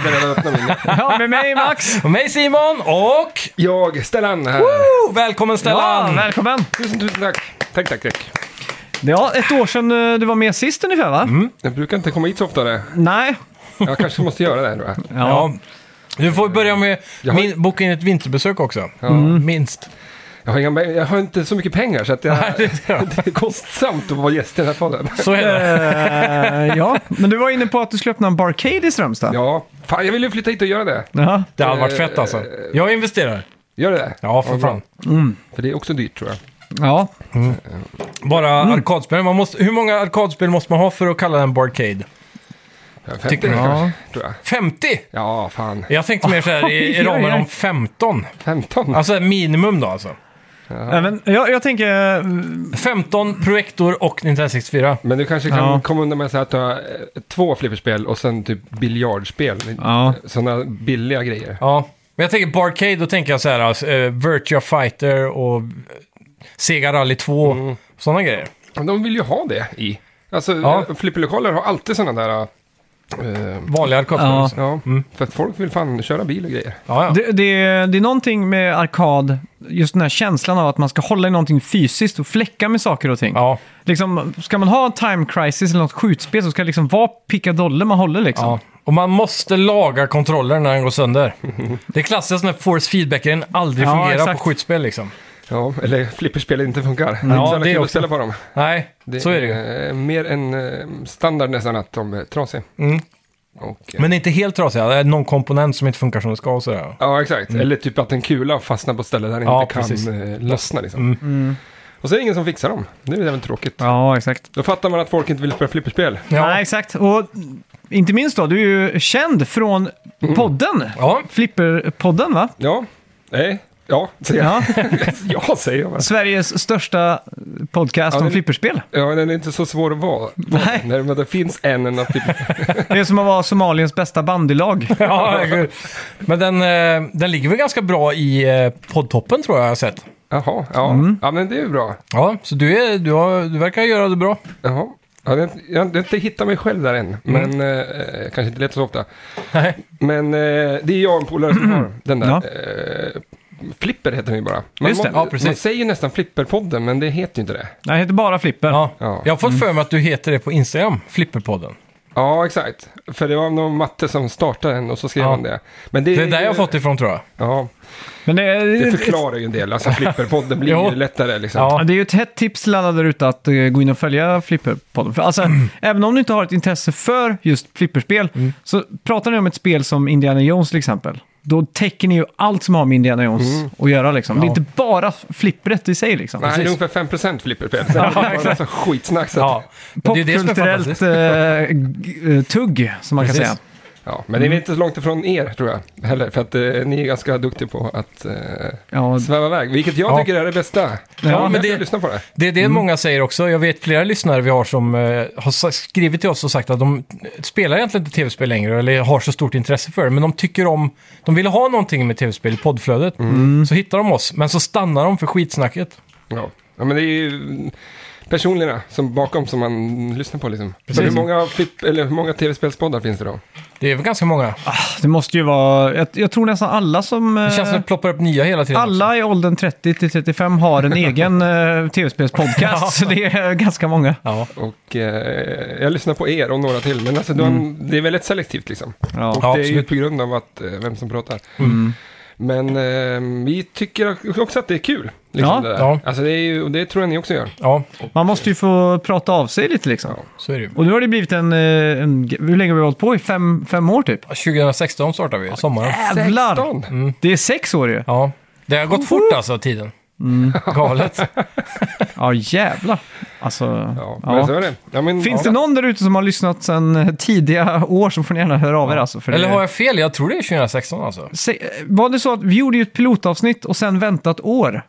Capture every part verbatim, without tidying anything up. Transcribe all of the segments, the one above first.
hade redan öppnat min. Ja, med mig Max. Och mig Simon och... Jag, Stellan här. Woo! Välkommen Stellan! Ja, välkommen. Tusen, tusen tack. Tack, tack, tack. Ja, ett år sedan eh, du var med sist ungefär, va? Mm. Jag brukar inte komma hit så ofta. Det. Nej. Jag kanske måste göra det. Då. Ja. Ja. Du får börja med Jag har- min, boka in ett vinterbesök också. Ja. Mm. Minst. Jag, har inga, jag har inte så mycket pengar så att jag, Nej, det är det är kostsamt att vara gäst i den här podden. Så är det. Eh, ja, men du var inne på att du skulle öppna en barcade i Strömstad. Ja, fan, jag vill ju flytta hit och göra det. Ja. Det hade varit fett alltså. Jag investerar. Gör det? Ja, för fan. För det är också dyrt tror jag. Ja. Bara arkadspel. Man måste, hur många arkadspel måste man ha för att kalla den barcade? Ja, femtio Tycker du? kanske, tror jag. femtio? Ja, fan. Jag tänkte mer så här i, i Oj, oj, ramen oj. om femton. femton? Alltså minimum då alltså. Även, jag, jag tänker... eh, femton projektor och Nintendo sextiofyra. Men du kanske kan Ja. komma undan med att säga att du har eh, två flipperspel och sen typ biljardspel. Ja. Sådana billiga grejer. Ja. Men jag tänker barcade, då tänker jag så här, alltså, uh, Virtua Fighter och Sega Rally två. Mm. Sådana grejer. Men de vill ju ha det i. Alltså, Ja. ja. flipperlokaler har alltid sådana där... eh, Vanliga arkadspel. Ja. alltså. ja, Mm. för att folk vill fan köra bil och grejer. Ja, ja. Det, det, det är någonting med arkad, just den här känslan av att man ska hålla i någonting fysiskt och fläcka med saker och ting. Ja, Liksom, ska man ha en time crisis eller något skjutspel så ska det liksom vara pickadoller man håller liksom. ja. Och man måste laga kontrollen när den går sönder. Det är klassiskt när force feedbacken aldrig Ja, fungerar exakt. på skjutspel liksom. Ja, eller flipperspel inte funkar. Det är inte så det jävla kul också. att ställa på dem. Nej, Det så är det ju. är mer en eh, standard nästan att de är trasiga. Mm. Och, eh, Men det är inte helt trasiga. Det är någon komponent som inte funkar som det ska och sådär. ja, exakt. Eller typ att en kula fastnar på ställen där den Ja, inte kan precis. eh, lossna. Liksom. Mm. Mm. Och så är det ingen som fixar dem. Det är väl tråkigt. Ja, exakt. Då fattar man att folk inte vill spela flipperspel. Ja. Nej, exakt. Och inte minst då, du är ju känd från podden. Ja. Flipperpodden, va? Ja, nej, ja, säger jag. Ja. Ja, säger jag bara. Sveriges största podcast Ja, om det- flipperspel. Ja, den är inte så svår att vara. Nej. När men det finns en enda flipper. Det är som att vara Somaliens bästa bandylag. Ja, gud. Men den, eh, den ligger väl ganska bra i eh, poddtoppen tror jag jag har sett. Jaha, ja. Mm. Ja, men det är ju bra. Ja, så du, är, du, har, du verkar göra det bra. Jaha. Ja, det, jag har inte hittat mig själv där än, men eh, kanske inte lätt så ofta. Nej. Men eh, det är jag och en polare som har den där. Ja. Eh, Flipper heter den ju bara. Man, Just det, må- ja, precis. man säger ju nästan Flipperpodden, men det heter ju inte det. Det heter bara Flipper. Ja. Ja. Jag har fått för mig att du heter det på Instagram, Flipperpodden. Ja, exakt. För det var någon matte som startade den och så skrev Ja. han det. Men det, Det är där jag har fått ifrån tror jag. Ja, Men det är, det förklarar ju en del. Alltså Flipperpodden blir Jo. ju lättare liksom. Ja. Ja, det är ju ett hett tips till alla där ute att uh, gå in och följa Flipperpodden. För alltså, även om du inte har ett intresse för just flipperspel, så pratar ni om ett spel som Indiana Jones till exempel. Då täcker ni ju allt som har med Indiana Jones att göra liksom. Det är Ja. inte bara flippret i sig liksom. Nej, det är Precis. ungefär fem procent flipperspel. Sen är det bara en massa skitsnack. Så att, Ja. Men det är det som är Popkulturellt fantastiskt. uh, g- uh, tugg, som man Precis. kan säga. ja, men det är inte så långt ifrån er, tror jag. Heller, för att eh, ni är ganska duktiga på att eh, Ja, sväva iväg. Vilket jag Ja. tycker är det bästa. Ja, men men det- det... lyssna på det. Det är det många säger också. Jag vet flera lyssnare vi har som eh, har sa- skrivit till oss och sagt att de spelar egentligen inte tv-spel längre eller har så stort intresse för det. Men de tycker om, de vill ha någonting med tv-spel i poddflödet. Så hittar de oss, men så stannar de för skitsnacket. Ja. ja, men det är ju personerna som bakom som man lyssnar på liksom. Så hur många, flip, eller hur många tv-spelspoddar finns det då? Det är väl ganska många. det måste ju vara... Jag, jag tror nästan alla som... Det känns som eh, att det ploppar upp nya hela tiden. alla i åldern trettio till trettiofem har en egen uh, tv-spelspodcast, Ja. så det är ganska många. Ja. Och eh, jag lyssnar på er och några till. Men alltså, de, det är väldigt selektivt liksom. Ja. Och Ja, det är ju absolut. på grund av att, eh, vem som pratar. Mm. Men eh, vi tycker också att det är kul. Liksom, Ja. det där. Ja. Alltså det är ju, och det tror jag ni också gör. Ja, Man måste ju få prata av sig lite liksom. Ja. så är det ju. Och nu har det blivit en, eh, en... Hur länge har vi hållit på? I fem, fem år typ? tjugohundrasexton startar vi, sommaren. Jävlar! sexton! Det är sex år ju. Ja, det har gått fort alltså, tiden. Galet. Ja, jävlar. Alltså, Ja, ja. men så är det. Ja, men, Finns ja. det någon där ute som har lyssnat sedan tidiga år så får ni gärna höra av er alltså. För Eller det... har jag fel? Jag tror det är tjugohundrasexton alltså. Se, var det så att vi gjorde ju ett pilotavsnitt och sen väntat år?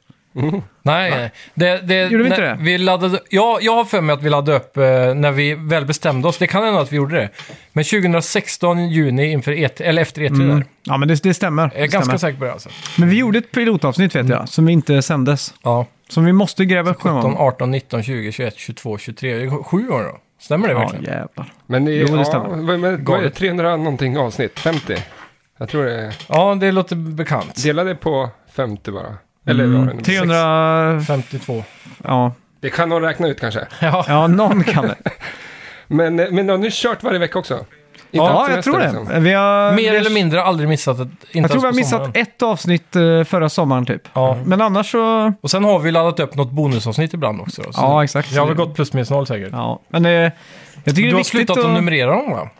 Nej, nej. Det, det, Gjorde vi inte när det? Vi laddade, ja, jag har för mig att vi laddade upp eh, när vi väl bestämde oss. Det kan hända att vi gjorde det. Men tjugohundrasexton juni inför E tre, eller efter E tre där. Ja, men det, det stämmer. Jag är det ganska stämmer. säker på det alltså. Men vi gjorde ett pilotavsnitt vet jag, som inte sändes. Ja. Som vi måste gräva upp någon sjutton, gång. arton, nitton, tjugo, tjugoett, tjugotvå, tjugotre. Det är sju år då. Stämmer det Ja, verkligen? jävlar. Men det, Jo, det ja, stämmer. vad, vad, vad är det? Galet. trehundra någonting avsnitt? femtio? Jag tror det är... Ja, det låter bekant. Dela det på femtio bara. Eller Mm, var det sex? trehundra... femtiotvå. Ja. Det kan någon räkna ut kanske. Ja, ja, någon kan det. Men, men du har nu kört varje vecka också? Inte Ja, haft jag semester, tror det. liksom. Vi har, mer vi, eller mindre aldrig missat ett... Inte Jag tror ens vi har på missat sommaren. ett avsnitt eh, förra sommaren typ. Ja. Men annars så... Och sen har vi laddat upp något bonusavsnitt ibland också. Då, så Ja, exakt. det har väl gått plus minus noll säkert. Ja, men eh, jag tycker det Du är har viktigt slutat att... att numrera dem va?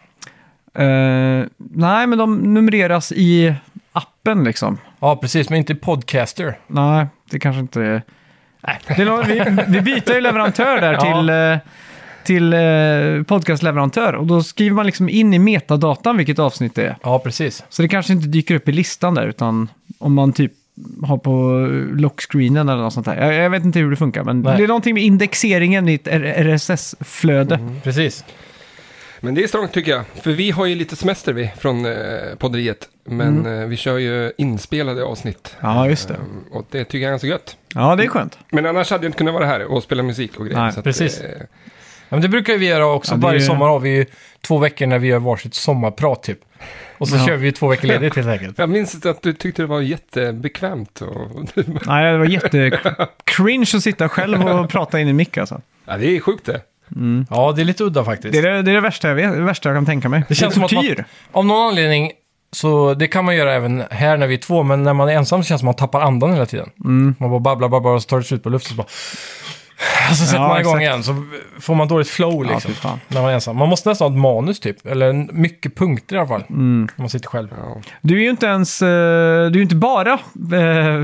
Eh, nej, men de numreras i appen liksom. Ja, precis. Men inte podcaster. Nej, det kanske inte är... Nej, det är nog, vi, vi byter ju leverantör där Ja. till, eh, till eh, podcastleverantör. Och då skriver man liksom in i metadatan vilket avsnitt det är. Ja, precis. Så det kanske inte dyker upp i listan där, utan om man typ har på lockscreenen eller något sånt där. Jag, jag vet inte hur det funkar, men Nej. det är någonting med indexeringen i ett R S S-flöde. Precis. Men det är strångt tycker jag. För vi har ju lite semester vi från eh, podderiet. Men Mm. eh, vi kör ju inspelade avsnitt. Ja, just det. Ehm, och det tycker jag är ganska gött. Ja, det är skönt. Men annars hade jag inte kunnat vara här och spela musik och grejer. Nej, så att, precis. eh, Ja, men det brukar vi göra också. Ja, det Varje är- sommar har vi ju två veckor när vi gör varsitt sommarprat typ. Och så Ja. kör vi två veckor ledigt helt enkelt. jag minns att du tyckte det var jättebekvämt. Och... Nej, det var jätte-cringe att sitta själv och prata in i mick alltså. ja, det är sjukt det. Ja, det är lite udda faktiskt. Det är det, det, är det, värsta jag vet, det värsta jag kan tänka mig. Det känns som att man, tortyr. av någon anledning, så det kan man göra även här när vi är två, men när man är ensam så känns det som att man tappar andan hela tiden. Mm. Man bara babblar, babblar och så tar det slut på luften. Så, bara... och så sätter Ja, man igång exakt. igen, så får man dåligt flow Ja, liksom. fy fan. När man är ensam. Man måste nästan ha ett manus typ, eller en- mycket punkter i alla fall. Mm. När man sitter själv. Ja. Du är ju inte ens, eh, du är ju inte bara eh,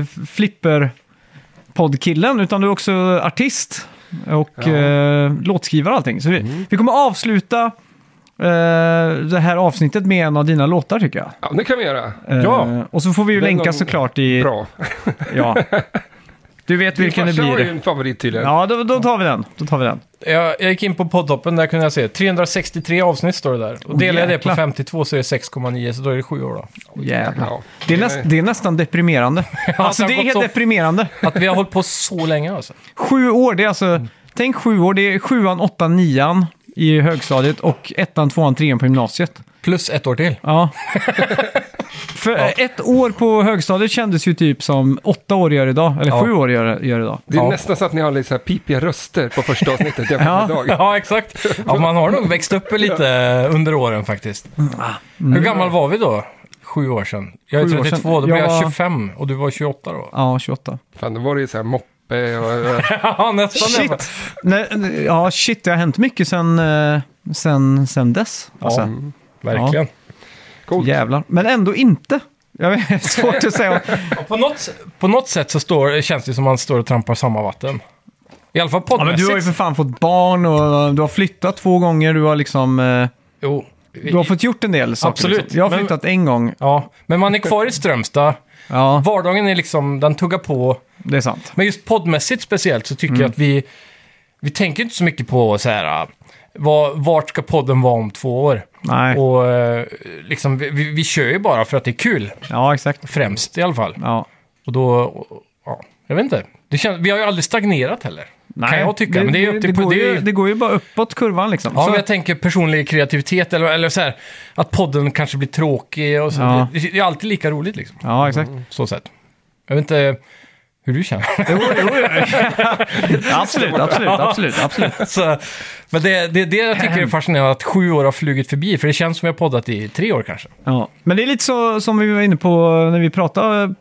flipper-poddkillen, utan du är också artist och Ja. eh, låtskrivare och allting. Så vi, Mm. vi kommer avsluta eh, det här avsnittet med en av dina låtar tycker jag. ja, det kan vi göra. Eh, Ja. Och så får vi ju Den länka någon- såklart i... Bra. Ja. Du vet vilken det Din farsa har ju blir. en favorit tydligen. Ja, då, då tar vi den. Då tar vi den. Jag, jag gick in på poddtoppen, där kunde jag se trehundrasextiotre avsnitt står det där. Och Oh, delar jag det jäklar. på femtiotvå så är det sex komma nio, så då är det sju år då. Jävlar. Ja. Det är, näst, det är nästan deprimerande. Alltså det har det är gått helt så- deprimerande. Att vi har hållit på så länge alltså. Sju år, det är alltså... Tänk sju år, det är sjuan, åttan, nian i högstadiet och ettan, tvåan, trean på gymnasiet. Plus ett år till. Ja. För Ja. ett år på högstadiet kändes ju typ som åtta år gör idag, eller Ja. sju år gör, gör idag. Det är Ja. nästan så att ni har lite så här pipiga röster på första avsnittet jämfört Ja. med idag. Ja, exakt. Ja, man har nog växt upp lite under åren faktiskt. Hur gammal var vi då? Sju år sedan. Jag är Sju år trettiotvå, sedan. då blev Jag jag var- tjugofem och du var tjugoåtta då. Ja, tjugoåtta. Fan, då var det ju så här moppe och... Ja, nästan. Shit! Nej, ja, shit, det har hänt mycket sen, eh, sen, sen dess. Alltså, Ja, verkligen. Coolt. jävlar. Men ändå inte. Jag vet, det är svårt att säga. Och på, något, på något sätt så står, känns det som att man står och trampar samma vatten. I alla fall Ja, men poddmässigt. du har ju för fan fått barn och du har flyttat två gånger. Du har liksom... Eh, Jo. du har fått gjort en del saker. Absolut. Liksom. Jag har Men- flyttat en gång. Ja, men man är kvar i Strömstad. Ja, Vardagen är liksom, den tuggar på. det är sant. Men just poddmässigt speciellt så tycker Mm. jag att vi, vi tänker inte så mycket på så här, äh, vad, vart ska podden vara om två år? Nej. Och äh, liksom, vi, vi, vi kör ju bara för att det är kul, Ja, exakt. främst i alla fall. Ja. Och då, och, ja, jag vet inte. Det känns, vi har ju aldrig stagnerat heller. Nej, Kan jag tycka, men det är upp till- det, går det är ju, ju- det går ju bara uppåt kurvan liksom. Ja, Så- men jag tänker personlig kreativitet eller, eller så här, att podden kanske blir tråkig och så. Ja. Det, det är alltid lika roligt liksom, Ja, exakt. så sätt. Jag vet inte hur du känner. Jo, jo, jo. absolut, absolut, absolut, absolut. Så, men det, det, det jag tycker är fascinerande, att sju år har flugit förbi, för det känns som vi har poddat i tre år kanske. Ja. Men det är lite så som vi var inne på när vi pratade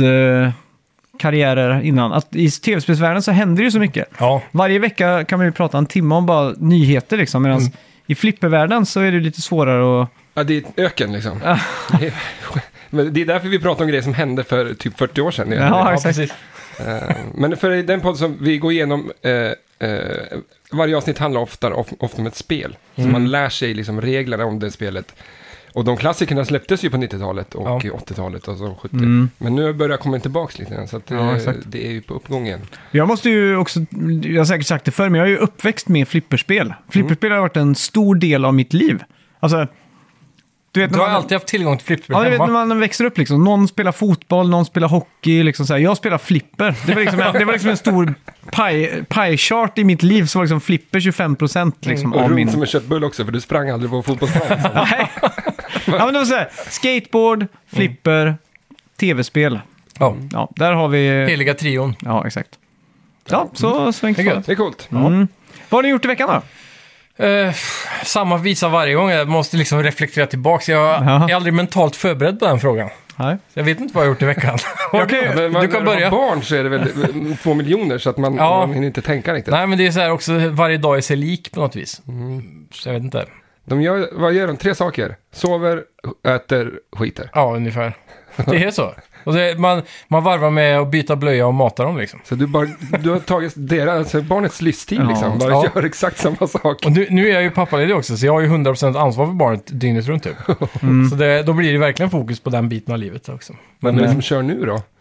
poddkarriärer innan. Att i tv-spelsvärlden så händer det ju så mycket. Ja, Varje vecka kan man ju prata en timme om bara nyheter liksom. Medan Mm. i flippervärlden så är det lite svårare att... Ja, det är ett öken liksom. Det är- Men det är därför vi pratar om grejer som hände för typ fyrtio år sedan. Ja, ja exakt. precis. Eh, Men för den podd som vi går igenom, eh, eh, varje avsnitt handlar ofta, of- ofta om ett spel. Så Mm. man lär sig liksom reglerna om det spelet. Och de klassikerna släpptes ju på nittiotalet och Ja. åttiotalet och så sjuttio. Mm. Men nu börjar jag komma tillbaka lite grann, så att, Ja, eh, exakt. det är ju på uppgång igen. Jag måste ju också, jag har säkert sagt det förr, men jag är ju uppväxt med flipperspel. Flipperspel har varit en stor del av mitt liv. Alltså, Du vet, Du när har man, alltid haft tillgång till flipperspel ja, du vet när hemma. man växer upp liksom. Någon spelar fotboll, någon spelar hockey. Liksom så här. Jag spelar flipper. Det var liksom, det var liksom en stor pie, pie chart i mitt liv. Så var liksom flipper tjugofem procent liksom, Och av runt min... som en köttbull också, för du sprang aldrig på fotbollsplan. Liksom. Nej. Ja, men det var så här. Skateboard, flipper, tv-spel. Ja. Ja, där har vi... Heliga trion. Ja, exakt. Ja, så svängt Det är på. gött. Det är coolt. Mm. Vad har ni gjort i veckan då? Eh, samma visa varje gång. Jag måste liksom reflektera tillbaka. Jag Ja. är aldrig mentalt förberedd på den frågan. Nej. Jag vet inte vad jag har gjort i veckan. Jag kan ju- Ja, men man, du kan när börja. har barn så är det väl eh, två miljoner så att man, Ja. man hinner inte tänka riktigt. Nej, men det är så här också, varje dag är sig lik på något vis. Mm. Så jag vet inte. De gör, vad gör de? Tre saker. Sover, äter, skiter. Ja, ungefär. Det är så. Och det, man, man varvar med att byta blöja och mata dem liksom. Så du, bara, du har tagit deras, alltså barnets livstid Ja. liksom. Bara Ja. gör exakt samma sak. Och nu, nu är jag ju pappaledig också, så jag har ju hundra procent ansvar för barnet dygnet runt typ. Mm. Så det, då blir det verkligen fokus på den biten av livet också. Men Men det eh, som kör nu då?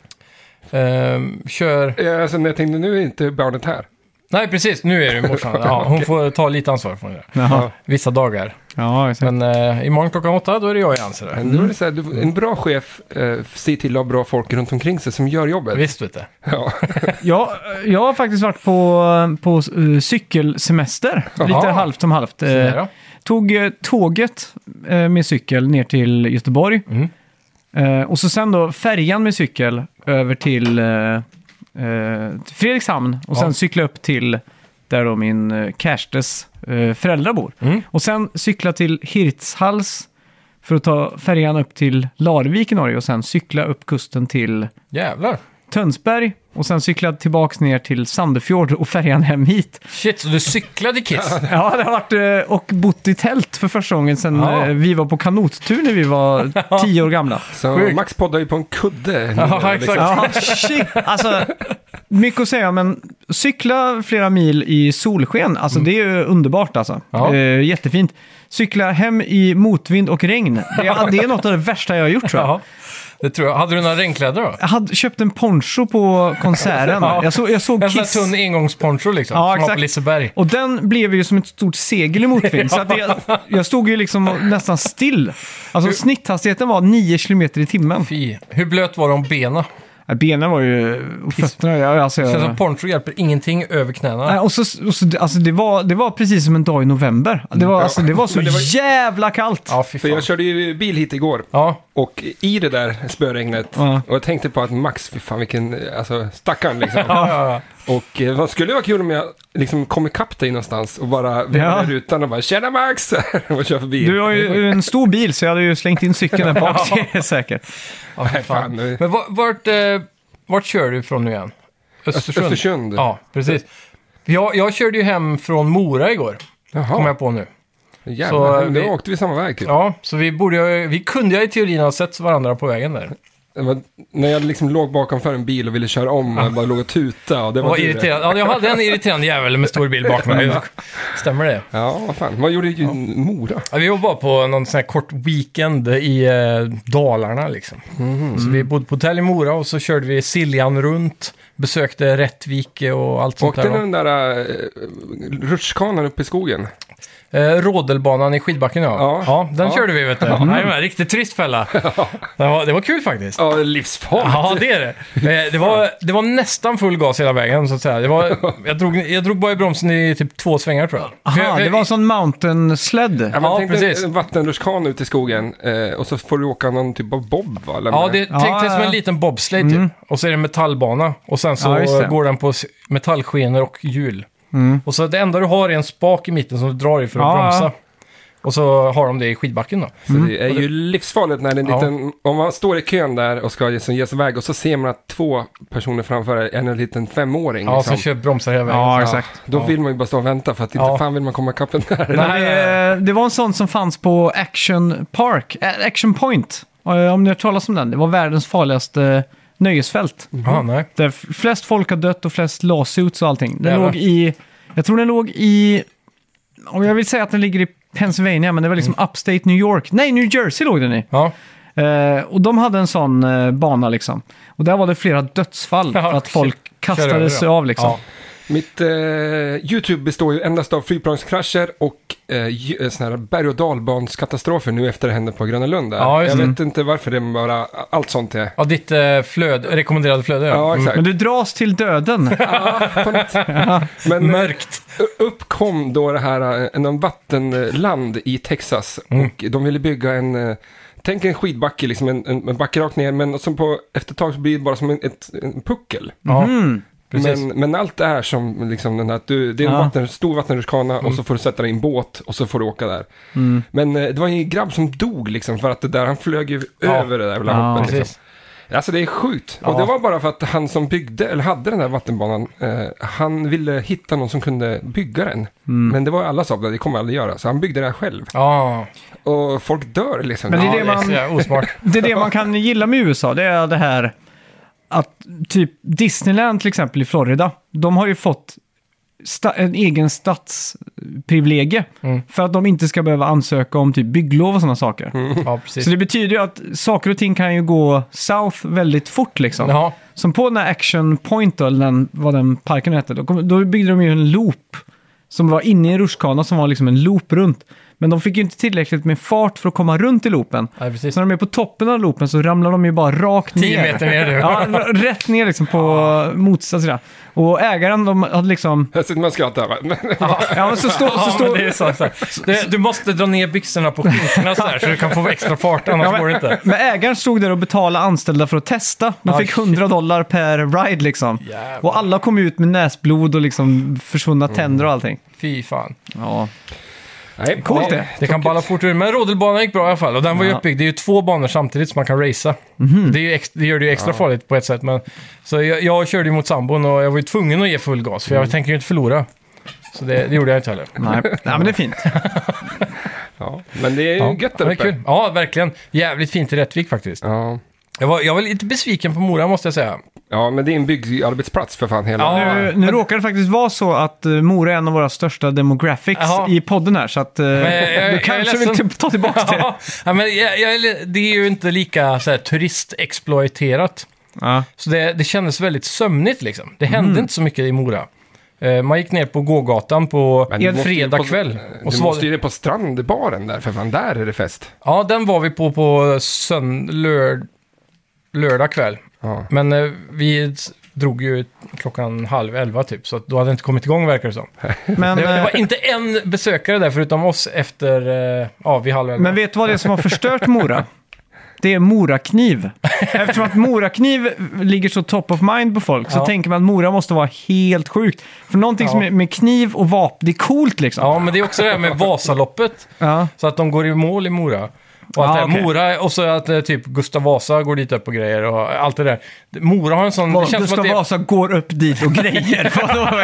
ehm, kör... Eh, Alltså när jag tänkte, nu är inte barnet här. Nej, precis. Nu är det morsan. Ja, hon får ta lite ansvar för det. Jaha. Vissa dagar. Ja, exakt. Men eh, imorgon klockan åtta, då är det jag igen. Så där. Men då är det så här, du, en bra chef eh, ser till att ha bra folk runt omkring sig som gör jobbet. Visst vet du. Ja. Ja, jag har faktiskt varit på, på uh, cykelsemester. Jaha. Lite halvt om halvt. Så där, Eh, ja. tog eh, tåget eh, med cykel ner till Göteborg. Mm. Eh, och så sen då färjan med cykel över till, eh, eh, till Fredrikshamn. Och sen Ja. cykla upp till där då min eh, kärstes eh, föräldrar bor. Mm. Och sen cykla till Hirtshals för att ta färjan upp till Larvik i Norge. Och sen cykla upp kusten till Jävlar. Tönsberg. Och sen cykla tillbaks ner till Sandefjord och färjan hem hit. Shit, så du cyklade Kiss? Ja, det har varit eh, och bott i tält för första gången sedan Ja. eh, vi var på kanottur när vi var tio år gamla. Så Sjukt. Max poddar ju på en kudde. Ja, exakt. Ja, shit. Alltså, mycket att säga, men cykla flera mil i solsken, alltså det är ju underbart alltså. Ja. Eh, jättefint. Cykla hem i motvind och regn, det är, det är något av det värsta jag har gjort tror jag. Ja, det tror jag. Hade du några regnkläder då? Jag hade köpt en poncho på konserten. Ja. Jag, så, jag såg En sån Kiss. här tunn engångsponcho liksom, Ja, som var exakt. på Liseberg. Och den blev ju som ett stort segel i motvind. Så att det, jag stod ju liksom nästan still. Alltså Hur- snitthastigheten var nio kilometer i timmen. Fy. Hur blöt var de benen? Ja, benen var ju... Och fötterna, ja, alltså, Det känns som jag, poncho hjälper ingenting över knäna. nej, och så, och så, alltså, det, var, det var precis som en dag i november. Det var, Ja, alltså, det var så men det var- jävla kallt. Ja, fy För fan. jag körde ju bil hit igår. Ja, Och i det där spöregnet. Ja. Och jag tänkte på att Max, fy fan vilken, alltså stackarn liksom. ja, ja. ja. Och eh, vad skulle vara kul om jag liksom kom ikapp dig någonstans och bara vände Ja. rutan och bara “Tjena Max!” och kör förbi. Du har ju en stor bil så jag hade ju slängt in cykeln där bak, det är säkert. ja fy Nej, fan, fan. nu- Men vart, vart, eh, vart kör du ifrån nu igen? Östersund? Östersund. Ja, precis. Jag, jag körde ju hem från Mora igår, kom Jaha, jag på nu. jävlar. Så, Nu vi- åkte vi samma väg typ. Ja, så vi, borde, ju- vi kunde ju i teorin ha sett varandra på vägen där. Det var, när jag liksom låg bakom för en bil och ville köra om och jag bara låg och tuta och det Jag var var du det. irriterad. Ja, jag hade en irriterande jävel med stor bil bakom mig. Stämmer det? Ja, vad fan. Vad gjorde ju Mora? Ja, vi var bara på någon sån här kort weekend i eh, Dalarna liksom. Så vi bodde på hotell i Mora och så körde vi Siljan runt, besökte Rättvik och allt sånt Åkte där. va? den där uh, rutschkanan upp i skogen? Eh, Rådelbanan i skidbacken, ja. Ja. Ja, den Ja. körde vi, vet du. Ja. Nej, men, riktigt trist fälla. Det, var, det var kul faktiskt. Ja, livsfarligt. Ja, det är det. Eh, Det var, det var nästan full gas hela vägen, så att säga. Det var, jag, drog, jag drog bara i bromsen i typ två svängar, tror jag. För Aha, jag- det var en sån mountain sled. Ja, men Ja, tänk dig precis. en vattenrutschkana ut i skogen eh, och så får du åka någon typ av bob, va? Eller Ja, vad det är? tänkte Ja, som ja. en liten bobsleigh typ. Och så är det en metallbana. Och sen så Ja, just det. går den på s- metallskenor och hjul. Mm. Och så det enda du har är en spak i mitten som du drar i för att Ja, bromsa. ja. Och så har de det i skidbacken då. Så det är ju livsfarligt när det är en Ja. liten, om man står i kön där och ska liksom ge sig iväg och så ser man att två personer framför är en liten femåring. Ja, liksom. som kör bromsar hela vägen. Ja, Ja, exakt. Då Ja. vill man ju bara stå och vänta för att inte Ja. fan vill man komma ikapp den där. Nej, Men nej, det, det var en sån som fanns på Action Park, äh, Action Point. Eh, Om ni har hört talas om den. Det var världens farligaste nöjesfält. Ja, nej. Där f- flest folk har dött och flest lawsuits och allting. Den Jävlar. låg i, jag tror den låg i, om jag vill säga att den ligger i Pennsylvania, men det var liksom upstate New York. Nej, New Jersey låg den i. Ja. Eh, och de hade en sån eh, bana liksom. Och där var det flera dödsfall Ja, för att folk shit. Kör över, kastade sig ja. av liksom. Ja. Mitt eh, YouTube består ju endast av flygplanskrascher och eh, såna här berg- och dalbanskatastrofer nu efter det hände på Gröna Lund. Där. Ja, just jag det. vet inte varför det är bara allt sånt är. Ja, ditt eh, flöd, rekommenderade flöde. Ja. Ja, exakt. Men du dras till döden. Ja, på något- Men eh, Mörkt. uppkom då det här, en, en vattenland i Texas Mm. och de ville bygga en, eh, tänk en skidbacke, liksom en, en, en backe rakt ner, men som på, efter ett tag så blir det bara som en, ett, en puckel. Ja, Mm. precis. Men, men allt är som liksom den här, att du, det är en Ja. vatten, stor vattenrutschkana Mm. och så får du sätta dig i en båt och så får du åka där. Mm. Men eh, det var en grabb som dog liksom för att det där, han flög ju Ja. över det där jävla Ja, hoppet. Liksom. precis. Alltså det är sjukt. Och Ja. det var bara för att han som byggde, eller hade den där vattenbanan, eh, han ville hitta någon som kunde bygga den. Mm. Men det var alla sa, det kommer jag aldrig göra. Så han byggde det här själv. Ja, Och folk dör liksom. Men det är ja, det det är man- så jävla osmart. Det är det man kan gilla med U S A, det är det här att typ Disneyland till exempel i Florida, de har ju fått sta- en egen stadsprivilegie Mm. för att de inte ska behöva ansöka om typ bygglov och sådana saker. Ja, precis. Så det betyder ju att saker och ting kan ju gå south väldigt fort liksom. Ja, Som på den här Action Point då, eller den, vad den parken hette, då, kom, då byggde de ju en loop som var inne i en rutschkana som var liksom en loop runt. Men de fick ju inte tillräckligt med fart för att komma runt i loopen. ja, precis. Så när de är på toppen av loopen så ramlar de ju bara rakt ner. Tio meter ner du. Ja, r- rätt ner liksom på motsatt sida. Och ägaren, de hade liksom... Jag sitter med och skrattar. va? Ja, men så står... Så Ja, men står det är så, så här. Det, du måste dra ner byxorna på skinkorna så, här, så du kan få extra fart, annars Ja, men- går det inte. Men ägaren stod där och betalade anställda för att testa. De Ah, fick shit. hundra dollar per ride liksom. Jävlar. Och alla kom ut med näsblod och liksom försvunna tänder och allting. Fy fan. Ja. Nej, Coolt ja, det. Det kan balla fort ur. Men rodelbanan gick bra i alla fall. Och den var ju Ja. uppbyggd. Det är ju två banor samtidigt som man kan racea. Det, är ju ex- det gör det ju extra farligt på ett sätt. Men, så jag, jag körde ju mot sambon och jag var ju tvungen att ge full gas. För jag tänker ju inte förlora. Så det, det gjorde jag inte heller. Nej. Nej, men det är fint. Ja, men det är ju Ja, gött ja, där det är uppe. kul. Ja, verkligen. Jävligt fint i Rättvik faktiskt. Ja. Jag var, jag var lite besviken på Mora måste jag säga. ja, men det är en byggarbetsplats för fan hela. Ja. Nu, nu råkar det faktiskt vara så att uh, Mora är en av våra största demographics Jaha. i podden här. Så att uh, jag- jag- du jag är kanske vill ledsen. typ ta tillbaka det. Ja, ja, men jag, jag, är li- det är ju inte lika så här, turistexploaterat. Ja. Så det, det kändes väldigt sömnigt liksom. Det hände inte så mycket i Mora. Eh, man gick ner på gågatan på Men du en måste ju fredag på- kväll. Och Du så var måste det, ju det på strandbaren där, för fan, där är det fest. ja, den var vi på på sön, lörd, lördag kväll. Ja. Men eh, vi s- drog ju klockan halv elva typ, så att då hade det inte kommit igång verkar det som. Men, Det, det eh, var inte en besökare där förutom oss efter, eh, ja, vid halv elva. men vet du vad det är som har förstört Mora? Det är Morakniv. Eftersom att Morakniv ligger så top of mind på folk så Ja. tänker man att Mora måste vara helt sjukt. För någonting Ja. som är med kniv och vapen, det är coolt liksom. Ja, men det är också det här med Vasaloppet. Ja. Så att de går i mål i Mora. Och att Ja, det här okej. Mora, och så att eh, typ Gustav Vasa går dit upp och grejer och allt det där. Mora har en sån... Vad, det känns Gustav som att det, Vasa går upp dit och grejer. Vadå?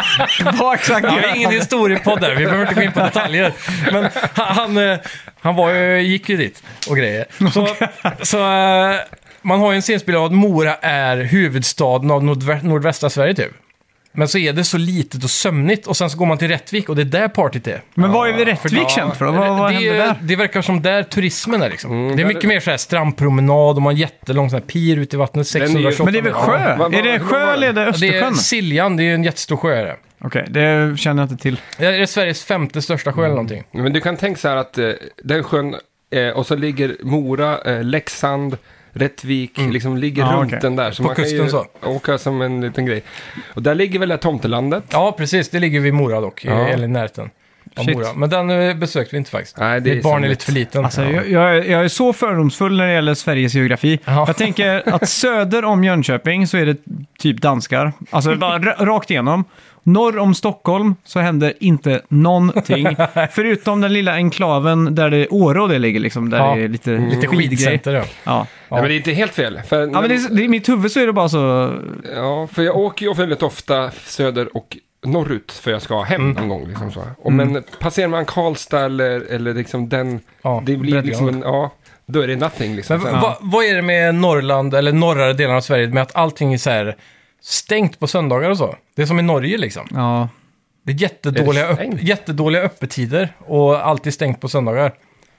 Vad exakt Ja, gör det är ingen han? historiepodd där, vi behöver inte gå in på detaljer. Men han, han, eh, han var ju, gick ju dit och grejer. Så, så eh, man har ju en scenspel av att Mora är huvudstaden av nordvä- nordvästra Sverige typ. Men så är det så litet och sömnigt och sen så går man till Rättvik och det är där partyt är. Men vad är vi Rättvik känt för? Vad, vad det, händer är- där? det verkar som där turismen är liksom. Mm, det är där- mycket mer så här strandpromenad och man har jättelång sån här pir ute i vattnet. Den är ju- sexhundratjugoåtta Men det är väl meter. sjö? Ja, vad- är det vad- sjö vad- eller är det Ja, det är Östersjön? Siljan, det är en jättestor sjö. Är det. Okej, det känner jag inte till. Det är Sveriges femte största sjö eller någonting. Men du kan tänka så här att eh, den sjön, eh, och så ligger Mora, eh, Leksand, Rättvik, liksom ligger Ja, runt okej. den där. Så På man kan kusten ju så. åka som en liten grej. Och där ligger väl det här tomtelandet? Ja, precis. Det ligger vid Mora dock, i- Ja. eller i närheten av Shit. Mora. Men den eh, besökte vi inte faktiskt. Nej, det är Mitt barn är sammet. lite för liten. Alltså, jag, jag, är, jag är så fördomsfull när det gäller Sveriges geografi. Ja. Jag tänker att söder om Jönköping så är det typ danskar. Alltså bara r- rakt igenom. Norr om Stockholm så händer inte någonting. Förutom den lilla enklaven där det är Åre och det ligger liksom. Där Ja. det är lite, Lite lite skidgrej. skidcenter, ja. Ja. Ja, men det är inte helt fel. För, Ja, men det är, det, I mitt huvud så är det bara så... ja, för jag åker ju väldigt ofta söder och norrut för jag ska hem Mm. någon gång. Liksom så. Och, Men passerar man Karlstad eller, eller liksom den, Ja, det blir Bredgården. liksom en, ja, då är det nothing liksom. Men Sen- va, vad är det med Norrland, eller norrare delar av Sverige, med att allting är så här stängt på söndagar och så? Det är som i Norge liksom. Ja. Det är jättedåliga, Är det upp, stängt? jättedåliga öppettider och allt är stängt på söndagar.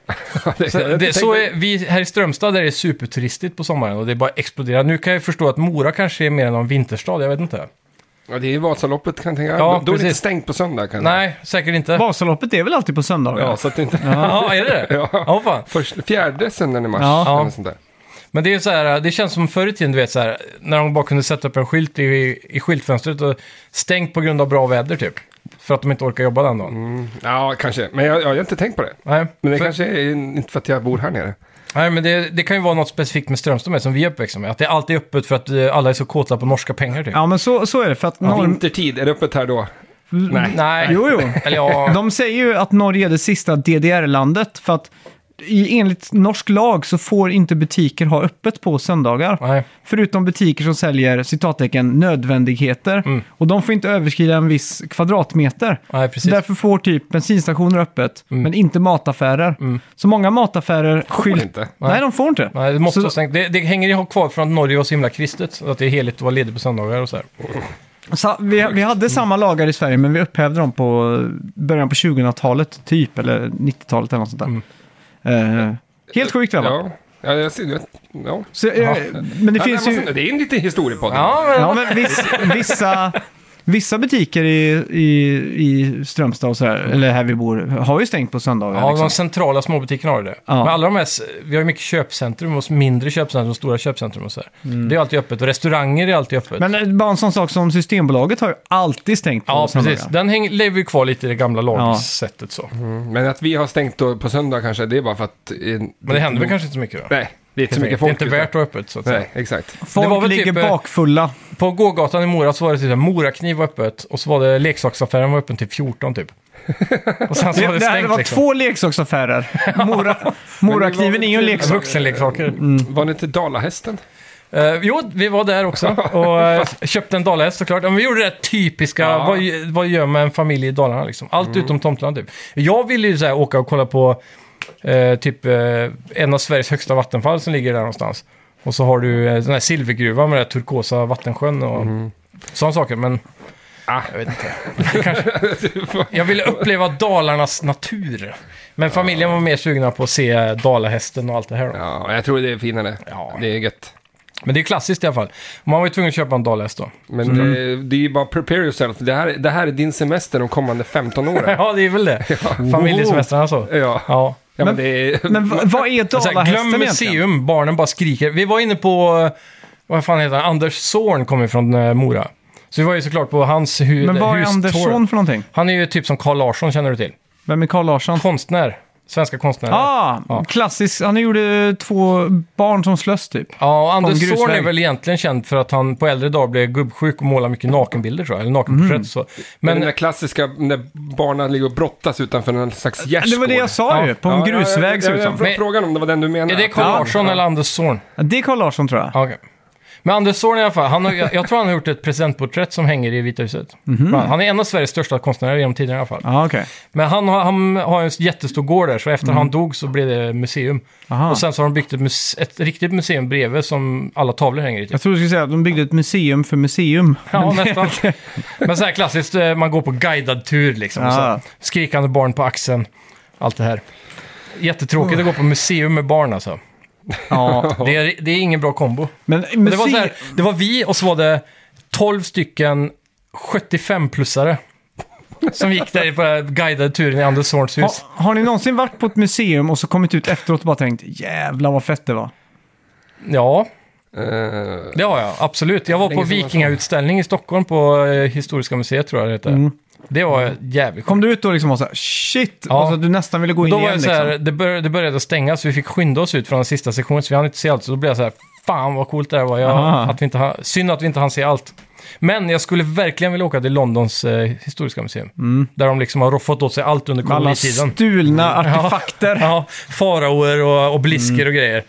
det, Så, jag det, så tänkte- är, vi här i Strömstad där är det superturistigt på sommaren och det är bara exploderar. Nu kan jag förstå att Mora kanske är mer än en vinterstad, jag vet inte. Ja, det är Vasaloppet kan jag tänka. Ja, Då är det precis. inte stängt på söndag kan jag. Nej, säkert inte. Vasaloppet är väl alltid på söndagar? Ja, så att det inte... Ja, är det det? Ja. Ja, fan. Först, fjärde söndagen i mars. Ja. Eller sånt där. Men det är ju så här, det känns som förr i tiden, du vet så här, när de bara kunde sätta upp en skylt i, i skyltfönstret och stängt på grund av bra väder typ. För att de inte orkar jobba den dagen. Mm. Ja, kanske. Men jag, jag har inte tänkt på det. Nej, Men det för, kanske är inte för att jag bor här nere. nej, men det, det kan ju vara något specifikt med Strömstad med som vi är uppväxta med. Att det alltid är öppet för att eh, alla är så kåta på norska pengar typ. Ja, men så, så är det. För att Norr... Vintertid, är det öppet här då? Nej. Nej. Jo, jo. Eller ja, De säger ju att Norge är det sista D D R-landet för att i, enligt norsk lag så får inte butiker ha öppet på söndagar. nej. Förutom butiker som säljer citattecken nödvändigheter. Mm. Och de får inte överskrida en viss kvadratmeter. Nej, Så precis. därför får typ bensinstationer öppet, Mm. men inte mataffärer. Mm. Så många mataffärer Får skylt... inte. Nej, de får inte. Nej, det måste Så- vara stängt. Det, det hänger ju kvar från att Norge var så himla kristet. Så att det är heligt att vara ledig på söndagar och så här. Så vi, vi hade samma lagar i Sverige, men vi upphävde dem på början på tjugohundratalet typ, eller nittiotalet eller något sånt där. Mm. Eh, helt sjukt va? Ja, ja, jag ser det. Ja. Så, eh, Ja. Men det Ja, finns nej, ju... måste- Det är en liten historiepodd. Ja, men, Ja, men viss, vissa, vissa butiker i, i, i Strömstad och så här, eller här vi bor, har ju stängt på söndagar. ja, liksom. de centrala småbutikerna har ju det. Ja. Men alla de här, vi har ju mycket köpcentrum och mindre köpcentrum och stora köpcentrum och så här. Det är alltid öppet och restauranger är alltid öppet. Men eh, bara en sån sak som Systembolaget har ju alltid stängt på ja, söndagar. precis. Den häng, lever ju kvar lite i det gamla lagsättet så. Mm, men att vi har stängt då på söndag kanske, det är bara för att... eh, Men det händer väl kanske inte så mycket då? Nej, det är inte så mycket Det är folk. inte ute. värt att ha öppet så att säga. Nej, exakt. Folk Det var väl ligger typ, eh, bakfulla. På gågatan i Mora så var det typ en Morakniv var öppet och så var det leksaksaffären var öppen till fjorton typ. Och sen så var Det, det det, här stängt var liksom. två leksaksaffärer. Mora, Morakniven är ju en leksak. Vuxenleksaker. Var det inte Dalahästen? Eh, jo, vi var där också och eh, köpte en dalahäst såklart. Men vi gjorde det typiska, Ja. vad, vad gör man en familj i Dalarna liksom? Allt utom tomtland typ. Jag ville ju så här, åka och kolla på eh, typ eh, en av Sveriges högsta vattenfall som ligger där någonstans. Och så har du eh, den här silvergruvan med den här turkosa vattensjön och sådana saker. Men Ah. jag vet inte. Kanske, jag ville uppleva Dalarnas natur. Men familjen var mer sugna på att se dalahästen och allt det här då. Ja, jag tror det är finare. Ja. Det är gött. Men det är klassiskt i alla fall. Man var ju tvungen att köpa en dalhäst då. Men det, det är ju bara prepare yourself. Det här, det här är din semester de kommande femton åren. Ja, det är väl det. Familjesemestrarna så. Ja, Ja. ja men, Men- det är... Men v- vad är Så här, dalahästen glöm egentligen? museum, barnen bara skriker. Vi var inne på, eh, vad fan heter han, Anders Zorn kommer från eh, Mora. Så vi var ju såklart på hans hu- Men vad är hustour. Andersson för någonting? Han är ju typ som Carl Larsson, känner du till. Vem är Carl Larsson? Konstnär. Svenska konstnärer. Ah, Ja. klassisk. Han gjorde två barn som slöss typ. Ja, och Anders På en Zorn är grusväg. väl egentligen känd för att han på äldre dagar blev gubbsjuk och målade mycket nakenbilder tror jag. Eller nakenporträtt Mm. så. Men Men den där klassiska, när barnen ligger och brottas utanför en slags gärdsgård. Det var det jag sa Ja. ju, på en Ja, ja, grusväg ja, ser ja, det ut ja, som. jag frågan om det var den du menade. är det Carl Ja. Larsson eller Anders Zorn? Ja, det är Carl Larsson tror jag. Ja, okej. Men Anders Zorn i alla fall, han har, jag, jag tror han har gjort ett presentporträtt som hänger i Vita huset. Mhm. Han är en av Sveriges största konstnärer genom tiden i alla fall. Ja, okej. Men han har, han har en jättestor gård där, så efter han dog så blev det museum. Aha. Och sen så har de byggt ett, mus- ett riktigt museum bredvid som alla tavlor hänger i. Typ. Jag trodde du skulle säga att de byggde ett museum för museum. Ja, nästan. Men så här klassiskt, eh, man går på guidad tur liksom. Och Ja. så, skrikande barn på axeln, allt det här. Jättetråkigt att gå på museum med barn alltså. Ja, Det är, det är ingen bra kombo. men Men det, var så museum... här, det var vi och så var det tolv stycken sjuttiofem-plussare som gick där på den här guidade turen i Anders Zorns hus. har, har ni någonsin varit på ett museum och så kommit ut efteråt och bara tänkt jävlar vad fett det var? Ja, Eh, det har jag. Absolut. Jag var Länge på sedan vikingautställning i Stockholm på eh, Historiska museet tror jag det heter. Mm. Det var jävligt Kom du ut då liksom och så här, shit, Ja. alltså, du nästan ville gå in Då var igen jag så här, liksom. det, bör, det började stänga så vi fick skynda oss ut från den sista sektionen så vi hann inte se allt. Så då blev jag så här, fan vad coolt det här var. Jag, Aha. att vi inte ha, synd att vi inte hann se allt. Men jag skulle verkligen vilja åka till Londons eh, historiska museum. Där de liksom har roffat åt sig allt under Med alla kolonitiden. stulna artefakter. Ja, faraoer och obelisker och grejer.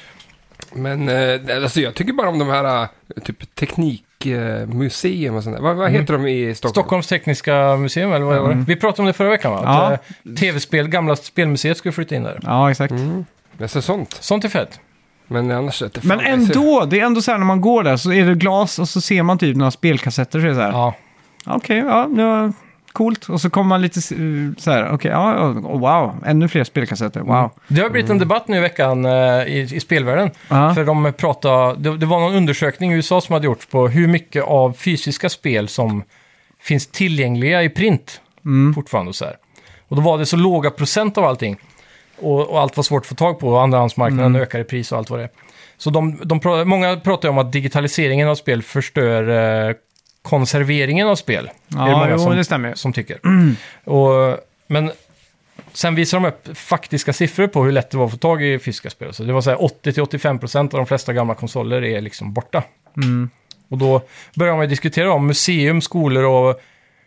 Men eh, alltså, jag tycker bara om de här eh, typ teknikmuseum och sånt där. Vad, vad heter de i Stockholm? Stockholms tekniska museum, eller vad var det? Vi pratade om det förra veckan va? Ja. Att eh, tv-spel, gamla spelmuseet skulle flytta in där. Ja, exakt. Mm. Det är sånt. Sånt är fett. Men annars är det fan... Men ändå, det är ändå så här när man går där så är det glas och så ser man typ några spelkassetter så är det så här. Ja. Okej, ja, ja, coolt. Och så kommer man lite uh, så här, okej, okay, ja, oh, wow, ännu fler spelkassetter, wow. Mm. Det har blivit en debatt nu i veckan uh, i, i spelvärlden. Uh-huh. För de pratade, det, det var någon undersökning i U S A som hade gjorts på hur mycket av fysiska spel som finns tillgängliga i print mm. fortfarande och så här. Och då var det så låga procent av allting. Och, och allt var svårt att få tag på och andrahandsmarknaden mm. ökar i pris och allt vad det är. Så de, de, många pratar om att digitaliseringen av spel förstör uh, konserveringen av spel. Ja, det är många jo, som, det stämmer. som tycker. Mm. Och, men sen visar de upp faktiska siffror på hur lätt det var att få tag i fysiska spel. Så det var så här åttio till åttiofem procent av de flesta gamla konsoler är liksom borta. Mm. Och då börjar man diskutera om museum, skolor och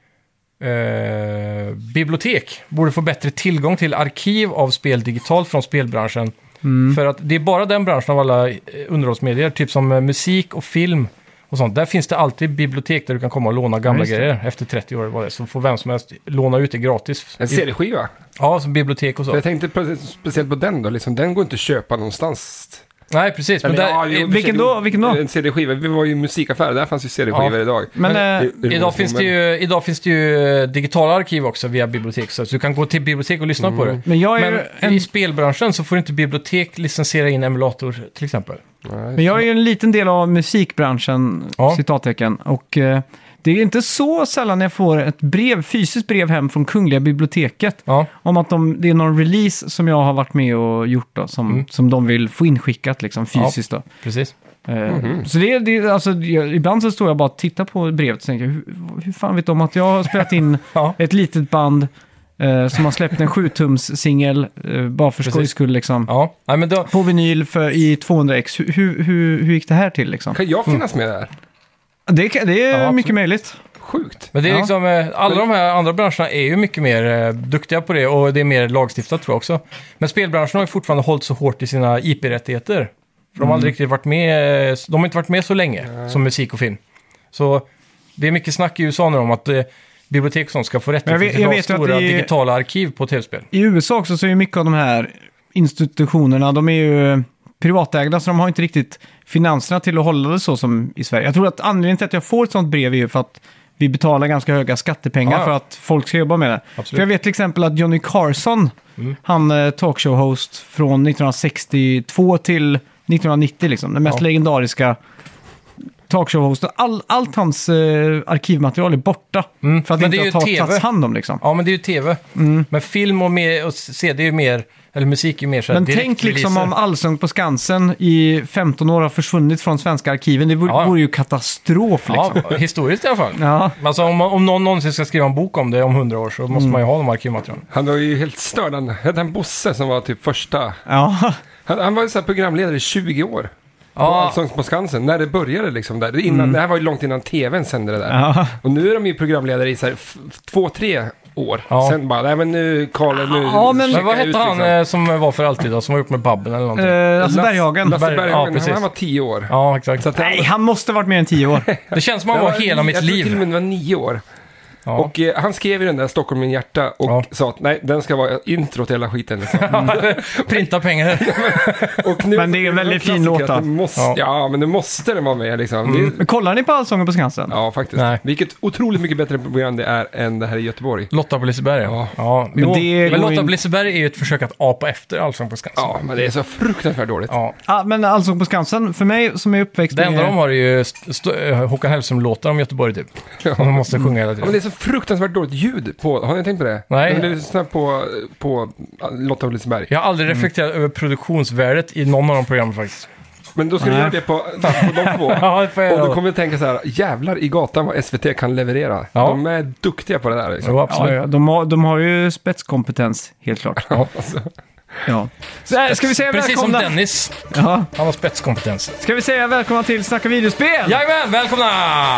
eh, bibliotek borde få bättre tillgång till arkiv av spel digitalt från spelbranschen. Mm. För att det är bara den branschen av alla underhållsmedier, typ som musik och film och sånt. Där finns det alltid bibliotek där du kan komma och låna gamla ja, grejer efter trettio år. Var det. Så får vem som helst låna ut det gratis. En C D-skiva? Ja, som bibliotek och så. För jag tänkte speciellt på den då. Liksom, den går inte att köpa någonstans. Nej, precis. Men Eller, där, ja, jo, vilken, då, vilken då? En C D-skiva. Vi var ju i musikaffär. Där fanns ju C D-skivor ja. idag. Men, men äh, det, det idag, finns det ju, idag finns det ju digitala arkiv också via bibliotek. Så du kan gå till bibliotek och lyssna mm. på det. Men, jag är men en... i spelbranschen så får inte bibliotek licensiera in emulator till exempel. Nej, men jag är ju en liten del av musikbranschen, ja. citattecken. Och eh, det är inte så sällan jag får ett brev, fysiskt brev hem från Kungliga biblioteket. Ja. Om att de, det är någon release som jag har varit med och gjort då, som, mm. som de vill få inskickat liksom, fysiskt. Ja, då. Precis. Eh, mm-hmm. Så det, det, alltså, jag, ibland så står jag bara och tittar på brevet och tänker, hur, hur fan vet de att jag har spelat in ja. ett litet band Uh, som har släppt en sju-tums-singel uh, bara för skojs skull liksom. Ja. Nej, men då... På vinyl för, i tvåhundra ex. Hur, hur, hur, hur gick det här till liksom? Kan jag finnas med där? Det, det är ja, mycket möjligt. Sjukt. Men det är ja. liksom, uh, alla de här andra branscherna är ju mycket mer uh, duktiga på det och det är mer lagstiftat tror jag också. Men spelbranschen har ju fortfarande hållit så hårt i sina I P-rättigheter. För mm. de har aldrig riktigt varit med, uh, de har inte varit med så länge mm. som musik och film. Så det är mycket snack i U S A nu om att uh, bibliotek som ska få rätt till att ha stora i, digitala arkiv på tv-spel. I U S A också så är mycket av de här institutionerna, de är ju privatägda så de har inte riktigt finanserna till att hålla det så som i Sverige. Jag tror att anledningen till att jag får ett sånt brev är ju för att vi betalar ganska höga skattepengar ja, ja. för att folk ska jobba med det. Absolut. För jag vet till exempel att Johnny Carson, mm. han talkshow-host från nittonhundrasextiotvå till nittonhundranittio, liksom, den mest ja. legendariska talkshow-host. All, allt hans eh, arkivmaterial är borta. Mm. För att men det inte ha tagits hand om liksom. Ja, men det är ju tv. Mm. Men film och, mer, och C D är ju mer, eller musik är ju mer så här. Men tänk liksom releaser. Om Allsång på Skansen i femton år har försvunnit från svenska arkiven. Det vore, ja. vore ju katastrof liksom. Ja, historiskt i alla fall. Ja. Alltså om, om någon någonsin ska skriva en bok om det om hundra år så måste mm. man ju ha de arkivmaterialen. Han var ju helt störd. Han hette en Bosse som var typ första. Ja. Han, han var ju så här programledare i tjugo år. På ja. Allsång på Skansen, när det började liksom där. Innan, mm. Det här var ju långt innan tvn sände det där. Ja. Och nu är de ju programledare i så här f- två, tre år. Ja. Sen bara, nej men nu, Karl, nu... Ja, men, men vad hette ut, han liksom. som var för alltid då, som var gjort med Babben eller någonting? Uh, Lasse Berghagen. Lasse Berghagen, ja, han var tio år. Ja, exakt. Så att nej, han måste ha varit mer än tio år. Det känns som han var, var hela mitt jag liv. Jag tror till och med var nio år. Ja. Och eh, han skrev ju den där Stockholm min hjärta och ja. sa att nej, den ska vara intro till hela skiten. Liksom. Mm. Printa pengar. och nu, men det är en väldigt fin låta. Måste, ja. ja, men det måste den vara med. Liksom. Mm. Det, kollar ni på Allsången på Skansen? Ja, faktiskt. Nej. Vilket otroligt mycket bättre program det är än det här i Göteborg. Lotta på Liseberg, ja. ja. Men, det men Lotta på Liseberg är ju ett försök att apa efter Allsång på Skansen. Ja, men det är så fruktansvärt dåligt. Ja, ja men Allsång på Skansen, för mig som är uppväxt det enda med... de har är ju st- st- Håkan Hellström-låtar om Göteborg typ. Ja. De måste sjunga hela tiden. Ja, men det är så fruktansvärt dåligt ljud på. Har ni tänkt på det? Nej. Men lyssna på, på Lotta på Liseberg. Jag har aldrig reflekterat mm. över produktionsvärdet i någon av de programmen faktiskt. Men då ska du göra det på, på de två. Ja, och då kommer du tänka så här, jävlar i gatan vad S V T kan leverera. Ja. De är duktiga på det där. Liksom. Jo, absolut. Ja, de, har, de har ju spetskompetens, helt klart. Ja, alltså. Ja. Så här, ska vi säga precis välkomna? Som Dennis. Ja. Han har spetskompetens. Ska vi säga välkomna till Snacka videospel? Jajamän, välkomna!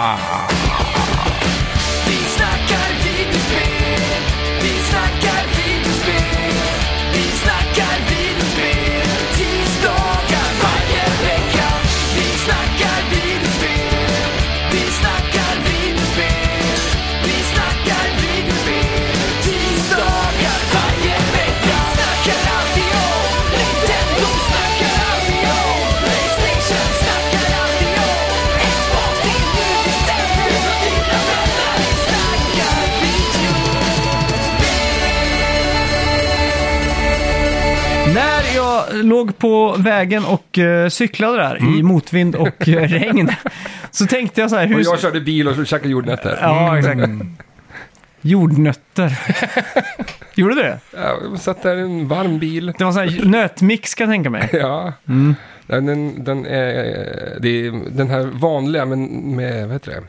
Vi snackar videospel, vi snackar videospel, vi snackar videospel, tisdagar varje vecka. Vi snackar videospel, vi snackar videospel, vi snackar videospel, tisdagar varje vecka. Snackar alltid om Nintendo, snackar alltid om PlayStation, snackar alltid om Xbox, det är nu vi sätter När jag låg på vägen och uh, cyklade där i motvind och uh, regn så tänkte jag så här... Hur... Och jag körde bil och så käkade jordnötter. Ja, exakt. Jordnötter. Gjorde du det? Ja, jag satt där i en varm bil. Det var så här nötmix kan jag tänka mig. Ja, Mm. den, den, den, är, det är den här vanliga men med, vad heter det,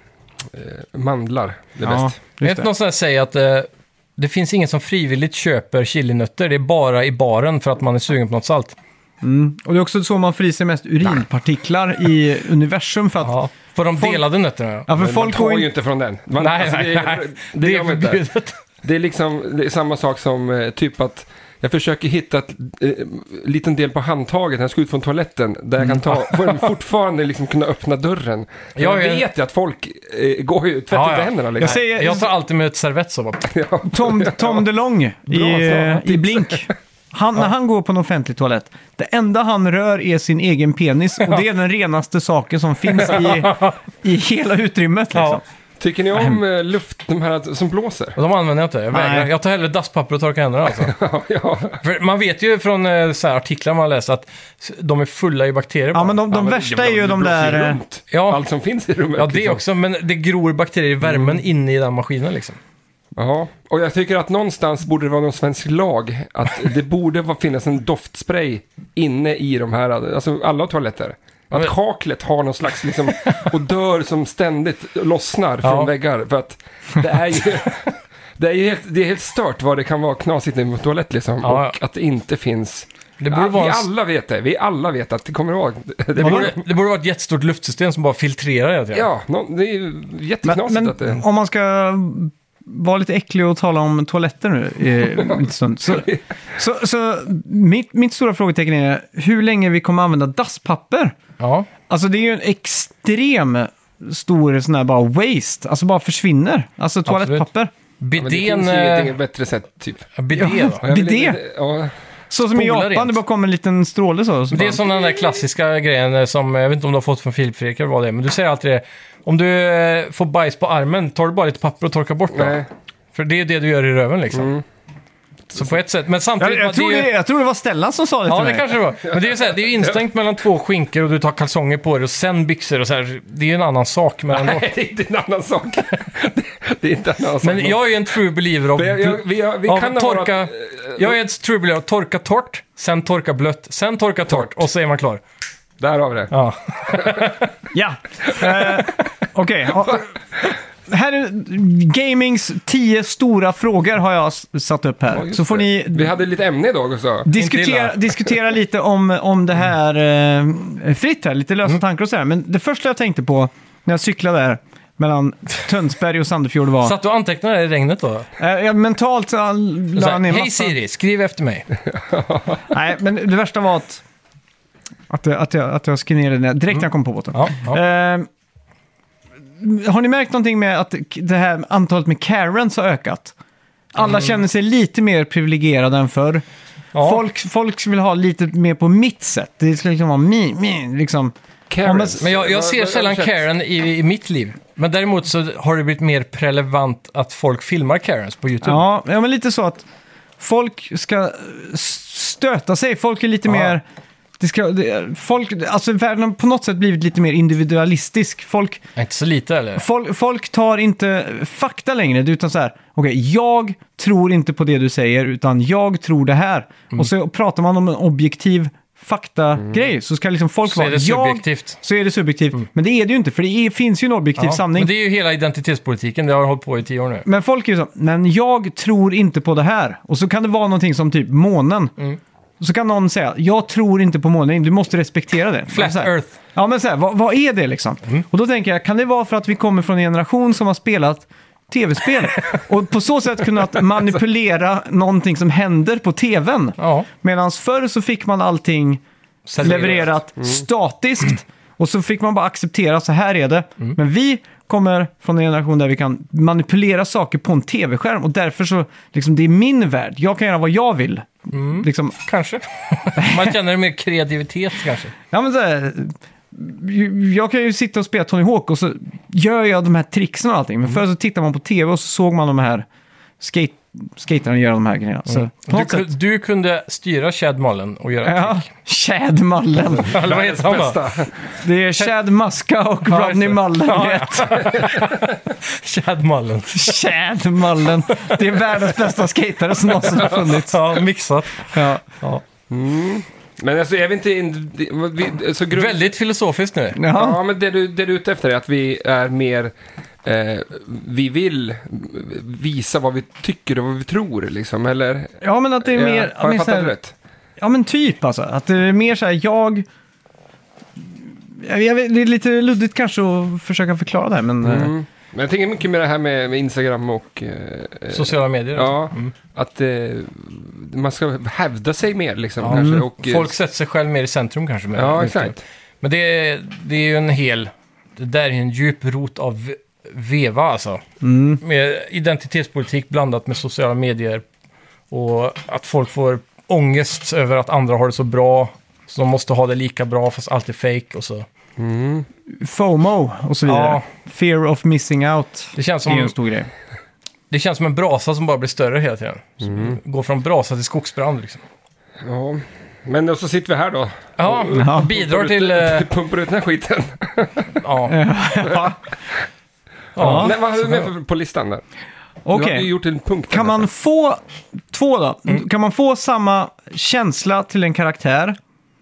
Eh, mandlar. Det är Ja, bäst. Jag just vet det. någon sån här säger att eh, det finns ingen som frivilligt köper chilinötter. Det är bara i baren för att man är sugen på något salt. Mm. Och det är också så man får i sig mest urinpartiklar i universum för att... Ja. För de Folk- delade nötterna. Ja. Ja, för Men folk man går tar in... ju inte från den. Man, Nej, alltså, nej, det, nej. Det, Det det, är gör man inte. förbjudet. Det är liksom det är samma sak som eh, typ att jag försöker hitta ett eh, liten del på handtaget när jag ska ut från toaletten där jag kan ta, för att fortfarande liksom kunna öppna dörren. För Ja, jag ja. vet ju att folk eh, går ju tvättar Ja, inte ja. händerna liksom. Jag säger Jag tar alltid med ett servett så bara. Ja. Tom, Tom DeLong i, Bra, så. i Tips. Blink. Han, när han går på en offentlig toalett, det enda han rör är sin egen penis och det är den renaste saken som finns i, i hela utrymmet. Liksom. Ja. Tycker ni om eh, luft, de här som blåser? Och de använder jag inte. Jag, vägrar. Nej. Jag tar hellre dasspapper och torkar händerna alltså. Ja, ja. För man vet ju från eh, så här artiklar man läst att s- de är fulla i bakterier. Ja, bara. men de, de Ja, men värsta det- är ju det de blåser ju där... eh, runt. Ja. Allt som finns i rummet. Ja, det liksom. också. Men det gror bakterier i värmen inne i den maskinen liksom. Ja, och jag tycker att någonstans borde det vara någon svensk lag att det borde vara- finnas en doftspray inne i de här, alltså alla toaletter. Att men- kaklet har någon slags liksom odör som ständigt lossnar från Ja. väggar. För att det är ju, det är ju helt, det är helt stört vad det kan vara knasigt i en toalett liksom. Ja, och att det inte finns... Det borde, Ja, vara vi en, alla vet det, vi alla vet att det kommer att vara... Det, det, borde, det borde vara ett jättestort luftsystem som bara filtrerar hela tiden. ja, nå- det är ju Men, jätteknasigt men att det... om man ska vara lite äcklig och tala om toaletter nu i en liten stund. Så, så, så mitt, mitt stora frågetecken är hur länge vi kommer använda dasspapper. Ja. Alltså det är ju en extrem stor sån här bara waste. Alltså bara försvinner. Alltså toalettpapper. Men det Bidén... finns ju eh, inget bättre sätt, typ. ja, bidé Ja. då. Och jag vill Bidé? inte- Ja, Så som i Spola Japan, rent. det bara kommer en liten stråle så. så Det är bara, som den där klassiska grejen eh, som, jag vet inte om du har fått från Filip Fredrik eller vad det är, men du säger alltid det. Om du eh, får bajs på armen, tar du bara lite papper och torkar bort det. nej. För det är det du gör i röven liksom. Mm. Så på ett sätt, men jag, samtidigt... jag, tror det är det, ju- jag tror det var Stellan som sa det Ja, till det mig. kanske det var. Men det är ju så här, det är ju instängt mellan två skinkor och du tar kalsonger på dig och sen byxor och så här. Det är ju en annan sak, men ändå. Nej, det är inte en annan sak. det, det är inte en annan sak. Men jag är ju en true believer av... Men jag, jag, vi, vi av kan ha torka... varit, Jag är en true believer av torka torrt, sen torka blött, sen torka torrt och så är man klar. Där har vi det. Ja. Ja, eh, okej. Ja. Här är gamings tio stora frågor har jag s- satt upp Ja, här. just Så får det. ni Vi hade lite ämne idag också. diskutera, illa. diskutera lite om, om det här eh, fritt här, lite lösa tankar och så här. Men det första jag tänkte på när jag cyklade där mellan Tönsberg och Sandefjord var... Satt du och antecknade i regnet då? Eh, jag mentalt så Så la här, ner Hej massa... Siri, skriv efter mig. Nej, men det värsta var att, att, jag, att, jag, att jag skrev ner det när- direkt när jag kom på båten. Ja, ja. Eh, har ni märkt någonting med att det här antalet med Karens har ökat? Alla känner sig lite mer privilegierade än förr. Ja. Folk, folk vill ha lite mer på mitt sätt. Det ska liksom vara mi, mi, liksom. Karens. Men jag, jag Vad- ser vad- sällan vad- Karen i, i mitt liv. Men däremot så har det blivit mer relevant att folk filmar Karens på YouTube. Ja, ja, men lite så att folk ska stöta sig. Folk är lite Ja. mer... Det ska, det, folk, alltså världen har på något sätt blivit lite mer individualistisk. Folk, Inte så lite eller? folk, folk tar inte fakta längre, utan så här, okej, jag tror inte på det du säger, utan jag tror det här. Mm. Och så pratar man om en objektiv faktagrej, så ska liksom folk Så är vara, det jag, subjektivt. så är det subjektivt. Men det är det ju inte, för det är, finns ju en objektiv Ja, sanning. men det är ju hela identitetspolitiken, det har hållit på i tio år nu. Men folk är ju så, men jag tror inte på det här. Och så kan det vara någonting som typ månen. Mm. Så kan någon säga, jag tror inte på månen, du måste respektera det. Flat Så här, Earth. Ja, men så här, vad, vad är det liksom? Mm. Och då tänker jag, kan det vara för att vi kommer från en generation som har spelat tv-spel? Och på så sätt kunnat manipulera någonting som händer på tvn. Ja, Medan förr så fick man allting serverat. levererat Mm. statiskt. Och så fick man bara acceptera, så här är det. Mm. Men vi kommer från en generation där vi kan manipulera saker på en tv-skärm. Och därför så, liksom, det är min värld. Jag kan göra vad jag vill. Mm. Liksom, Kanske. Man känner mer kreativitet kanske. ja, men så här, jag kan ju sitta och spela Tony Hawk och så gör jag de här tricksen och allting. Men förr så tittar man på tv och så såg man de här skate skaterna göra de här grejerna. Så, på Du, något sätt. ku- du kunde styra Chad Mullen och göra Ja, trick. Chad Mullen. Eller vad heter han då? Bästa. Det är Chad Muska och Ja, Rodney just det. Mullen. Ja, vet. Chad Mullen. Chad Mullen. Det är världens bästa skatare som någonsin har funnits. Ja, mixat. Ja. Ja. Men alltså, jag vet inte... In, vi, så grund, Väldigt filosofiskt nu. Ja. Ja, men det du, det du är ute efter är att vi är mer... Eh, vi vill visa vad vi tycker och vad vi tror, liksom, eller? ja, men att det är mer... Ja, har mer jag så här- fattat rätt? Ja, men typ alltså. Att det är mer så här, jag... jag jag vet, det är lite luddigt kanske att försöka förklara det här, men... eh, Mm. Men jag tänker mycket med det här med, med Instagram och... Eh, Sociala medier. ja, Mm. att eh, man ska hävda sig mer, liksom, Ja. kanske. Mm. Och, eh, Folk sätter sig själv mer i centrum kanske. Med Ja, mycket. exakt. Men det är, det är ju en hel... Det där är en djup rot av veva alltså. Mm. Med identitetspolitik blandat med sociala medier. Och att folk får ångest över att andra har det så bra. Så de måste ha det lika bra fast allt är fake och så. Mm. FOMO och så vidare. Ja. Fear of missing out. Det känns Det är ju en som, stor grej. det känns som en brasa som bara blir större hela tiden. Mm. Går från brasa till skogsbrand liksom. Ja. Men då så sitter vi här då. Ja, Ja. och bidrar till... eh, Pumpar ut den här skiten. ja. Ja. Ja. Nej, vad har du med för, på listan där? Okej. Du har ju gjort en punkt. Kan där man nästan. få, två då, Mm. kan man få samma känsla till en karaktär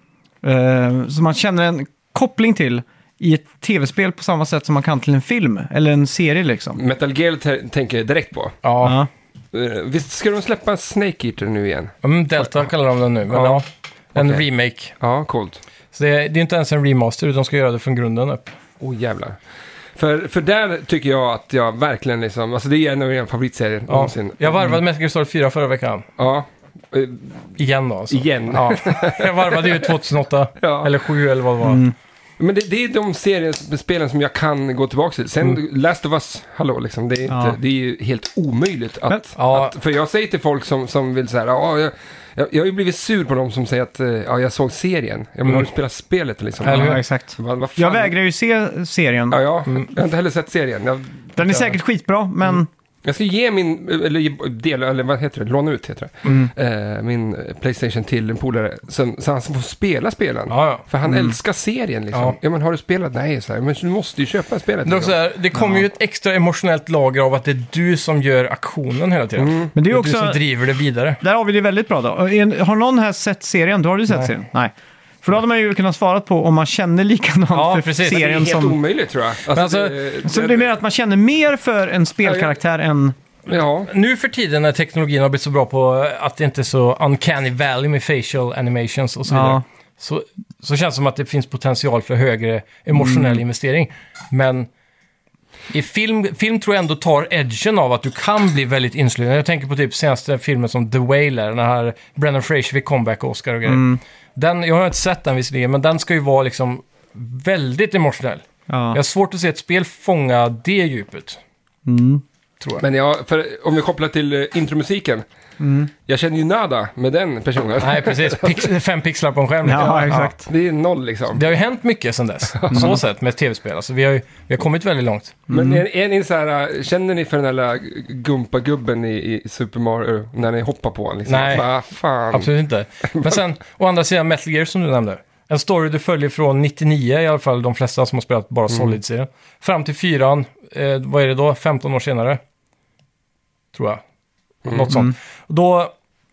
eh, som man känner en koppling till i ett tv-spel på samma sätt som man kan till en film eller en serie liksom? Metal Gear t- tänker jag direkt på. Ja. Ja. Eh, visst ska de släppa Snake Eater nu igen? Mm, Delta kallar de den nu, men Ja. ja. En Okej. remake. Ja, coolt. Så det är, det är inte ens en remaster, utan de ska göra det från grunden upp. Åh oh, jävlar. För, för där tycker jag att jag verkligen liksom, alltså det är en av mina favoritserier Ja. någonsin. Jag varvade Metal Gear Solid fyra förra veckan. Ja. Eh, Igen då alltså. Igen. Ja. Jag varvade ju tjugohundraåtta, Ja. eller sju eller vad det var. Mm. Men det, det är de seriespelen som jag kan gå tillbaka till. Sen Mm. Last of Us, hallå liksom, det är, inte, Ja. det är ju helt omöjligt att, Men- Ja. att... För jag säger till folk som, som vill säga, ja, jag, jag, jag har ju blivit sur på dem som säger att, eh, ja, jag såg serien. Ja, men Mm. har du spelat spelet liksom? Eller hur? Ja, exakt. Vad, vad fan? Jag vägrar ju se serien. Ja, ja. Mm. Jag har inte heller sett serien. Jag, Den är säkert skitbra, men... jag ska ge min, eller ge- del, eller vad heter det, låna ut heter det. Mm. Eh, min Playstation till en polare. Så, så han får spela spelen. Ja, ja. För han älskar serien liksom. Ja. Ja. men har du spelat? Nej, så här, men du måste ju köpa spelet. Det, är också så här, det kommer ju ett extra emotionellt lager av att det är du som gör aktionen hela tiden. Mm. Men det är Det ju är du som också... driver det vidare. Där har vi det väldigt bra då. Och en- Har någon här sett serien? Du har du sett Nej. serien? Nej. För då hade man ju kunnat svara på om man känner likadant Ja, för precis. Det är serien helt som... omöjligt tror jag. Alltså, Men alltså, det, Så det är mer att man känner mer för en spelkaraktär än... Ja, Nu för tiden när teknologin har blivit så bra på att det inte är så uncanny valley med facial animations och så vidare. Ja. Så, så känns det som att det finns potential för högre emotionell Mm. investering. Men i film, film tror jag ändå tar edgen av att du kan bli väldigt insluten. Jag tänker på typ senaste filmen som The Whale, den här Brendan Fraser fick comeback och Oscar och grejer. Mm. Den, jag har inte sett den visserligen, men den ska ju vara liksom väldigt emotionell. Jag Ja. har svårt att se ett spel fånga det djupet, Mm. tror jag. men jag, för om vi kopplar till uh, intromusiken. Mm. Jag känner ju nada med den personen. Nej, precis. Pix, fem pixlar på en skärm. Ja, exakt. Det är noll liksom. Det har ju hänt mycket sedan dess, så sett med tv-spel. Alltså, vi, har ju, vi har kommit väldigt långt. Men är, är ni så här, uh, känner ni för den där gumpa-gubben i, i Super Mario när ni hoppar på honom? Liksom? Nej. Bara, fan. Absolut inte. Men sen, å andra sidan, Metal Gear som du nämnde. En story du följer från nittionio, i alla fall de flesta som har spelat bara Solid-serien. Fram till fyran, eh, vad är det då? femton år senare? Tror jag. Något sånt. Och Då,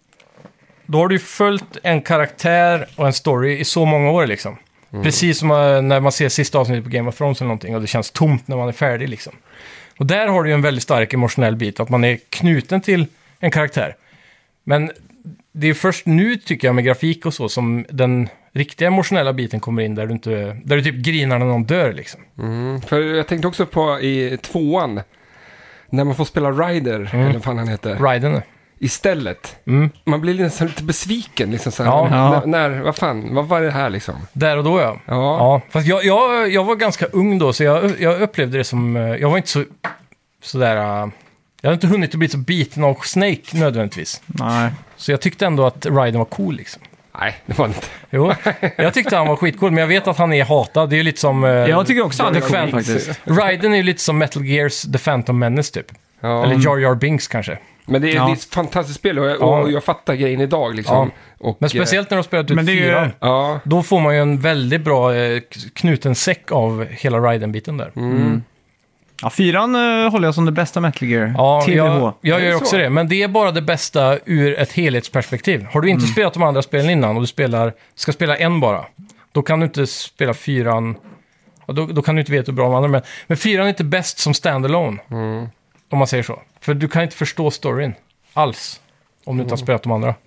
då har du ju följt en karaktär och en story i så många år liksom. Precis som eh, när man ser sista avsnittet på Game of Thrones eller någonting och det känns tomt när man är färdig liksom. Och där har du ju en väldigt stark emotionell bit, att man är knuten till en karaktär. Men det är först nu tycker jag med grafik och så som den riktiga emotionella biten kommer in där du, inte, där du typ grinar när någon dör liksom. Mm, för jag tänkte också på i tvåan. När man får spela Ryder, eller vad fan han heter. Raiden. Istället. Mm. Man blir liksom lite besviken. Liksom, så här, Ja. när, när, vad fan, vad var det här liksom? Där och då ja. Ja. Ja, fast jag, jag, jag var ganska ung då, så jag, jag upplevde det som... eh, Jag var inte så... Sådär... eh, Jag hade inte hunnit att bli så biten av Snake nödvändigtvis. Nej. Så Så jag tyckte ändå att Raiden var cool liksom. Nej, det var inte. Jo, jag tyckte han var skitcool, men jag vet att han är hatad. Det är ju lite som... eh, Jag tycker också han The är cool Fan- faktiskt. Raiden är ju lite som Metal Gears The Phantom Menace typ. Ja. Eller Jar Jar Binks kanske. Men det är, Ja. det är ett fantastiskt spel och jag, Ja. och jag fattar grejen idag liksom. Och, Men speciellt när de spelat ut Men det är ju- fyran. eh, Ja, Då får man ju en väldigt bra eh, knuten säck av hela Raiden-biten där. mm. Ja, fyran uh, håller jag som det bästa Metal Gear. Ja, T V H. jag, jag Är gör det också så? det. Men det är bara det bästa ur ett helhetsperspektiv. Har du inte spelat de andra spelen innan och du spelar, ska spela en bara, då kan du inte spela fyran. Ja, Då, då kan du inte veta hur bra de andra är. Men, men fyran är inte bäst som standalone. Mm. Om man säger så. För du kan inte förstå storyn alls. Om du inte har spelat de andra.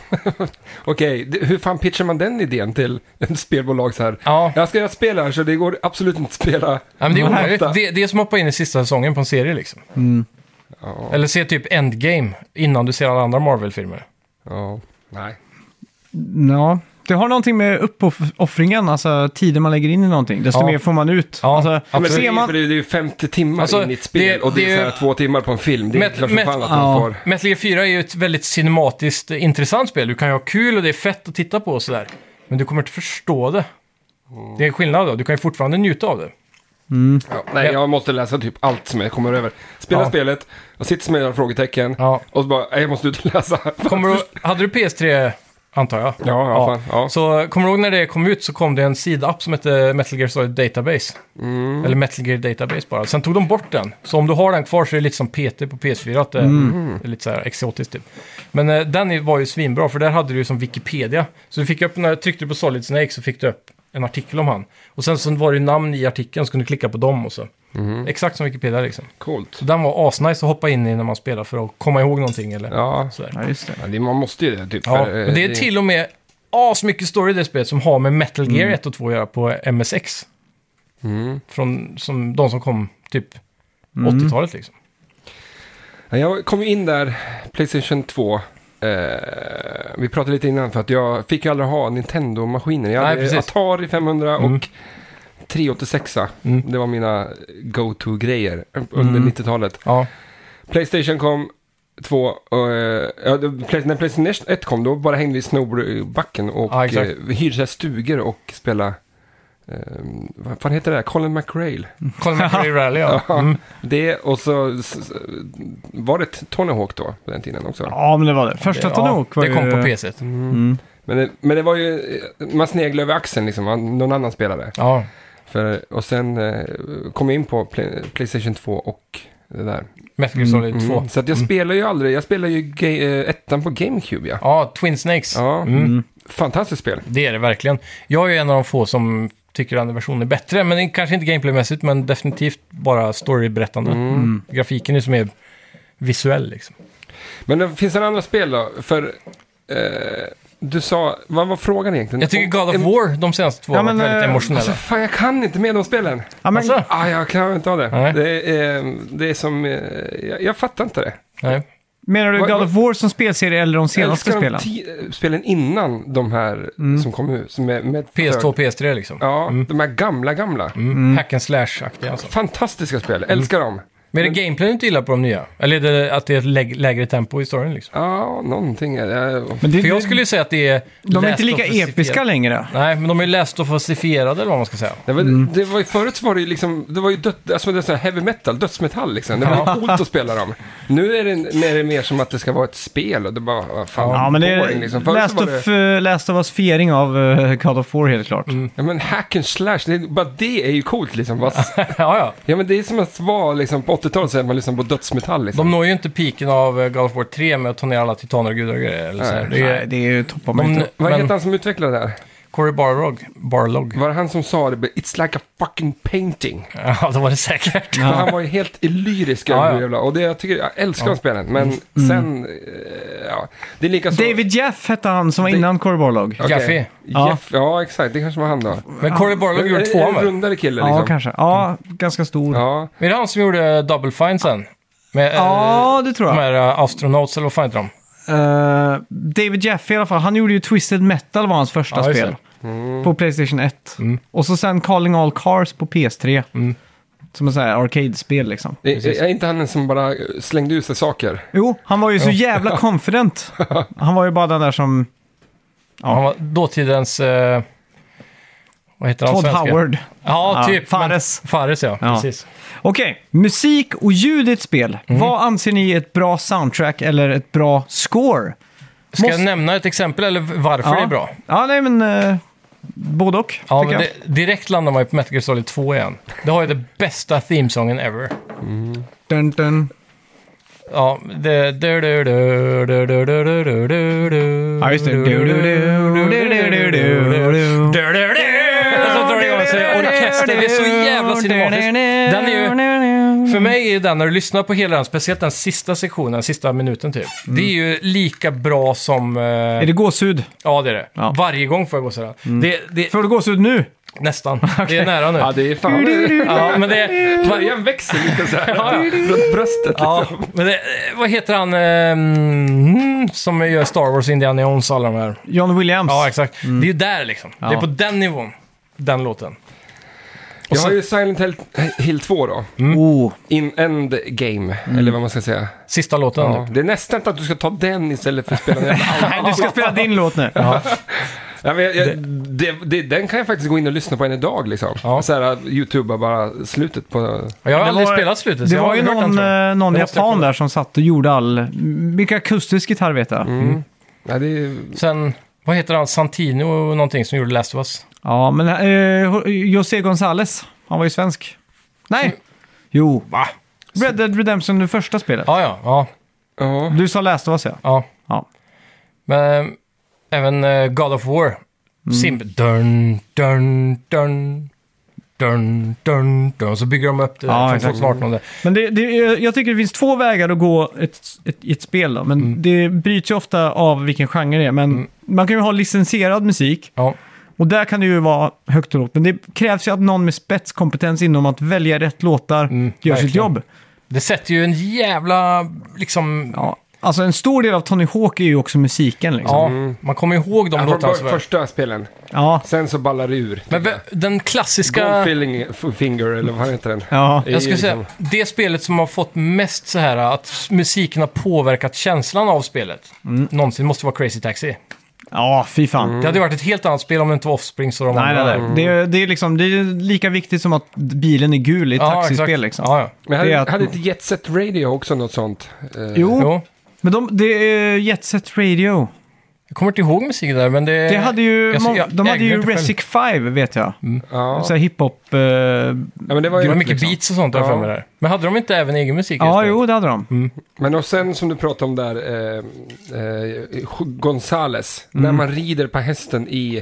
Okej, det- hur fan pitchar man den idén till en spelbolag så här? Ja, Jag ska göra ett spel här så det går absolut inte att spela. ja men det är Nej. omöjligt. Det, det är som att hoppa in i sista säsongen på en serie liksom. Mm. Ja, Eller se typ Endgame innan du ser alla andra Marvel-filmer. ja, nej. Ja, det har någonting med uppoffringen, alltså tiden man lägger in i någonting. Desto Ja. mer får man ut. Ja, alltså, Ja, men ser det, är- man... för det är ju femtio timmar Alltså, in i ett spel det- och det är det- så här två timmar på en film. Det är Met- klart som met- fan att ja. man får... Metal Gear fyra är ju ett väldigt cinematiskt eh, intressant spel. Du kan ju ha kul och det är fett att titta på och sådär. Men du kommer inte förstå det. Det är skillnad då. Du kan ju fortfarande njuta av det. Ja, nej, jag måste läsa typ allt som jag kommer över. Spela Ja. spelet, jag sitter med några frågetecken Ja. och så bara, nej, jag måste ut och läsa. Kommer du, hade du P S tre, antar jag? Ja, ja, fan, ja. Så kommer du ihåg när det kom ut så kom det en sidapp som hette Metal Gear Solid Database. Mm. Eller Metal Gear Database bara. Sen tog de bort den. Så om du har den kvar så är det lite som P T på P S fyra. Att det Mm. är lite så här exotiskt typ. Men eh, den är- var ju svinbra för där hade du ju som Wikipedia. Så du fick upp, när du tryckte på Solid Snake så fick du upp en artikel om han. Och sen så var det ju namn i artikeln så kunde du klicka på dem och så. Mm. Exakt som Wikipedia liksom. Coolt. Så den var asnice att hoppa in i när man spelar för att komma ihåg någonting eller Ja, sådär. Ja, just det. ja det, man måste ju det typ. Ja, för, eh, och det är till och med asmycket story i det spelet som har med Metal Gear Mm. ett och två att göra på M S X. Mm. Från som, de som kom typ Mm. åttiotalet liksom. Ja, jag kom ju in där, Playstation två. Eh, vi pratade lite innan för att jag fick ju aldrig ha Nintendo-maskiner. Jag Nej, hade precis. Atari femhundra Mm. och trehundraåttiosex. Mm. Det var mina go-to-grejer under Mm. nittiotalet. Ja, Playstation kom två, och, eh, ja, det- Play- när Playstation ett kom då bara hängde vi i snowboardbacken och Ja, exakt. eh, vi hyrde så här stugor och spelade, eh, vad fan heter det där? Colin McRae. Colin McRae Rally ja. Ja. Mm. Det och så s- s- var det Tony Hawk då på den tiden också. Ja, men det var det. Första Tony Hawk var det ju... kom på P C. Mm. Men, det, men det var ju, man sneglade över axeln liksom, man- någon annan spelade. Ja, För, och sen eh, kom jag in på Play, Playstation två och det där. Metal Gear Solid två. Mm. Så att jag Mm. spelar ju aldrig, jag spelar ju ga- eh, ettan på GameCube ja. Ja, Twin Snakes. Ja. Mm. Mm. Fantastiskt spel. Det är det verkligen. Jag är ju en av de få som tycker den versionen är bättre, men det är kanske inte gameplaymässigt, men definitivt bara storyberättande. Mm. Grafiken är som är visuell liksom. Men det finns en andra spel då, för eh, du sa, vad var frågan egentligen? Jag tycker God of Em- War, de senaste två, Ja, har varit men, väldigt eh, emotionella. Alltså fan, jag kan inte med de spelen. Ja, men, Alltså? Ah, jag klarar inte av det. Nej. Det är, det är som, eh, jag, jag fattar inte det. Nej. menar du Vad- God vad- of War som spelserie eller de Jag senaste älskar spelen? de ti- spelen innan de här Mm. som kom ut. Som är med P S två, P S tre liksom. Ja, Mm. de här gamla, gamla. Mm. Hack and slash-aktiga alltså. Fantastiska spel, älskar dem. Men är det gameplay du inte gillar på de nya? Eller är det att det är ett läg- lägre tempo i storyn liksom? Ja, någonting är det. Men det, För jag skulle ju säga att det är... de är inte Last lika of Us-ifierade. episka längre. Nej, men de är läst och fasifierade eller vad man ska säga. Det var, Mm. det var ju, förut så var det ju liksom, det var ju dött, alltså det är så här heavy metal, dödsmetall liksom. Det var ju coolt att spela dem. Nu är det, nu är det mer som att det ska vara ett spel och det bara, vad fan, Ja, men det är boring liksom. Förut Last så var of, det, uh, Last of Us-fiering av uh, God of War helt klart. Mm. ja men hack and slash, det, är- bara det är ju coolt liksom. Vad, ja, ja. ja men det är som att vara liksom på åttiotalet så är man liksom på dödsmetall liksom. De når ju inte piken av eh, God of War tre med att ta ner alla titaner och gudar och grejer. Eller så här. Nej. Det Nej, är, det är ju toppar man de, inte. Vad men heter han som utvecklade det här? Corey Barlog. Barlog. Var det han som sa det? It's like a fucking painting. Ja, det var det säkert. För han var ju helt illyrisk Ja, över ja. hur jävla... Och det, jag, tycker, jag älskar Ja. de spelen. Men sen... eh, Ja, det är lika så... David Jeff hette han som var Det- innan Cory Barlog. Okej. Jaffe. Ja. Jeff, ja, exakt. Det kanske var han då. Men Corey Barlog gjorde Är- är tvåan det en väl? rundare kille Ja, liksom? kanske. Ja, ganska stor. Ja, Ja. Men är det han som gjorde Double Fine sen? Med eh, det tror de jag. här uh, Astronauts, eller vad fan heter de? Eh, David Jeff i alla fall. Han gjorde ju Twisted Metal var hans första Ja, just spel. Mm. På Playstation ett. Mm. Och så sen Calling All Cars på P S tre. Mm. Som en sån här arcade-spel liksom. Det, är inte han som bara slängde ut sig saker? Jo, han var ju så jävla confident. Han var ju bara den där som... Han var dåtidens... Uh, Vad heter han Todd svenska? Howard. Ja, Ja, typ. Fares. Men, Fares, ja. Ja. Precis. Okej, musik och ljud i ett spel. Vad anser ni är ett bra soundtrack eller ett bra score? Ska Måste- jag nämna ett exempel eller varför det är bra? Ja, nej men uh, både och, Ja, tycker men jag. det, direkt landar man ju på Metal Gear Solid två igen. Det har ju det bästa themesången ever. Dun, dun. Ja, det... du- du- du- du- du- du- du- du- du- du- Ja, just det. du- Du, du- du, du, du, du, du, du. du- du- du- Och så drar det igång sig orkester. Det är så jävla cinematiskt. Den är ju... För mig är den, när du lyssnar på hela den, speciellt den sista sektionen, sista minuten typ. Det är ju lika bra som... eh, Är det gåshud? Ja, det är det. Ja. Varje gång får jag gå sådär. Det, det, Får du gåshud nu? nästan. Det är nära nu. Ja, det är fan... Ja, men det... Början växer lite så här Ja, ja. runt bröstet. Ja, Liksom. men det, vad heter han ehm, som gör Star Wars, Indiana Jones, alla de här? John Williams? Ja, exakt. Det är ju där liksom. Ja. Det är på den nivån, den låten. Jag så- har ju Silent Hill, Hill två då. Oh. In End Game, eller vad man ska säga. Sista låten. Ja. Det är nästan att du ska ta den istället för att spela den. Nej, du ska spela din låt nu. Ja. Ja, men jag, jag, det, det, den kan jag faktiskt gå in och lyssna på än idag liksom. Ja. Så här, YouTubea bara slutet på... Jag har Det aldrig var- spelat slutet, så Det jag var har ju hört den, någon, tror jag. eh, någon Det måste jag japan kolla. där som satt och gjorde all... Mycket akustisk gitarr vet jag. Mm. Ja, det är, Sen, vad heter han? Santino och någonting som gjorde Last of Us. Ja, men eh, José González, han var ju svensk. Nej! Jo. Va? Red Dead Redemption, det första spelet. Ja, ja, ja. ja. Du sa Last of Us, ja. ja. Ja. Men även eh, God of War. Simp. Dun, dun, dun. Dun, dun, dun. Så bygger de upp det Ja, från exakt. tjugo arton. Och det. Men det, det, jag tycker det finns två vägar att gå ett, ett, i ett spel. Då. Men Mm. det bryts ju ofta av vilken genre det är. Men man kan ju ha licensierad musik. Ja. Och där kan det ju vara högt och lågt. Men det krävs ju att någon med spetskompetens inom att välja rätt låtar Mm, gör sitt verkligen. jobb. Det sätter ju en jävla, liksom... Ja, Ja. Alltså en stor del av Tony Hawk är ju också musiken. Liksom. man kommer ihåg de Ja, låtarna så för, väl. första spelen. Ja. Sen så ballar det ur. Men vä- den klassiska... Goldfinger, eller vad heter den? Ja. Det är Jag skulle ju säga, liksom- det spelet som har fått mest så här att musiken har påverkat känslan av spelet någonsin måste vara Crazy Taxi. Ja, fy fan. Det hade varit ett helt annat spel om det inte var Offspring och de Nej, andra nej, där. nej. Det, är, det, är liksom, det är lika viktigt som att bilen är gul i ett Ja, taxispel. exakt. Liksom. Ja, ja. Men hade, Det är att- hade inte Jet Set Radio också något sånt? Eh, Jo, Jo. men de, det är Jet Set Radio. Jag kommer inte ihåg musiken där, men det... Det hade ju, jag- må- jag de hade ägde ju inte själv. Resic fem, vet jag. Ja. Så här hiphop... Eh, Ja, men det var Det ju var mycket liksom. beats och sånt där Ja. för mig där. Men hade de inte även egen musik? i ja, spelet? jo, det hade de. Men och sen som du pratade om där, eh, eh, Gonzales, när Mm. man rider på hästen i...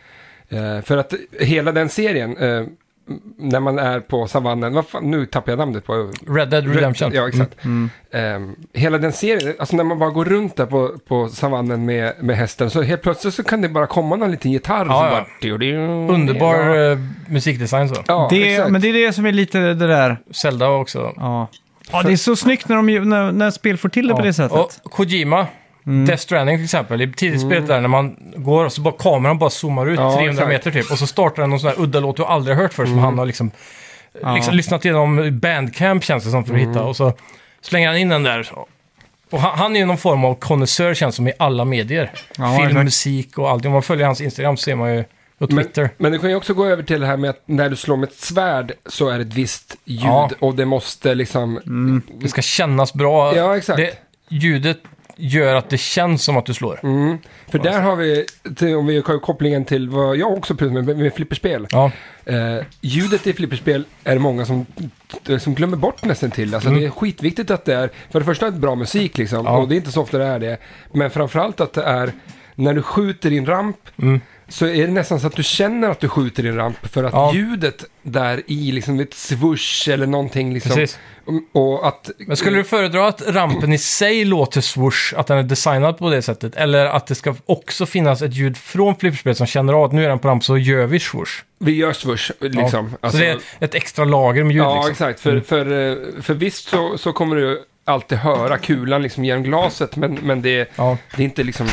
Eh, för att hela den serien, eh, när man är på savannen, vad fan, nu tappar jag namnet på... Red Dead Redemption. Ja, exakt. Mm. Eh, hela den serien, alltså när man bara går runt där på, på savannen med, med hästen, så helt plötsligt så kan det bara komma någon liten gitarr. Ja, som ja. bara, Underbar Ja, eh, musikdesign så. ja Det, exakt. men det är det som är lite det där... Zelda också. Ja, ja det är så snyggt när, de, när, när spel får till det på det sättet. Och Kojima, Death Stranding till exempel, i tidigt spelet där när man går och så bara kameran bara zoomar ut Ja, trehundra exakt. meter typ och så startar den någon sån här udda låt du aldrig har hört först som han har liksom, Ja. liksom lyssnat igenom Bandcamp känns det som för att hitta och så slänger han in den där. Och han, han är ju någon form av konnässör känns som i alla medier. Ja, Film, exakt. musik och allt. Om man följer hans Instagram så ser man ju och Men, Twitter. men det kan ju också gå över till det här med att när du slår med ett svärd så är det ett visst ljud Ja. och det måste liksom... Det ska kännas bra. Ja, exakt. Det, ljudet gör att det känns som att du slår. Mm. För där har vi, till, om vi har kopplingen till vad jag också pratar med, med flipperspel. Ja, Eh, ljudet i flipperspel är det många som, som glömmer bort nästan till. Alltså det är skitviktigt att det är, för det första ett bra musik liksom, Ja. och det är inte så ofta det är det. Men framförallt att det är, när du skjuter i en ramp, Mm. så är det nästan så att du känner att du skjuter i en ramp. För att Ja. ljudet där i, liksom ett swoosh eller någonting liksom. precis. Och, och att... Men skulle du föredra att rampen i sig låter swoosh, att den är designad på det sättet? Eller att det ska också finnas ett ljud från flipperspelet som känner av att nu är den på ramp så gör vi swoosh? Vi gör swoosh liksom. Ja. Alltså, så det är ett extra lager med ljud ja, liksom. exakt. För, för, eh, för visst så, så kommer du alltid höra kulan liksom genom glaset, men, men det, Ja. det är inte liksom...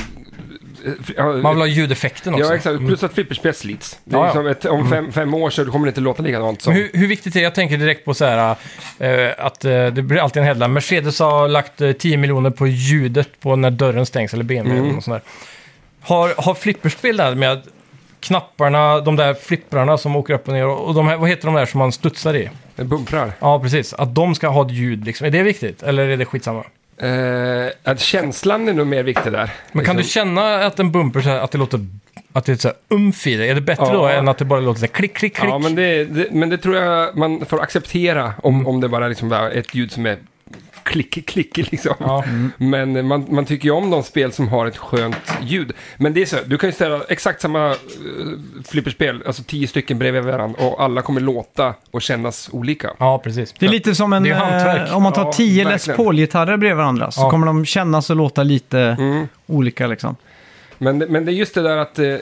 Ja, Man vill ha ljudeffekten också. ja, exakt. Mm. Plus att flipperspel slits. Det är Ja, ja. liksom ett, om fem, fem år så kommer det inte låta likadant som... Men hur, hur viktigt är det? Jag tänker direkt på så här eh, att eh, det blir alltid en headline. Mercedes har lagt eh, tio miljoner på ljudet på när dörren stängs eller B M W Mm. eller något sånt där. Har, har flipperspel där med att knapparna, de där flipprarna som åker upp och ner och de här, vad heter de där som man studsar i? Bumprar. Ja, precis. Att de ska ha ett ljud liksom. Är det viktigt? Eller är det skitsamma? Eh, att känslan är nog mer viktig där. Men kan du Liksom. känna att en bumper så här, att det låter att det är så här umf i det? Är det bättre Ja. då än att det bara låter så här klick, klick, klick? Ja, men det, det, men det tror jag man får acceptera om, Mm. om det bara liksom är ett ljud som är klick, klick liksom. Ja. Men man, man tycker ju om de spel som har ett skönt ljud. Men det är så, du kan ju ställa exakt samma uh, flipperspel, alltså tio stycken bredvid varandra och alla kommer låta och kännas olika. Ja, precis. Det är lite som en... Det är hantverk. Eh, om man tar Ja, tio Les verkligen. Paul-gitarrer bredvid varandra så Ja. kommer de kännas och låta lite Mm. olika liksom. Men, men det är just det där att eh,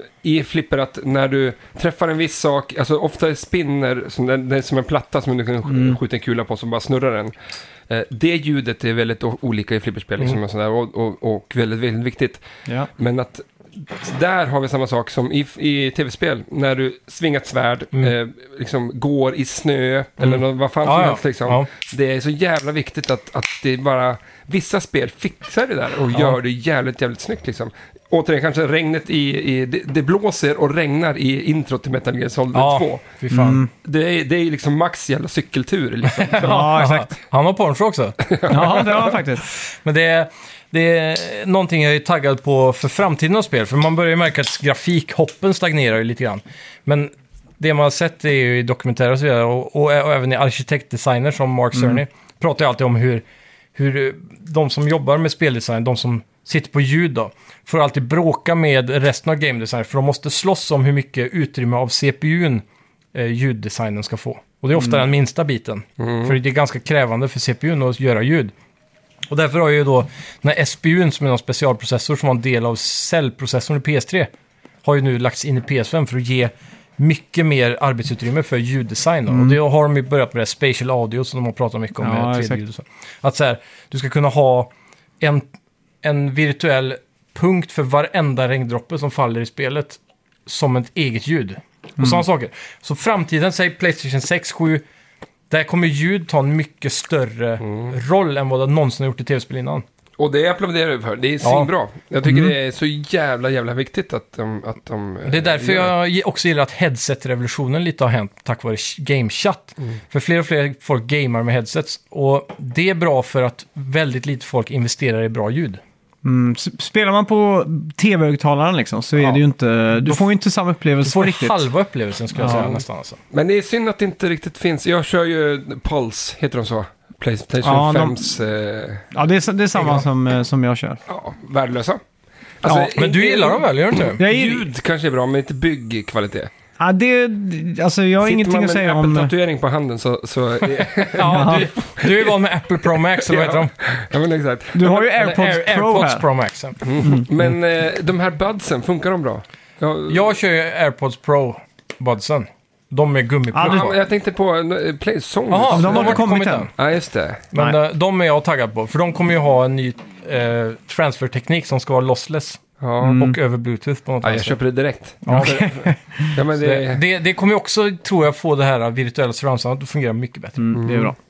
i flipper att när du träffar en viss sak, alltså ofta spinner, som, det, det är som en platta som du kan sk- Mm. skjuta en kula på som bara snurrar den. Eh, det ljudet är väldigt o- olika i flipperspel liksom, Mm. och, sådär, och, och, och väldigt, väldigt viktigt. Ja. Men att där har vi samma sak som i, i tv-spel. När du svingar ett svärd, Mm. eh, liksom går i snö, eller Mm. nå- vad fan Ja, som ja. helst. Liksom. Ja. Det är så jävla viktigt att, att det bara... Vissa spel fixar det där och Ja. gör det jävligt, jävligt snyggt liksom. Återigen, kanske regnet i... i det, det blåser och regnar i intro till Metal Gear Solid Ja, två. fy fan. Mm. Det är, det är liksom Max jävla cykeltur liksom. Ja, exakt. Han har poncho också. Ja, det var han faktiskt. Men det är, det är någonting jag är taggad på för framtiden av spel. För man börjar ju märka att grafikhoppen stagnerar ju lite grann. Men det man har sett är ju i dokumentärer och så vidare. Och, och, och även i arkitektdesigner som Mark Cerny. Pratar ju alltid om hur, hur de som jobbar med speldesign, de som sitter på ljud då, får alltid bråka med resten av game design. För de måste slåss om hur mycket utrymme av C P U:n eh, ljuddesignen ska få. Och det är ofta den minsta biten. För det är ganska krävande för C P U:n att göra ljud. Och därför har ju då den här S P U:n som är någon specialprocessor som var en del av cellprocessorn i P S tre har ju nu lagts in i P S fem för att ge mycket mer arbetsutrymme för ljuddesign. Då. Och det har de ju börjat med det spatial audio som de har pratat mycket om Ja, med tre exakt. D-ljud och så. Att så här, du ska kunna ha en, en virtuell punkt för varenda regndroppe som faller i spelet som ett eget ljud. Och sådana saker. Så framtiden, säg PlayStation sex, sju, där kommer ljud ta en mycket större roll än vad det någonsin har gjort i tv-spel innan. Och det applåderar jag för. Det är Ja. svinbra. Jag tycker det är så jävla, jävla viktigt att de... Att de Det är därför gör jag ge- också gillar att headset-revolutionen lite har hänt tack vare GameChat. För fler och fler folk gamar med headsets. Och det är bra för att väldigt lite folk investerar i bra ljud. Mm. S- Spelar man på tv-högtalaren liksom så är Ja. det ju inte... Du får ju inte samma Du upplevelse får riktigt. halva upplevelsen skulle jag Ja. säga nästan. Alltså. Men det är synd att det inte riktigt finns. Jag kör ju Pulse, heter de så? PlayStation Ja, de- fems eh, Ja, det är, det är samma Ja. som, eh, som jag kör. ja, värdelösa. Alltså, Ja, Men du gillar dem väl, gör du inte? Jag är, Ljud kanske är bra, men inte byggkvalitet. ja, det, alltså jag har Sitter ingenting man att med säga en om... Apple-tatuering på handen så... så är, Ja, du, du är van med Apple Pro Max, eller vad heter de? ja, men exakt. Du har ju Eller AirPods Air- Pro AirPods här. Pro Max. Men eh, de här budsen, funkar de bra? Jag, Jag kör ju AirPods Pro budsen. De med gummiplugg Ja, du- ja, på. men jag tänkte på eh, Play Song. Jaha, de har inte inte kommit än. Ja, just det. Men Nej. eh, de är jag taggad på, för de kommer ju ha en ny eh, transferteknik som ska vara lossless Ja, Mm. och över Bluetooth på något ja jag sätt. köper det direkt. Ja, Ja, men det, det, det, det kommer ju också, tror jag, få det här virtuella surroundsoundet att fungera mycket bättre. Mm, det är bra.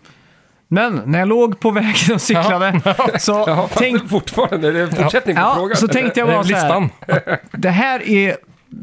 Men när jag låg på vägen och cyklade så, ja, fast tänk, det fortfarande, är det en fortsättning på ja, frågan? så tänkte jag Det är bara så här. listan. Det här är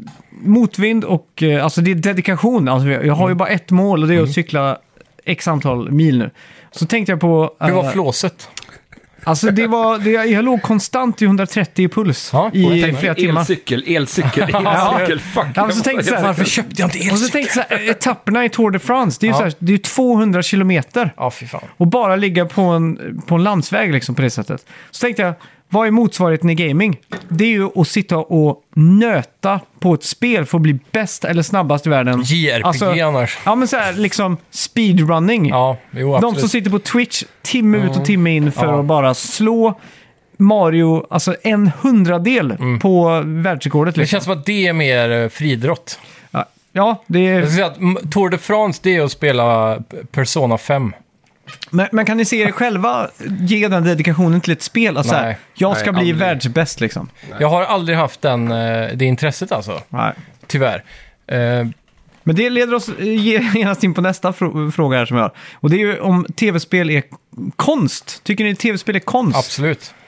motvind och eh, alltså det är dedikation. Alltså, jag jag har ju bara ett mål och det är att cykla x antal mil nu. Så tänkte jag på... Hur var eh, flåset? Alltså det var, det, jag låg konstant i hundratrettio i puls Ja, och jag i tänkte, flera timmar. Elcykel, elcykel, elcykel, fuck. Ja, men så tänkte jag så här, Varför köpte jag inte och så elcykel? tänkte jag så här, etapperna i Tour de France, det är ju Ja. så här, det är ju tvåhundra kilometer. Ja, fy fan. Och bara ligga på en, på en landsväg liksom på det sättet. Så tänkte jag, vad är motsvarigheten i gaming? Det är ju att sitta och nöta på ett spel för att bli bäst eller snabbast i världen. J R P G Alltså, annars. Ja, men så här liksom speedrunning. Ja, jo, De absolut. som sitter på Twitch timme ut och timme in för Ja. att bara slå Mario, alltså en hundradel på världsrekordet. Det Liksom. känns som att det är mer eh, friidrott. Ja, ja, det Jag är... skulle säga att mm, Tour de France, det är att spela P- Persona fem. Men, men kan ni se er själva ge den dedikationen till ett spel? Alltså, så här, Nej. jag ska Nej, bli aldrig. världsbäst liksom. Jag har aldrig haft den, eh, det intresset alltså, Nej. tyvärr. Eh, Men det leder oss eh, genast in på nästa frå- fråga här som jag har. Och det är ju om tv-spel är konst. Tycker ni tv-spel är konst? absolut.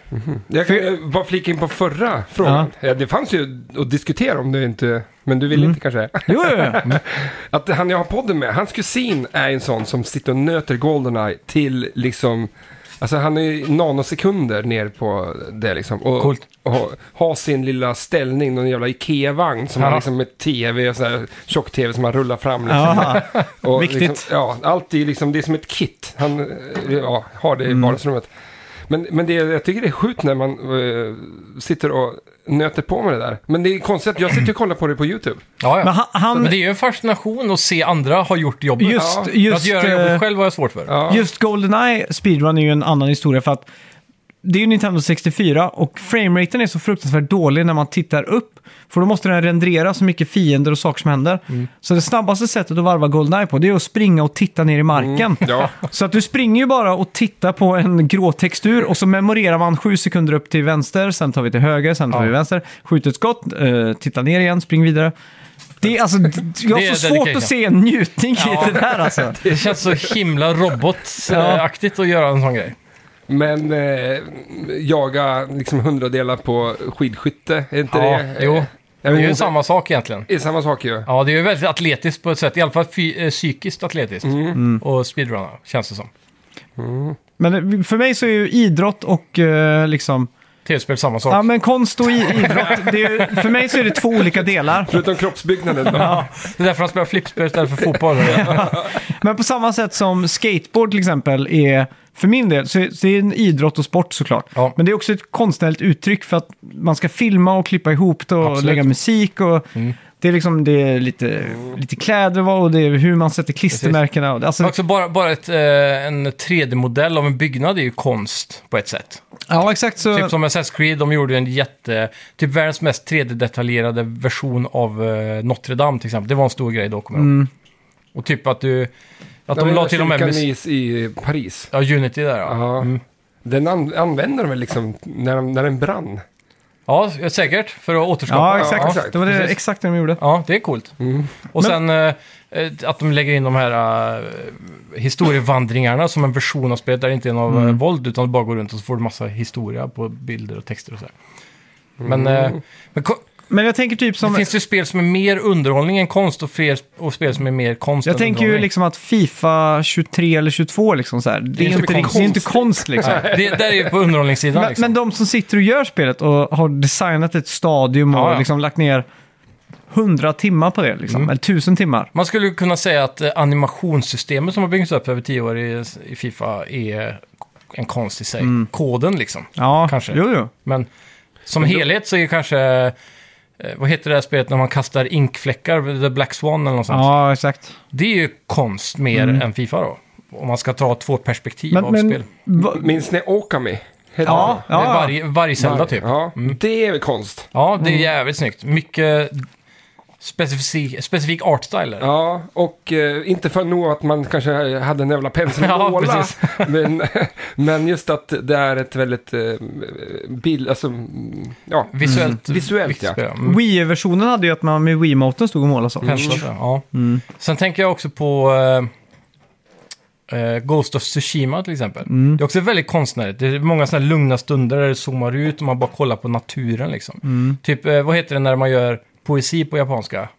Jag kan ju bara flika in på förra frågan. Ja, det fanns ju att diskutera om du inte... Men du vill Mm. inte kanske? Jo, jo, jo. Att han jag har podden med, hans kusin är en sån som sitter och nöter Goldeneye till liksom... Alltså han är ju nanosekunder ner på det liksom. Och, Coolt. och ha, ha sin lilla ställning, någon jävla Ikea-vagn som Ja. har liksom med tv och så här tjock-tv som man rullar fram. Liksom. Ja, Och viktigt. Liksom, ja, allt är liksom, det är som ett kit. Han eh, ja, har det i Mm. vardagsrummet. Men, men det, jag tycker det är sjukt när man eh, sitter och nöter på med det där. Men det är konstigt att jag sitter och kollar på det på YouTube. Ja, ja. Men han, han, Men det är ju en fascination att se andra ha gjort jobbet. just, Ja. Att just, göra jobbet eh, själv var jag svårt för. Ja. just GoldenEye speedrun är ju en annan historia för att det är ju Nintendo sextiofyra och frameraten är så fruktansvärt dålig när man tittar upp. För då måste den rendera så mycket fiender och saker som händer. Så det snabbaste sättet att varva GoldenEye på det är att springa och titta ner i marken. Ja. Så att du springer ju bara och tittar på en grå textur och så memorerar man sju sekunder upp till vänster, sen tar vi till höger, sen tar Ja. vi vänster, skjuter ett skott, eh, titta ner igen, spring vidare. Det är alltså, d- jag har Det är så svårt dedication. att se en njutning Ja. i det där alltså. Det känns så himla robotaktigt att göra en sån grej. Men eh, jaga liksom hundradelar på skidskytte, är inte Ja, det? jo. Jag Det vet är ju inte. samma sak egentligen. Det är samma sak ju. Ja, det är ju väldigt atletiskt på ett sätt. I alla fall fy- eh, psykiskt atletiskt. Mm. Och speedrunna, känns det som. Men det- för mig så är ju idrott och eh, liksom... Tv-spel samma sak. Ja, men konst och i- idrott, det är, ju- för mig så är det två olika delar. Förutom kroppsbyggnaden. Då. Ja, det är därför han spelar flippspel istället för fotboll. Men på samma sätt som skateboard till exempel är, för min del, så är, så är det en idrott och sport såklart. Ja. Men det är också ett konstnärligt uttryck för att man ska filma och klippa ihop det och Absolut. lägga musik och Mm. det är liksom det är lite, lite kläder och det är hur man sätter klistermärkena. Och det, alltså, Men också bara, bara ett, eh, en tre D-modell av en byggnad är ju konst på ett sätt. ja, exakt så. Typ som Assassin's Creed, de gjorde ju en jätte... Typ världens mest tre D-detaljerade version av eh, Notre Dame till exempel. Det var en stor grej då, kommer jag ihåg. Mm. Och typ att du... Att De de la la till och med... kyrkan mus- i, i Paris. Ja, Unity där ja. Ja. Mm. Den an, använder de väl liksom när, de, när den brann. Ja, säkert. För att återskapa. Ja, exakt. Ja, exakt. Det var det, precis. exakt det de gjorde. Ja, det är coolt. Mm. Och Men- sen eh, eh, att de lägger in de här eh, historievandringarna som en version av spelet där det inte är någon Mm. eh, våld utan du bara går runt och så får du massa historia på bilder och texter och så här. Men, eh, men ko- Men jag tänker typ det som... finns ju spel som är mer underhållning än konst och, fler, och spel som är mer konst Jag än tänker ju underhållning. liksom att FIFA tjugotre eller tjugotvå liksom så här, det, är som inte, är riktigt- det är inte konst. konst liksom. Det där är ju på underhållningssidan Men, liksom. men de som sitter och gör spelet och har designat ett stadium och Ja, ja. liksom lagt ner hundra timmar på det, liksom, Mm. eller tusen timmar. Man skulle kunna säga att eh, animationssystemet som har byggts upp över tio år i, i FIFA är en konst i sig. Koden liksom. Ja, Kanske. Jo, jo. Men som helhet så är kanske, eh, vad heter det här spelet när man kastar inkfläckar, The Black Swan eller något sånt. Ja, exakt. Det är ju konst mer Mm. än FIFA då. Om man ska ta två perspektiv Men, av men, spel. va, Minns ni Okami? Heter ja, Det är ja. varg, vargcelda typ. Ja, Ja, det är väl konst. det är jävligt snyggt. Mycket specifik, specifik art style. Ja. Ja, och eh, inte för nog att man kanske hade en jävla pensel att Ja, måla. precis. men, men just att det är ett väldigt eh, bild, alltså, mm, ja, Visuellt, Visuellt, viktigt ja. spel. Mm. Wii-versionen hade ju att man med Wiimoten stod och målade så. Penslar, så, ja. Mm. Sen tänker jag också på eh, eh, Ghost of Tsushima till exempel. Mm. Det är också väldigt konstnärligt. Det är många sådana här lugna stunder där det zoomar ut och man bara kollar på naturen liksom. Mm. Typ, eh, vad heter det när man gör poesi på japanska?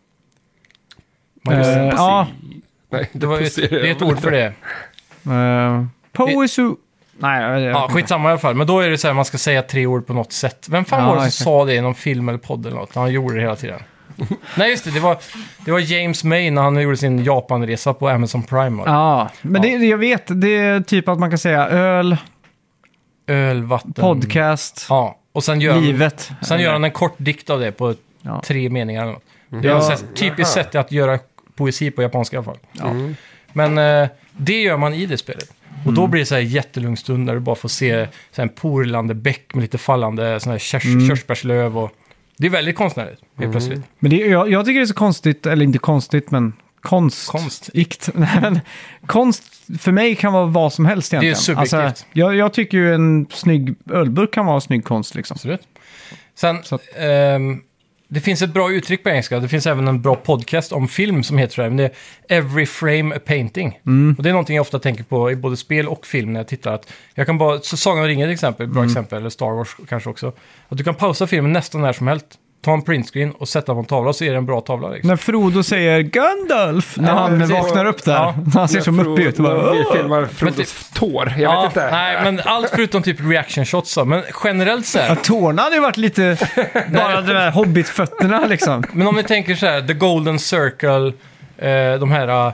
Man Eh, gör, ja, Nej, det, var ju ett, ser det är ett ord för det. uh, Poesu... Nej, jag, jag, Ja, skitsamma i alla fall. Men då är det så här, man ska säga tre ord på något sätt. Vem fan Ja, var det som exakt. sa det i någon film eller podd eller något? Han gjorde det hela tiden. Nej, just det. Det var, det var James May när han gjorde sin Japanresa på Amazon Prime. Ja, men Ja. Det, jag vet, det är typ att man kan säga öl, Öl, vatten... podcast, Ja, och sen gör, han, livet. sen gör han en kort dikt av det på Ja. tre meningar eller något. Det är Ja. ett sätt- typiskt sätt att göra poesi på japanska i alla fall. Ja. Men eh, det gör man i det spelet. Och Mm. då blir det så här jättelugn stund där du bara får se så här en porlande bäck med lite fallande såna här körs, Mm. körsbärslöv. Och... Det är väldigt konstnärligt, helt plötsligt. Men det, jag, jag tycker det är så konstigt, eller inte konstigt, men konst. Konst. Ikt. Nej, men konst för mig kan vara vad som helst egentligen. subjektivt. Alltså, jag, jag tycker ju en snygg ölburk kan vara snygg konst liksom. Absolut. Sen, Så att- ehm, det finns ett bra uttryck på engelska. Det finns även en bra podcast om film som heter så här. Men det är Every Frame a Painting. Mm. Och det är någonting jag ofta tänker på i både spel och film när jag tittar. Att jag kan bara, så Sagan om ringen till exempel, bra Mm. exempel, eller Star Wars kanske också. Att du kan pausa filmen nästan när som helst. Ta en printscreen och sätta på en tavla så är det en bra tavla. Liksom. När Frodo säger Gandalf, när Ja, han precis. vaknar upp där. Ja. Han ser så muppig ut. och När Bara, vi "Åh!" filmar Frodos tår. Jag Ja, vet inte. nej, men allt förutom typ reaction shots. Så. Men generellt så Ja, här. tårna hade ju varit lite, bara de där hobbitfötterna liksom. Men om ni tänker så här, The Golden Circle, eh, de här, eh,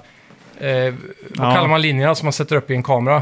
vad Ja. kallar man linjerna som man sätter upp i en kamera?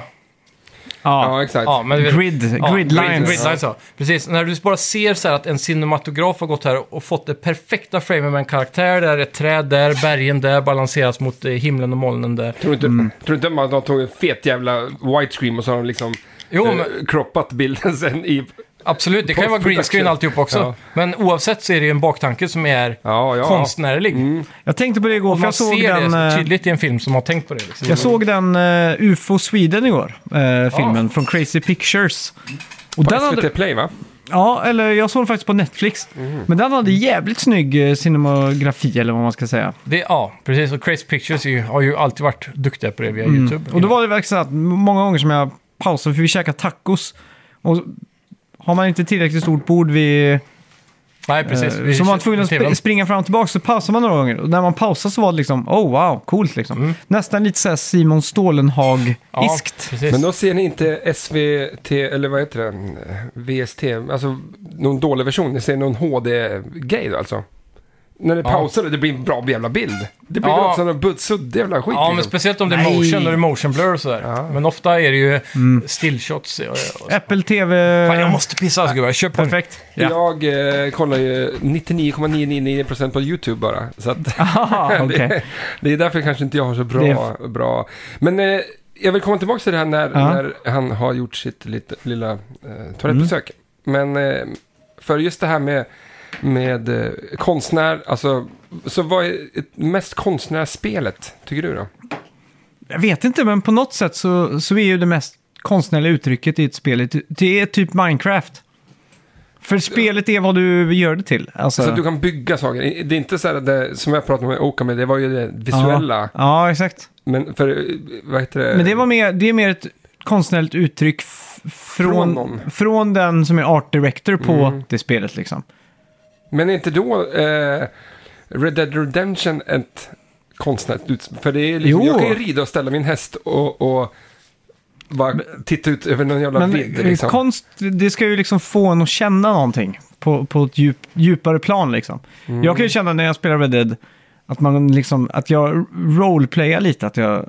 Ja, Ja, exakt. Ja, men du vet- grid, Ja, grid lines. Grid, grid lines ja. Precis, när du bara ser så här att en cinematograf har gått här och fått det perfekta framen med en karaktär där, ett träd där, bergen där, balanseras mot eh, himlen och molnen där. Tror du inte, tror du inte att de tog en fet jävla widescreen och så har de liksom Jo, eh, men, croppat bilden sen i... absolut, det kan ju vara green screen alltihop också. Ja. Men oavsett så är det ju en baktanke som är Ja, ja. konstnärlig. Mm. Jag tänkte på det igår, Och för man jag såg ser den... det eh, tydligt i en film som har tänkt på det. Liksom. Jag såg den uh, U F O Sweden igår, eh, filmen från Crazy Pictures. Och På den S V T hade, Play, va? ja, eller jag såg den faktiskt på Netflix. Men den hade jävligt snygg eh, cinemografi, eller vad man ska säga. Det, ja, precis. Och Crazy Pictures är ju, har ju alltid varit duktiga på det via YouTube. Och då var det verkligen så att många gånger som jag pausade, för vi käkade tacos. Och har man inte tillräckligt stort bord vid... Nej, precis. eh, Vi- så man var tvungen att T V:n. sp- springa fram och tillbaka, så pausar man några gånger. Och när man pausar så var det liksom, oh wow, coolt liksom. Mm. Nästan lite såhär Simon Stålenhag-iskt. precis. Men då ser ni inte S V T, eller vad heter det? V S T, alltså någon dålig version. Ni ser någon H D-grej då alltså. När det Ja. pausar det, det blir en bra jävla bild. Det blir Ja. också någon budsuddig jävla skit. Ja, men liksom. speciellt om det är Nej. motion, då är det motion blur och sådär. Ja. Men ofta är det ju stillshots. och- och- Apple T V... Fan, jag måste pissa alltså, gubbar. Kör på. Perfekt. Ja. Jag eh, kollar ju nittionio komma nio nio nio procent på YouTube bara. Så att Aha, okej. det, det är därför kanske inte jag har så bra. Det bra. Men eh, jag vill komma tillbaka till det här när, Ja. när han har gjort sitt lite, lilla eh, toalettbesök. Men eh, för just det här med, med eh, konstnär, alltså, så vad är ett mest konstnära spelet, tycker du då? Jag vet inte, men på något sätt så, så är ju det mest konstnärliga uttrycket i ett spel, det är typ Minecraft. För spelet är vad du gör det till. Alltså, Så att du kan bygga saker. Det är inte så här att det, som jag pratade med Oka med, det var ju det visuella. Ja, ja, exakt. Men för, vad heter det? Men det, var mer, det är mer ett konstnärligt uttryck f- Från från, någon. från den som är art director på Mm. det spelet liksom. Men är inte då eh, Red Dead Redemption ett konstnärligt utspel? För det är liksom, Jo. jag kan ju rida och ställa min häst och, och bara titta ut över någon jävla Men vidd. eh, Liksom. konst, det ska ju liksom få en att känna någonting på, på ett djup, djupare plan liksom. Mm. Jag kan ju känna när jag spelar Red Dead att, man liksom, att jag roleplayar lite, att jag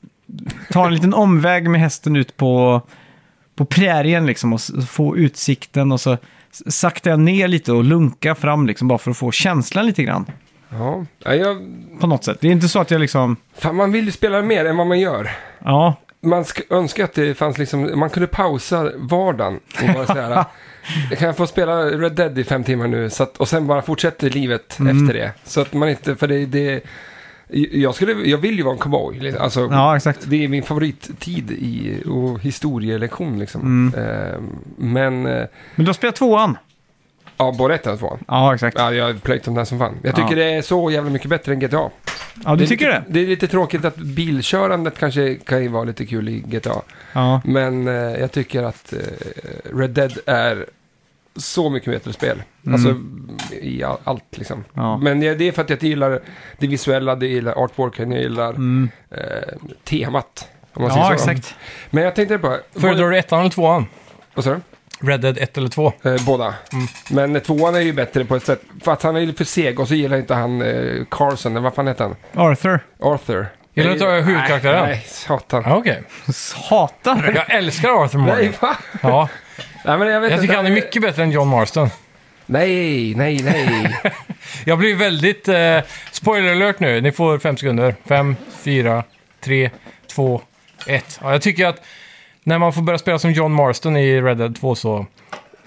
tar en liten omväg med hästen ut på, på prärien liksom och s- få utsikten och så s- saktar jag ner lite och lunka fram liksom bara för att få känslan lite grann Ja, Ja, jag, på något sätt. Det är inte så att jag liksom, fan, man vill ju spela mer än vad man gör. ja, Man sk- önskar att det fanns liksom, man kunde pausa vardagen och bara säga, kan jag få spela Red Dead i fem timmar nu? Så att, och sen bara fortsätter livet Mm. efter det. Så att man inte, för det, det jag, skulle, jag vill ju vara en cowboy. liksom. Alltså, ja exakt. det är min favorittid i och historielektion liksom. Mm. Eh, men, eh, Men du har spelat tvåan? ja, både ettan och tvåan. Ja, exakt. Ja, jag har plöjt om den som fan. Jag tycker Ja. det är så jävla mycket bättre än G T A. Ja, du det är tycker lite, det? Det är lite tråkigt att bilkörandet kanske kan ju vara lite kul i G T A. Ja. Men eh, jag tycker att eh, Red Dead är så mycket bättre spel. Mm. Alltså i all, allt liksom. Ja. Men jag- det är för att jag gillar det visuella, det gillar artworken, jag gillar Mm. eh, temat. Om man säger Ja, så. exakt. Men jag tänkte på... Föredrar du ettan eller tvåan? Vad sa du? Red Dead ett eller två? Eh, båda. Mm. Men eh, tvåan är ju bättre på ett sätt. För att han är lite för seg och så gillar inte han eh, Carson, eller vad fan heter han? Arthur. Arthur. Gillar du inte Nej, huvudkaraktären? Nej, satan. Ja, okej. Hatar. Jag älskar Arthur Morgan. Nej, va? Ja, Nej, men jag vet jag tycker inte. han är mycket bättre än John Marston. Nej, nej, nej. Jag blir väldigt... Eh, spoiler alert nu. Ni får fem sekunder. Fem, fyra, tre, två, ett. Ja, jag tycker att när man får börja spela som John Marston i Red Dead två så...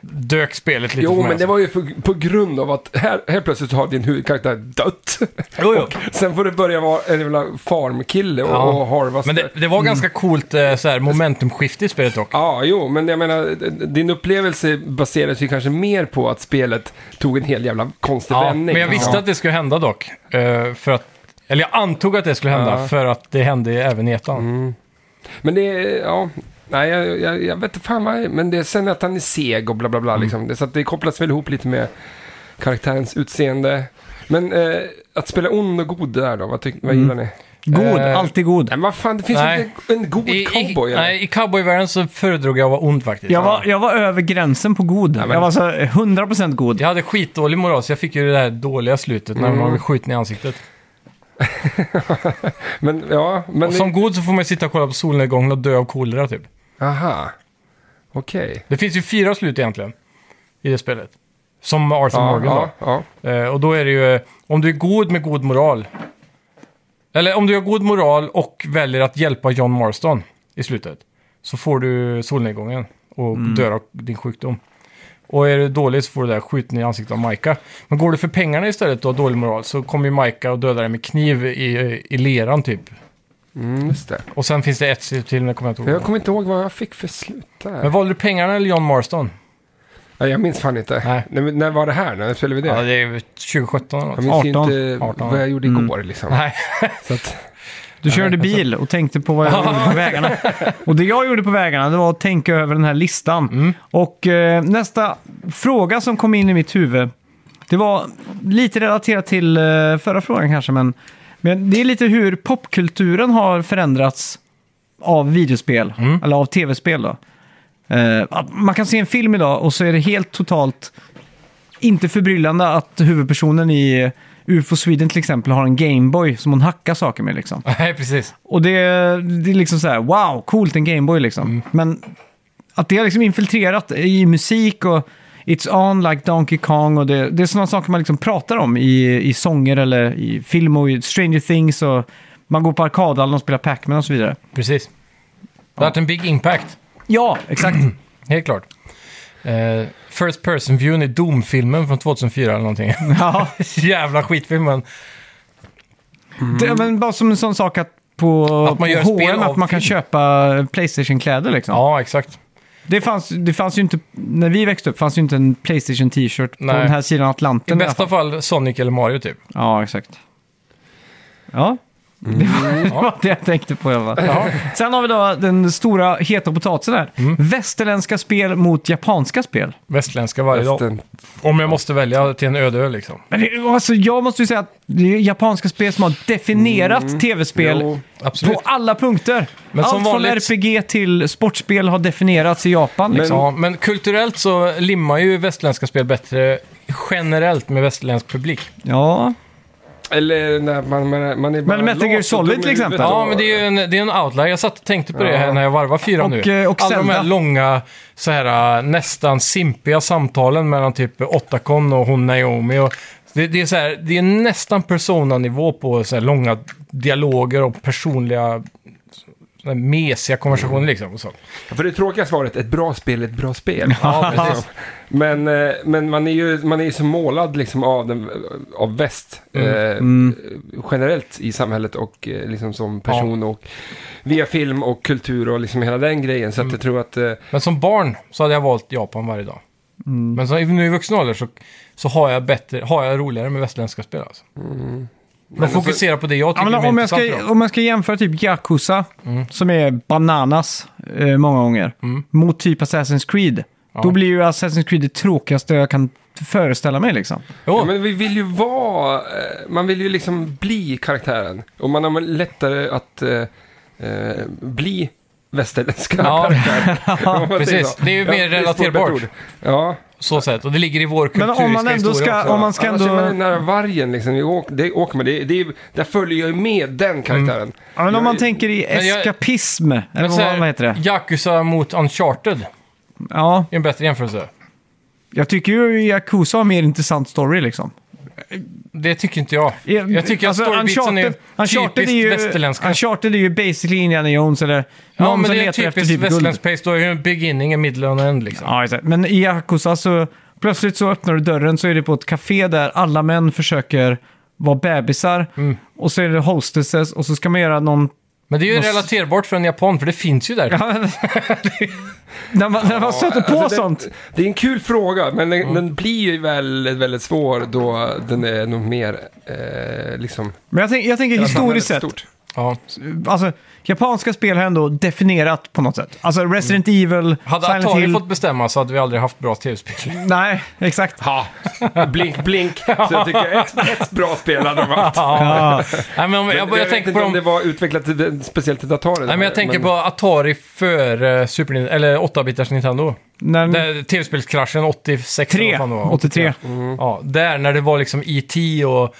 dök spelet lite Jo, för mig. men det var ju för, på grund av att här, här plötsligt har din huvudkaraktär dött. Jo, jo. Och sen får det börja vara en jävla farmkille och, Ja. och harvasta. Men det, det var ganska coolt eh, så här, momentumskifte i spelet dock. Ja, jo, men jag menar, din upplevelse baseras ju kanske mer på att spelet tog en hel jävla konstig Ja, vändning. men jag visste Ja. att det skulle hända dock. eh, för att, eller jag antog att det skulle hända Ja. för att det hände även i ettan. Mm. Men det är, ja, nej, jag, jag, jag vet inte fan vad, men det är sen att han är seg och bla bla bla Mm. liksom. Det, så att det kopplas väl ihop lite med karaktärens utseende. Men eh, att spela ond och god där då, vad, tyck, vad gillar ni? God, Eh, alltid god. Nej, men vad fan, det finns Nej. ju inte en god I, cowboy. i, eller? nej, i cowboyvärlden så föredrog jag att vara ond faktiskt. Jag var, jag var över gränsen på god. men- Jag var så hundra procent god. Jag hade skitdålig moral så jag fick ju det där dåliga slutet när Mm. man blev skjuten i ansiktet. Men ja, men... Och som god så får man sitta och kolla på solnedgången och dö av kolera typ. Aha, okej. Det finns ju fyra slut egentligen i det spelet. Som Arthur Ja, Morgan ja, då. ja. Eh, och då är det ju, eh, om du är god med god moral. Eller om du har god moral och väljer att hjälpa John Marston i slutet. Så får du solnedgången och dör av din sjukdom. Och är du dålig så får du där skjuten i ansiktet av Micah. Men går du för pengarna istället och har dålig moral så kommer ju Micah och dödar dig med kniv i, i leran typ. Mm, just det. Och sen finns det ett slut till, när kommer jag inte För ihåg. jag kommer inte ihåg vad jag fick för slut där. Men valde du pengarna eller John Marston? Ja, jag minns fan inte. Nej. När, när var det här? När spelade vi det? Ja, det är tjugo sjutton eller något. jag minns ju arton. inte arton. vad jag gjorde Mm. igår liksom. Nej. Så att, Du körde bil och tänkte på vad jag gjorde på vägarna. Och det jag gjorde på vägarna, det var att tänka över den här listan. Mm. Och eh, nästa fråga som kom in i mitt huvud, det var lite relaterat till eh, förra frågan kanske, men, men det är lite hur popkulturen har förändrats av videospel, Mm. eller av tv-spel då. Eh, att man kan se en film idag och så är det helt totalt inte förbryllande att huvudpersonen i U F O Sweden till exempel har en Gameboy som hon hackar saker med liksom. Nej, precis. Och det, det är liksom så här, wow, coolt en Gameboy liksom. Mm. Men att det har liksom infiltrerat i musik och It's On like Donkey Kong och det, det är sådana saker man liksom pratar om i, i sånger eller i film och i Stranger Things och man går på arkadhallen och spelar Pac-Man och så vidare. Precis. Det har haft en big impact. Ja, exakt. Helt klart. Eh, First Person View i Doom-filmen från tjugohundrafyra eller någonting. Ja, Jävla skitfilmen. det, men bara som en sån sak att på, Att man på gör H och spel M av att man kan film. köpa PlayStation-kläder liksom. Ja, exakt. Det fanns, det fanns ju inte, när vi växte upp fanns ju inte en PlayStation t-shirt på Nej. den här sidan I Atlanten. alla bästa fall. fall Sonic eller Mario typ. Ja, exakt. Ja, Mm. det var det jag tänkte på. Jag Ja. Sen har vi då den stora heta potatisen här. Mm. Västerländska spel mot japanska spel. Västländska varje dag. Västern. Om jag måste välja till en öde ö liksom. Men det, alltså, jag måste ju säga att det är japanska spel som har definierat tv-spel Jo. Absolut. på alla punkter. Men Allt som från vanligt- R P G till sportspel har definierats i Japan. Liksom. Ja, men kulturellt så limmar ju västländska spel bättre generellt med västländsk publik. Ja, Eller när man, man, man är bara Men Metal Gear lat och Solid dum i till exempel. huvudet Ja, och- men det är ju en, det är en outlier. Jag satt och tänkte på det Ja. här när jag varvar fyra Och, nu. eh, och Alla de här Zelda. långa, så här äh, nästan simpiga samtalen mellan typ Otacon och hon Naomi. Och det, det, är så här, det är nästan persona-nivå på så här långa dialoger och personliga så här mesiga konversationer liksom. Och så. För det tråkiga svaret, ett bra spel är ett bra spel. Ja, precis. Men, eh, men man är ju man är ju så målad liksom av, den, av väst Mm. eh, Mm. generellt i samhället och eh, liksom som person och via film och kultur och liksom hela den grejen. Så att Mm. jag tror att eh, Men som barn så hade jag valt Japan varje dag. Mm. Men så, nu i vuxen ålder så, så har, jag bättre, har jag roligare med västländska spel. Alltså. mm. De Men fokuserar på det jag Ja, tycker men är mer om, jag intressant. ska, då. om jag ska jämföra typ Yakuza, Mm. som är bananas eh, många gånger, Mm. mot typ Assassin's Creed, Ja. då blir ju Assassin's Creed det tråkigaste jag kan föreställa mig liksom. Jo, Ja, men vi vill ju vara, eh, man vill ju liksom bli karaktären. Och man har lättare att eh, eh, bli västerländska Ja. karaktärer. Om man säger precis. så. Det är ju mer ett svårt relaterbart. ord. Ja, så sätt. Och det ligger i vår Men kulturiska om man ändå historia ska- också. om man ska annars ändå- är man nära vargen liksom. Vi åker, det åker man. Det, det, är- där följer jag ju med den karaktären. Ja, men om Jag- man tänker i Men jag- eskapism, eller Men så vad, här, vad heter det? Yakuza mot Uncharted Ja, är en bättre jämförelse. jag tycker ju Yakuza har mer intressant story liksom. Det tycker inte jag. Ja, Jag tycker alltså, att storybeatsen är Uncharted typiskt är ju, västerländska. Uncharted är ju basically Indiana Jones eller Ja, någon men som det är letar efter typiskt typ guld. västerländsk pace. Då är det en beginning, en middle och en end liksom. Ja, exakt. Men i Yakuza så plötsligt så öppnar du dörren så är det på ett café där alla män försöker vara bebisar. Mm. Och så är det hostesses och så ska man göra någon... Men det är ju Måste- relaterbart för en japan, för det finns ju där. Ja, men... när man, när man stöter på Alltså, sånt. Det, det är en kul fråga, men den, den blir ju väldigt, väldigt svår då den är nog mer eh, liksom... Men jag, tänk, jag tänker historiskt sett, Stort. Ja. alltså japanska spel har ändå definierat på något sätt. Alltså Resident Evil, Hade Silent Atari Hill... fått bestämma så hade vi aldrig haft bra tv-spel. Nej, exakt. Ha! Blink, blink. Så jag tycker ett, ett bra spel hade de haft. Ja. Nej, men om, jag, Jag, jag, jag, tänker vet på inte om dem... det var utvecklat till, speciellt till datorer. Nej, men jag tänker på Atari för uh, Super Nintendo, eller åtta-bitars Nintendo. När, Där tv-spelskraschen åttiosex. Tre, eller vad fan det var. åttiotre. Ja, där när det var liksom E T och...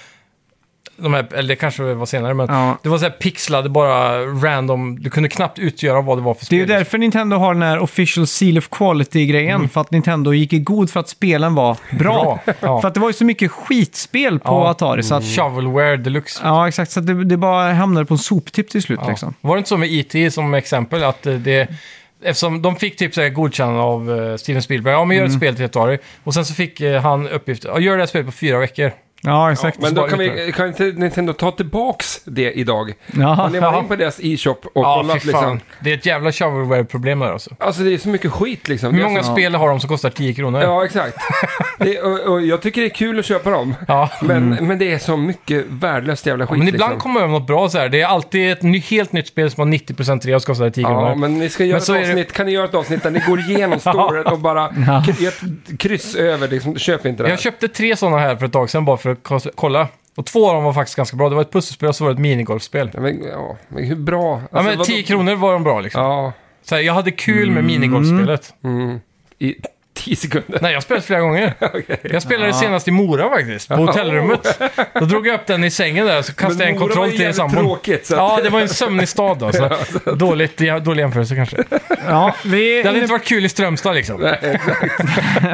De här, eller det kanske var senare, men Ja. det var så här pixlade, bara random. Du kunde knappt utgöra vad det var för Det är spel. ju därför Nintendo har den här official seal of quality-grejen. Mm. För att Nintendo gick i god för att spelen var bra. Bra, ja. För att det var ju så mycket skitspel på Ja. Atari. Så att, Shovelware Deluxe. ja, exakt. Så att det, det bara hamnade på en soptipp till slut. Ja. Liksom. Var det inte så med E T som exempel att eh, det... Eftersom de fick typ så här godkännande av uh, Steven Spielberg. Ja, men gör ett spel till Atari. Och sen så fick eh, han uppgift. Ja, gör det här spelet på fyra veckor. Ja, exakt. Men då Bara kan, vi, utveckla. kan inte Nintendo ta tillbaks det idag? Ja. Har ni varit Ja. in på deras e-shop och Ja, kollat fy fan. liksom? Det är ett jävla shovelware-problem där alltså. Alltså det är så mycket skit liksom. Hur Det är många så... spel har de som kostar tio kronor? Ja, exakt. Det, och, och jag tycker det är kul att köpa dem. Ja. Men, men det är så mycket värdelöst jävla skit Men ibland liksom. kommer jag över något bra så här. Det är alltid ett ny, helt nytt spel som har nittio procent rea och kostar tio Ja, kronor. men ni ska göra Men ett så är det- avsnitt, kan ni göra ett avsnitt där ni går igenom storyn och bara Ja. k- gör ett kryss över, liksom, köp inte det här. Jag köpte tre sådana här för ett tag sedan bara för att kos- kolla. Och två av dem var faktiskt ganska bra. Det var ett pusselspel och så var det ett minigolfspel. Ja, men, ja, men hur bra? Alltså, Ja, men vadå? tio kronor var de bra liksom. Ja, Så här, jag hade kul med minigolfspelet. mm, i tio sekunder. Nej, jag har spelat flera gånger. Okej. Jag spelade senast i Mora faktiskt, på hotellrummet. Då drog jag upp den i sängen där och så kastade jag en Men Mora kontroll var ju till jävligt sambon. tråkigt, så att- Ja, det var en sömnig stad då. Så dåligt, ja, dålig jämförelse kanske. Ja, vi, Det hade är inne, inte varit kul i Strömstad liksom. Nej, exakt.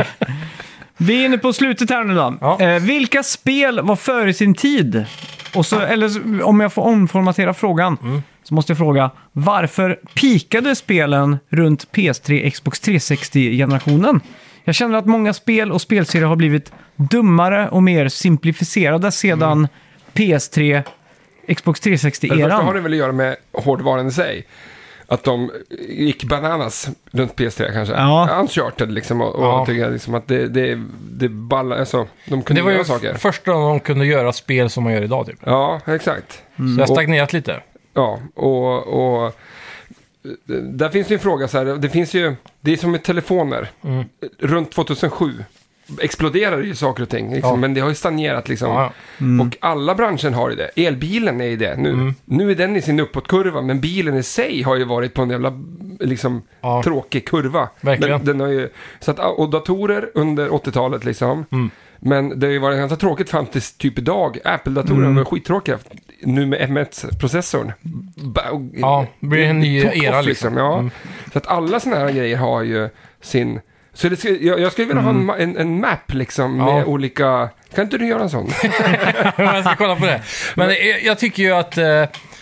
vi är inne på slutet här nu då. Ja. Eh, vilka spel var före sin tid? Och så, eller så- om jag får omformatera frågan Mm. så måste jag fråga, varför pikade spelen runt P S tre, Xbox tre sextio-generationen? Jag känner att många spel och spelserier har blivit dummare och mer simplifierade sedan Mm. P S tre, Xbox tre För det första har sextio-eran. det väl att göra med hårdvaran i sig. Att de gick bananas runt P S tre kanske. Ja. Uncharted liksom. Och, och Ja. tycker jag liksom att det, det, det ballar, alltså, de kunde Det var göra ju saker. första gången de kunde göra spel som man gör idag typ. Ja, exakt. Så jag har stagnerat lite. Ja, och, och där finns det ju en fråga så här, det finns ju, det är som med telefoner. Mm. Runt tvåtusensju exploderar ju saker och ting, liksom, Ja. men det har ju stagnerat liksom. Ja, Och alla branscher har ju det. Elbilen är ju det nu. Mm. Nu är den i sin uppåtkurva, men bilen i sig har ju varit på en jävla liksom, Ja. tråkig kurva. Verkligen. Men den har ju, så att, och datorer under åttiotalet liksom. Mm. Men det har ju varit ganska tråkigt fram till typ idag. Apple-datorer Mm. var skittråkiga. Nu med M ett-processorn. Ja, det blir en ny era, liksom. Ja. Mm. Så att alla sådana här grejer har ju sin... Så det ska, jag, jag skulle vilja ha en, en, en map liksom Ja. med olika... Kan inte du göra en sån? Jag ska kolla på det. Men jag, jag tycker ju att... Eh,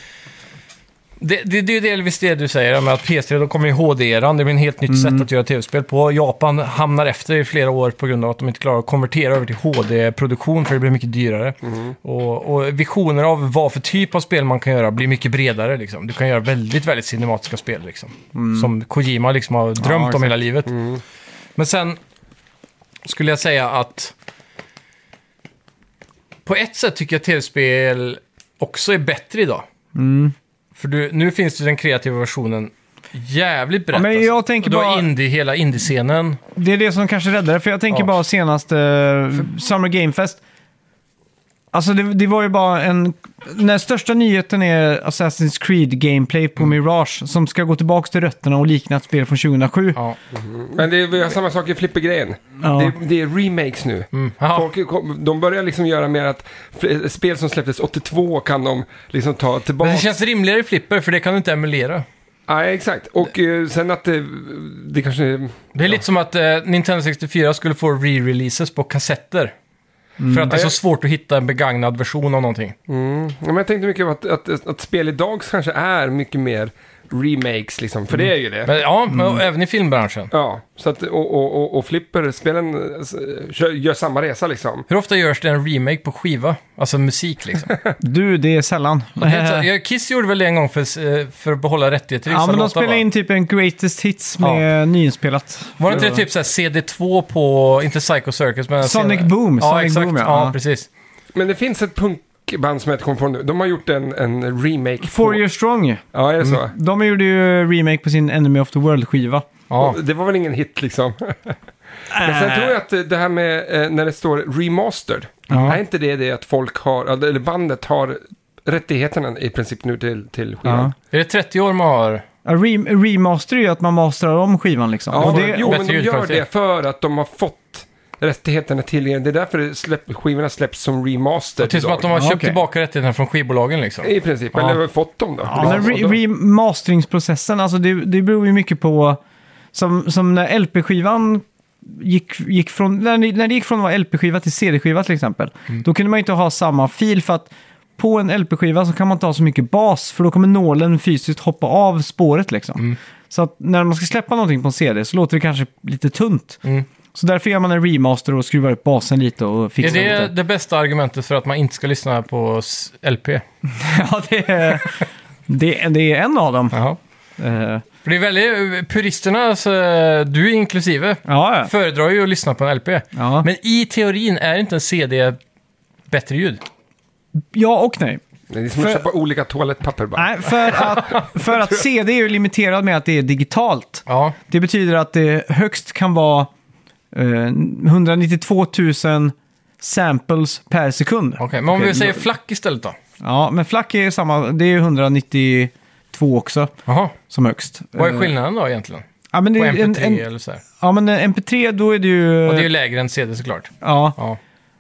det, det, det är ju delvis det du säger, med att P S tre, då kommer ju H D-eran. Det blir en helt nytt sätt att göra tv-spel på. Japan hamnar efter i flera år på grund av att de inte klarar att konvertera över till H D-produktion, för det blir mycket dyrare. Och, och visioner av vad för typ av spel man kan göra blir mycket bredare. Liksom. Du kan göra väldigt, väldigt cinematiska spel. Liksom. Som Kojima liksom har drömt om exakt. hela livet. Men sen skulle jag säga att på ett sätt tycker jag tv-spel också är bättre idag. Mm. För du, nu finns det den kreativa versionen jävligt brett. Ja, men jag tänker och du har bara- indie, hela indie-scenen. Det är det som kanske räddar det, för jag tänker Ja. bara senast eh, Summer Game Fest. Alltså det, det var ju bara en... Den största nyheten är Assassin's Creed Gameplay på Mirage som ska gå tillbaka till rötterna och likna ett spel från tjugohundrasju. Ja. Men det är vi har samma sak i flippergrejen. Ja. Det, det är remakes nu. Mm. Ja. Folk, kom- de börjar liksom göra mer att fl- spel som släpptes åttiotvå kan de liksom ta tillbaka. Men det känns rimligare i flipper, för det kan du inte emulera. Nej, exakt. Och eh, sen att det, det kanske... Det är lite som att eh, Nintendo sextiofyra skulle få re-releases på kassetter. För att det är så svårt att hitta en begagnad version av någonting. Mm. Ja, men jag tänkte mycket på att, att, att spel idag kanske är mycket mer remakes, liksom. För det är ju det. Men, ja, men även i filmbranschen. Ja, så att, och, och, och, och Flipper-spelen eh, gör samma resa, liksom. Hur ofta görs det en remake på skiva? Alltså musik liksom. Du, det är sällan. Och det är inte- jag- Kiss gjorde väl det en gång för, för att behålla rättigheter till Ja, vissa men de låtar, spelar va? in typ en greatest hits med nyinspelat. Var det inte det typ så här C D två på, inte Psycho Circus, men... Sonic senare- Boom, Ja, Sonic exakt. Boom, ja. ja. Ja. precis. Men det finns ett punkband som jag inte kommer på nu. De har gjort en, en remake Four på... Year Strong. Ja, är det så? De gjorde ju remake på sin Enemy of the World-skiva. Ja. Det var väl ingen hit, liksom. Men sen tror jag att det här med eh, när det står remastered, Ja. är inte det det att folk har, eller bandet har rättigheterna i princip nu till, till skivan? Ja. Är det trettio år man har... Ja, re- remaster är ju att man masterar om skivan liksom. Ja, Och det, jo, men bättre de gör ljudkvalitet. det för att de har fått rättigheterna till er. Det är därför det släpp, skivorna släpps som remastered Det är som att de idag. har Ja, köpt okej. tillbaka rättigheterna från skivbolagen liksom. I princip, Ja. eller fått dem då. ja, men re- Och då- remasteringsprocessen, alltså det, det beror ju mycket på... Som, som när L P-skivan gick, gick från... När det, när det gick från att vara L P-skiva till C D-skiva till exempel. Då kunde man inte ha samma fil för att på en L P-skiva så kan man inte ha så mycket bas för då kommer nålen fysiskt hoppa av spåret liksom. Så att när man ska släppa någonting på en C D så låter det kanske lite tunt. Mm. Så därför gör man en remaster och skruvar upp basen lite och Är fixar det lite. det bästa argumentet för att man inte ska lyssna på s- L P? Ja, det är, det, är- det är en av dem. Jaha. Eh, För det är väldigt... Puristerna, så, du inklusive, ja, ja. föredrar ju att lyssna på en L P. Ja. Men i teorin är inte en C D bättre ljud. ja och nej. Det är som att För- köpa olika toalettpapper bara. Nej, för att, för att C D är ju limiterad med att det är digitalt. Ja, Det betyder att det högst kan vara eh, hundranittiotvå tusen samples per sekund. okej. Men om Okej, vi säger då- flack istället då? Ja, men flack är samma. Det är hundranittiotvå också Jaha. som högst. Vad är Eh, skillnaden då egentligen? Ja, men det På är M P en, tre en, eller så här? ja, men en M P tre då är det ju... Och det är ju lägre än C D såklart. Ja, Ja.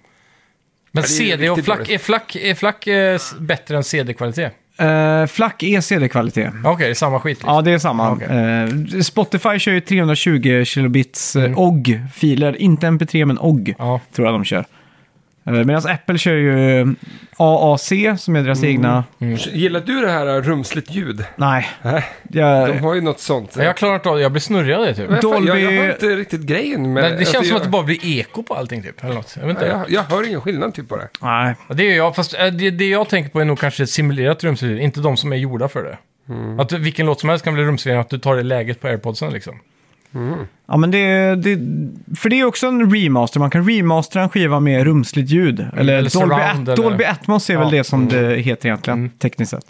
Men Ja, det är ju C D och riktigt flack, dåligt. är flack, är flack eh, s- bättre än C D-kvalitet? eh, flack är C D-kvalitet. Okej, det är samma skit. Liksom. Ja, det är samma. Okej. Eh, Spotify kör ju trehundratjugo kilobits eh, O G-filer. Inte M P tre, men O G Ja. tror jag de kör. Eh, Medan Apple kör ju A A C, som är deras egna... Gillar du det här rumsligt ljud? Nej. Nej, Jag, de har ju något sånt. Men jag klarar inte av det, jag blir snurrig av det typ. Men fan, jag, jag Dolby- hör inte riktigt grejen. Men, Men det känns alltså, som jag, att det bara blir eko på allting typ. Eller något. Jag vet inte. jag, jag hör ingen skillnad typ på det. nej. Ja, det är jag, fast äh, det, det jag tänker på är nog kanske ett simulerat rumsljud, inte de som är gjorda för det. Att vilken låt som helst kan bli rumsligare, att du tar det läget på AirPodsen liksom. Ja, men det, det... För det är också en remaster. Man kan remastera en skiva med rumsligt ljud. Eller, eller Dolby, surround, At- eller- Dolby Atmos är Ja. väl det som det heter egentligen, tekniskt sett.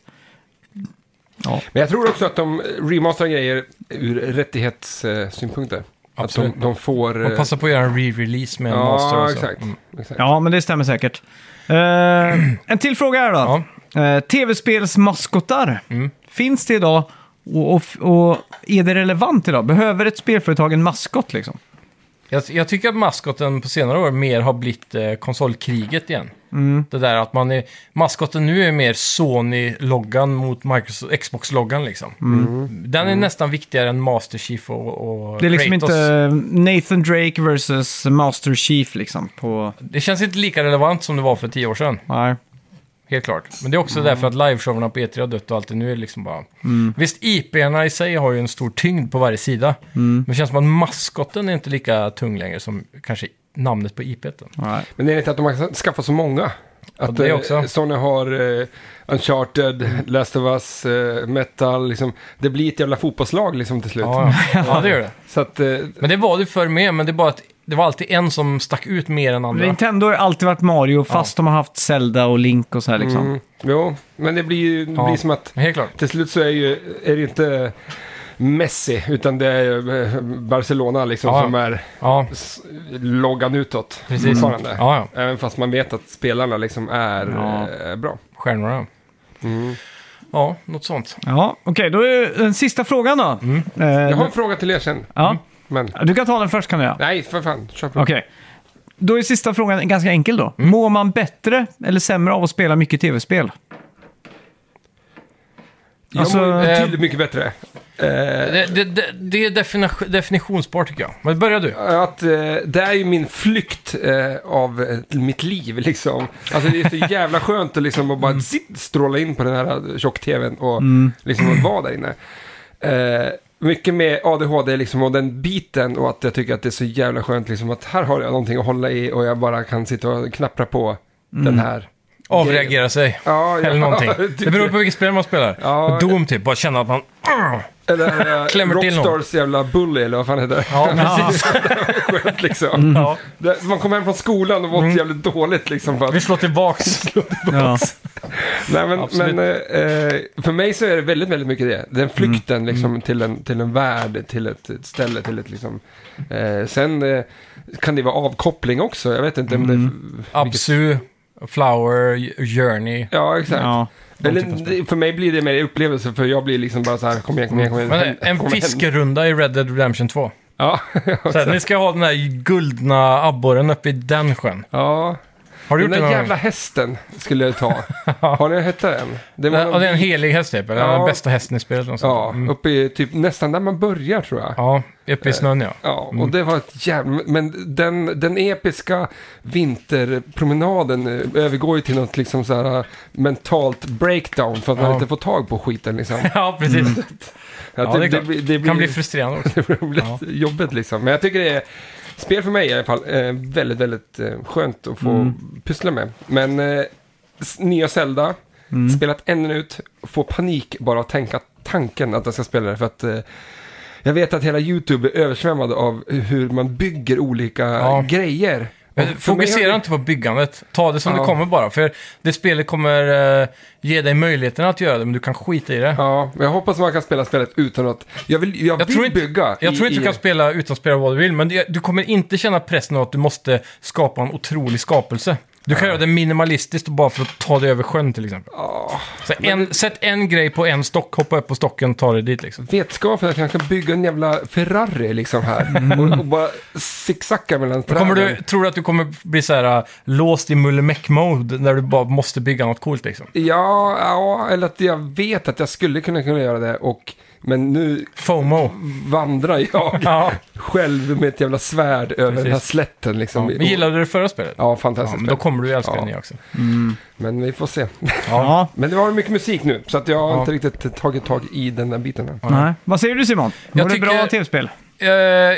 Ja. Men jag tror också att de remasterar grejer ur rättighetssynpunkter. Att Absolut. de, de får... Och eh, passa på att göra en re-release med en master Ja, och så. exakt. Mm. exakt. Ja, men det stämmer säkert. Eh, en till fråga här då. Eh, Tv-spelsmaskotar. Mm. Finns det idag? Och, och, och är det relevant idag? Behöver ett spelföretag en maskot liksom? Jag, jag tycker att maskoten på senare år mer har blivit eh, konsolkriget igen. Mm. Det där att man är... Maskoten nu är mer Sony-loggan mot Microsoft, Xbox-loggan liksom. Den är nästan viktigare än Master Chief och, och Det är liksom Kratos. inte Nathan Drake versus Master Chief liksom. På... Det känns inte lika relevant som det var för tio år sedan. Nej. Helt klart. Men det är också därför att liveshowerna på E tre har dött och allt det. Nu är det liksom bara... Visst, I P-erna i sig har ju en stor tyngd på varje sida. Men det känns som att maskoten är inte lika tung längre som kanske namnet på I P-en. Nej. Men det är inte att de har skaffat så många. Att det eh, också. Sony har eh, Uncharted, Last of Us, eh, Metal, liksom. Det blir ett jävla fotbollslag liksom till slut. Ja, ja. ja, det gör det. Så att, eh, Men det var det förr med, men det är bara att det var alltid en som stack ut mer än andra. Nintendo har alltid varit Mario, fast de har haft Zelda och Link och så här liksom. mm, jo, men det blir ju det Ja. blir som att Helt klart. till slut så är, ju, är det inte Messi, utan det är eh, Barcelona liksom Ja. som är Ja, s- loggan utåt. precis. Fortfarande. Ja, ja. Även fast man vet att spelarna liksom är Ja. eh, bra. Stjärnorna. Mm. Ja, något sånt. Ja, okej, då är den sista frågan då. Eh, Jag har en fråga till er sen. ja. Men, Du kan ta den först kan du göra. nej, för fan. Kör på. Okej. Då är sista frågan ganska enkel då. Mår man bättre eller sämre av att spela mycket tv-spel? Jag Alltså, mår eh, betydligt mycket bättre. Det, det, det, det är defini- definitionsbart tycker jag. Men börjar du? Att eh, det är ju min flykt eh, av eh, mitt liv liksom. Alltså det är så jävla skönt att liksom att bara mm. sitt, stråla in på den här tjock-tvn och mm. liksom att vara där inne. Eh, mycket med A D H D liksom och den biten och att jag tycker att det är så jävla skönt liksom att här har jag någonting att hålla i och jag bara kan sitta och knappra på mm. den här. Avreagera sig. Ja, ja, eller någonting. typ det beror på vilket spel man spelar. Ja, Doom typ, bara känna att man eller klämmer till någon. Rockstars jävla bully eller vad fan heter det? Ja, precis. Skönt liksom. Mm. Ja. Det, man kom hem från skolan och var mm. jävligt dåligt liksom. För att vi slår tillbaks. slår tillbaks. Ja. Nej men, men eh, för mig så är det väldigt, väldigt mycket det. Den flykten mm. liksom till en, till en värld, till ett, ett ställe, till ett liksom. Eh, sen eh, kan det vara avkoppling också. Jag vet inte mm. om det... Absu, Flower, Journey. Ja, exakt. Ja. Eller, typ för mig blir det mer upplevelse för jag blir liksom bara så här, kom igen, kom igen, kom igen. Men en kom fiskerunda igen. I Red Dead Redemption två. Ja. Så här, ni ska ha den där guldna abborren uppe i den sjön. Ja. Har du den gjort där den jävla hästen skulle jag ta. Har ni hett den? Det, var ja, det är en helig häst typ, eller ja. Den bästa hästen i spelet. Ja, mm. uppe i typ nästan där man börjar tror jag. Ja, uppe i snön ja. Ja, och det var ett jävla... Men den, den episka vinterpromenaden övergår ju till något liksom så här mentalt breakdown för att ja. man inte får tag på skiten liksom. Ja, precis. Mm. Ja, ja, det, det, det, det blir, kan bli frustrerande också. Det blir ja. jobbigt liksom. Men jag tycker det är... Spel för mig i alla fall eh, väldigt, väldigt eh, skönt att få mm. pyssla med. Men eh, nya Zelda, mm. spelat en minut, få panik bara att tänka tanken att jag ska spela det. För att eh, jag vet att hela YouTube är översvämmad av hur man bygger olika ja. grejer. Fokusera inte på byggandet. Ta det som ja. det kommer bara. För det spelet kommer uh, ge dig möjligheten att göra det, men du kan skita i det. Ja, men jag hoppas man kan spela spelet utan att... Jag vill, jag jag vill tror inte, bygga. Jag i, tror inte i... du kan spela utan att spela vad du vill, men det, du kommer inte känna pressen av att du måste skapa en otrolig skapelse. Du kan ja. göra det minimalistiskt och bara för att ta dig över sjön till exempel. Oh, så en, det... Sätt en grej på en stock, hoppa upp på stocken och ta dig dit liksom. Vetskapen att jag kan bygga en jävla Ferrari liksom här. Mm. Och, och bara zigzacka mellan kommer du, tror du att du kommer bli så här uh, låst i Mullemäck-mode när du bara måste bygga något coolt liksom? Ja, ja, eller att jag vet att jag skulle kunna, kunna göra det och... Men nu FOMO. vandrar jag ja. själv med ett jävla svärd över Precis. den här slätten. Liksom. Ja. Men gillade du det förra spelet? Ja, fantastiskt. Ja, men då kommer du älska ja. den också. Mm. Men vi får se. Ja. Men det var mycket musik nu, så att jag har ja. inte riktigt tagit tag i den där biten. Här. Ja. Nej. Vad säger du Simon? Var jag det tycker, bra tv-spel? Uh,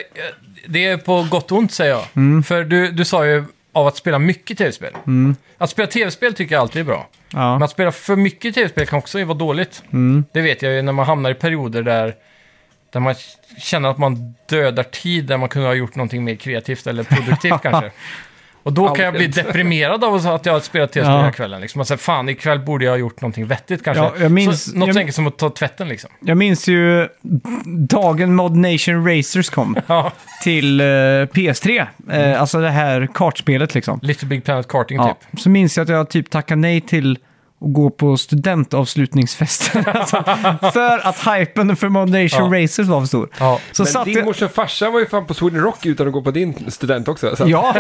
det är på gott och ont säger jag. Mm. För du, du sa ju av att spela mycket tv-spel. Mm. Att spela tv-spel tycker jag alltid är bra. Ja. Men att spela för mycket tv-spel kan också vara dåligt. Mm. Det vet jag ju när man hamnar i perioder där, där man känner att man dödar tid, där man kunde ha gjort någonting mer kreativt eller produktivt kanske. Och då kan jag bli deprimerad av att jag har spelat tv-spel ja. den här kvällen. Liksom. Alltså, fan, ikväll borde jag ha gjort någonting vettigt kanske. Ja, jag minns, så, något jag, enkelt som att ta tvätten liksom. Jag minns ju dagen Mod Nation Racers kom ja. till uh, P S tre. Mm. Uh, alltså det här kartspelet liksom. Little Big Planet Karting ja. typ. Så minns jag att jag typ tackade nej till att gå på studentavslutningsfesten. alltså, för att hypen för Mod Nation ja. Racers var för stor. Ja. Så men din jag... morsa och farsa var ju fan på Sweden Rock utan att gå på din student också. Så. Ja.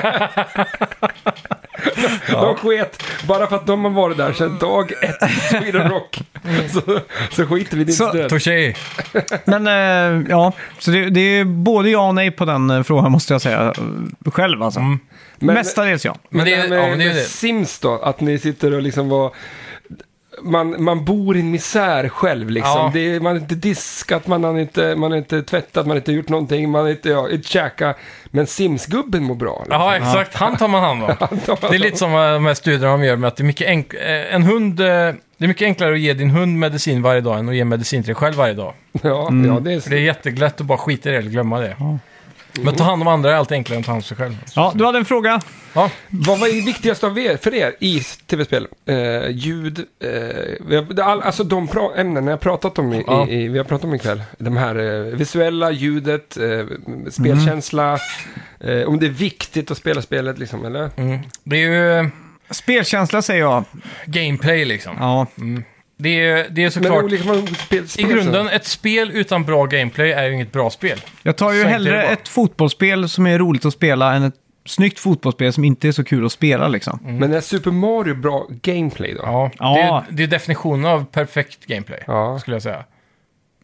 De sket, bara för att de har varit där sedan dag ett på Sweden Rock. Så, så skiter vi din så, student. Touché. Men äh, ja, så det, det är både ja och nej på den äh, frågan måste jag säga själv alltså. Mm. Men, Mestadels ja. Men, men det är med, ja, men det är med det. Sims då, att ni sitter och liksom var... Man, man bor i en misär själv liksom. Ja. Det är, man har inte diskat, man har inte, man har inte tvättat, man har inte gjort någonting, man har inte, ja, inte käka. Men Sims-gubben mår bra. Liksom. Ja, exakt. Han tar man hand om. Det är lite som de här studierna de gör med att det är mycket enk- en hund... Det är mycket enklare att ge din hund medicin varje dag än att ge medicin till dig själv varje dag. Ja, mm. ja det är så. För det är jätteglätt att bara skita i det eller glömma det. Ja. Men ta hand om andra är allt enklare än att ta hand om sig själv. Ja, du hade en fråga. Ja. Vad var det viktigaste av er, för er i tv-spel? Eh, ljud, eh, all, alltså de pra- ämnen jag pratat om i, ja. i, i, vi har pratat om ikväll. De här eh, visuella, ljudet, eh, spelkänsla, mm. eh, om det är viktigt att spela spelet liksom, eller? Mm. Det är ju... Spelkänsla säger jag. Gameplay liksom. Ja. Mm. Det är, det är såklart... Men spel, spel, i grunden, ett spel utan bra gameplay är ju inget bra spel. Jag tar ju så hellre ett fotbollsspel som är roligt att spela än ett snyggt fotbollsspel som inte är så kul att spela liksom. Mm. Men är Super Mario bra gameplay då? Ja, ja. Det, är, det är definitionen av perfekt gameplay, ja. skulle jag säga.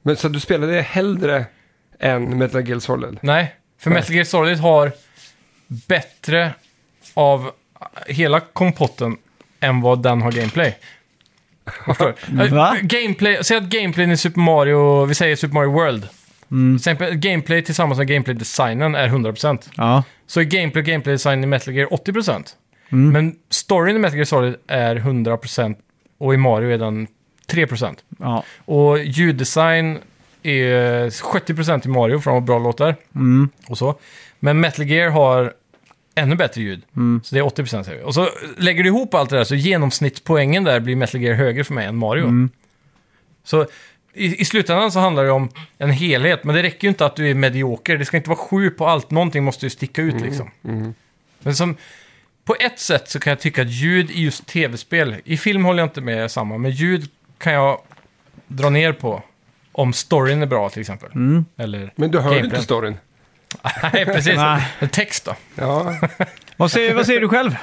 Men så du spelade det hellre än Metal Gear Solid? Nej, för Nej. Metal Gear Solid har bättre av hela kompotten än vad den har gameplay. Förstår du? Va? Gameplay, säg att gameplayen i Super Mario, vi säger Super Mario World. Mm. Till exempel gameplay tillsammans med gameplay-designen är hundra procent. Ja. Så är gameplay och gameplay-design i Metal Gear åttio procent. Mm. Men storyn i Metal Gear Solid är hundra procent och i Mario är den tre procent. Ja. Och ljuddesign är sjuttio procent i Mario för de har bra låtar Mm. och så. Men Metal Gear har ännu bättre ljud. Mm. Så det är åttio procent. Säger vi. Och så lägger du ihop allt det där så genomsnittspoängen där blir Metal Gear högre för mig än Mario. Mm. Så i, i slutändan så handlar det om en helhet. Men det räcker ju inte att du är medioker. Det ska inte vara sju på allt. Någonting måste ju sticka ut liksom. Mm. Men som, på ett sätt så kan jag tycka att ljud i just tv-spel, i film håller jag inte med samma, men ljud kan jag dra ner på om storyn är bra till exempel. Mm. Eller Men du hör gameplay. inte storyn? Nej, precis. Nej. En text då. Ja. Vad, säger, vad säger du själv?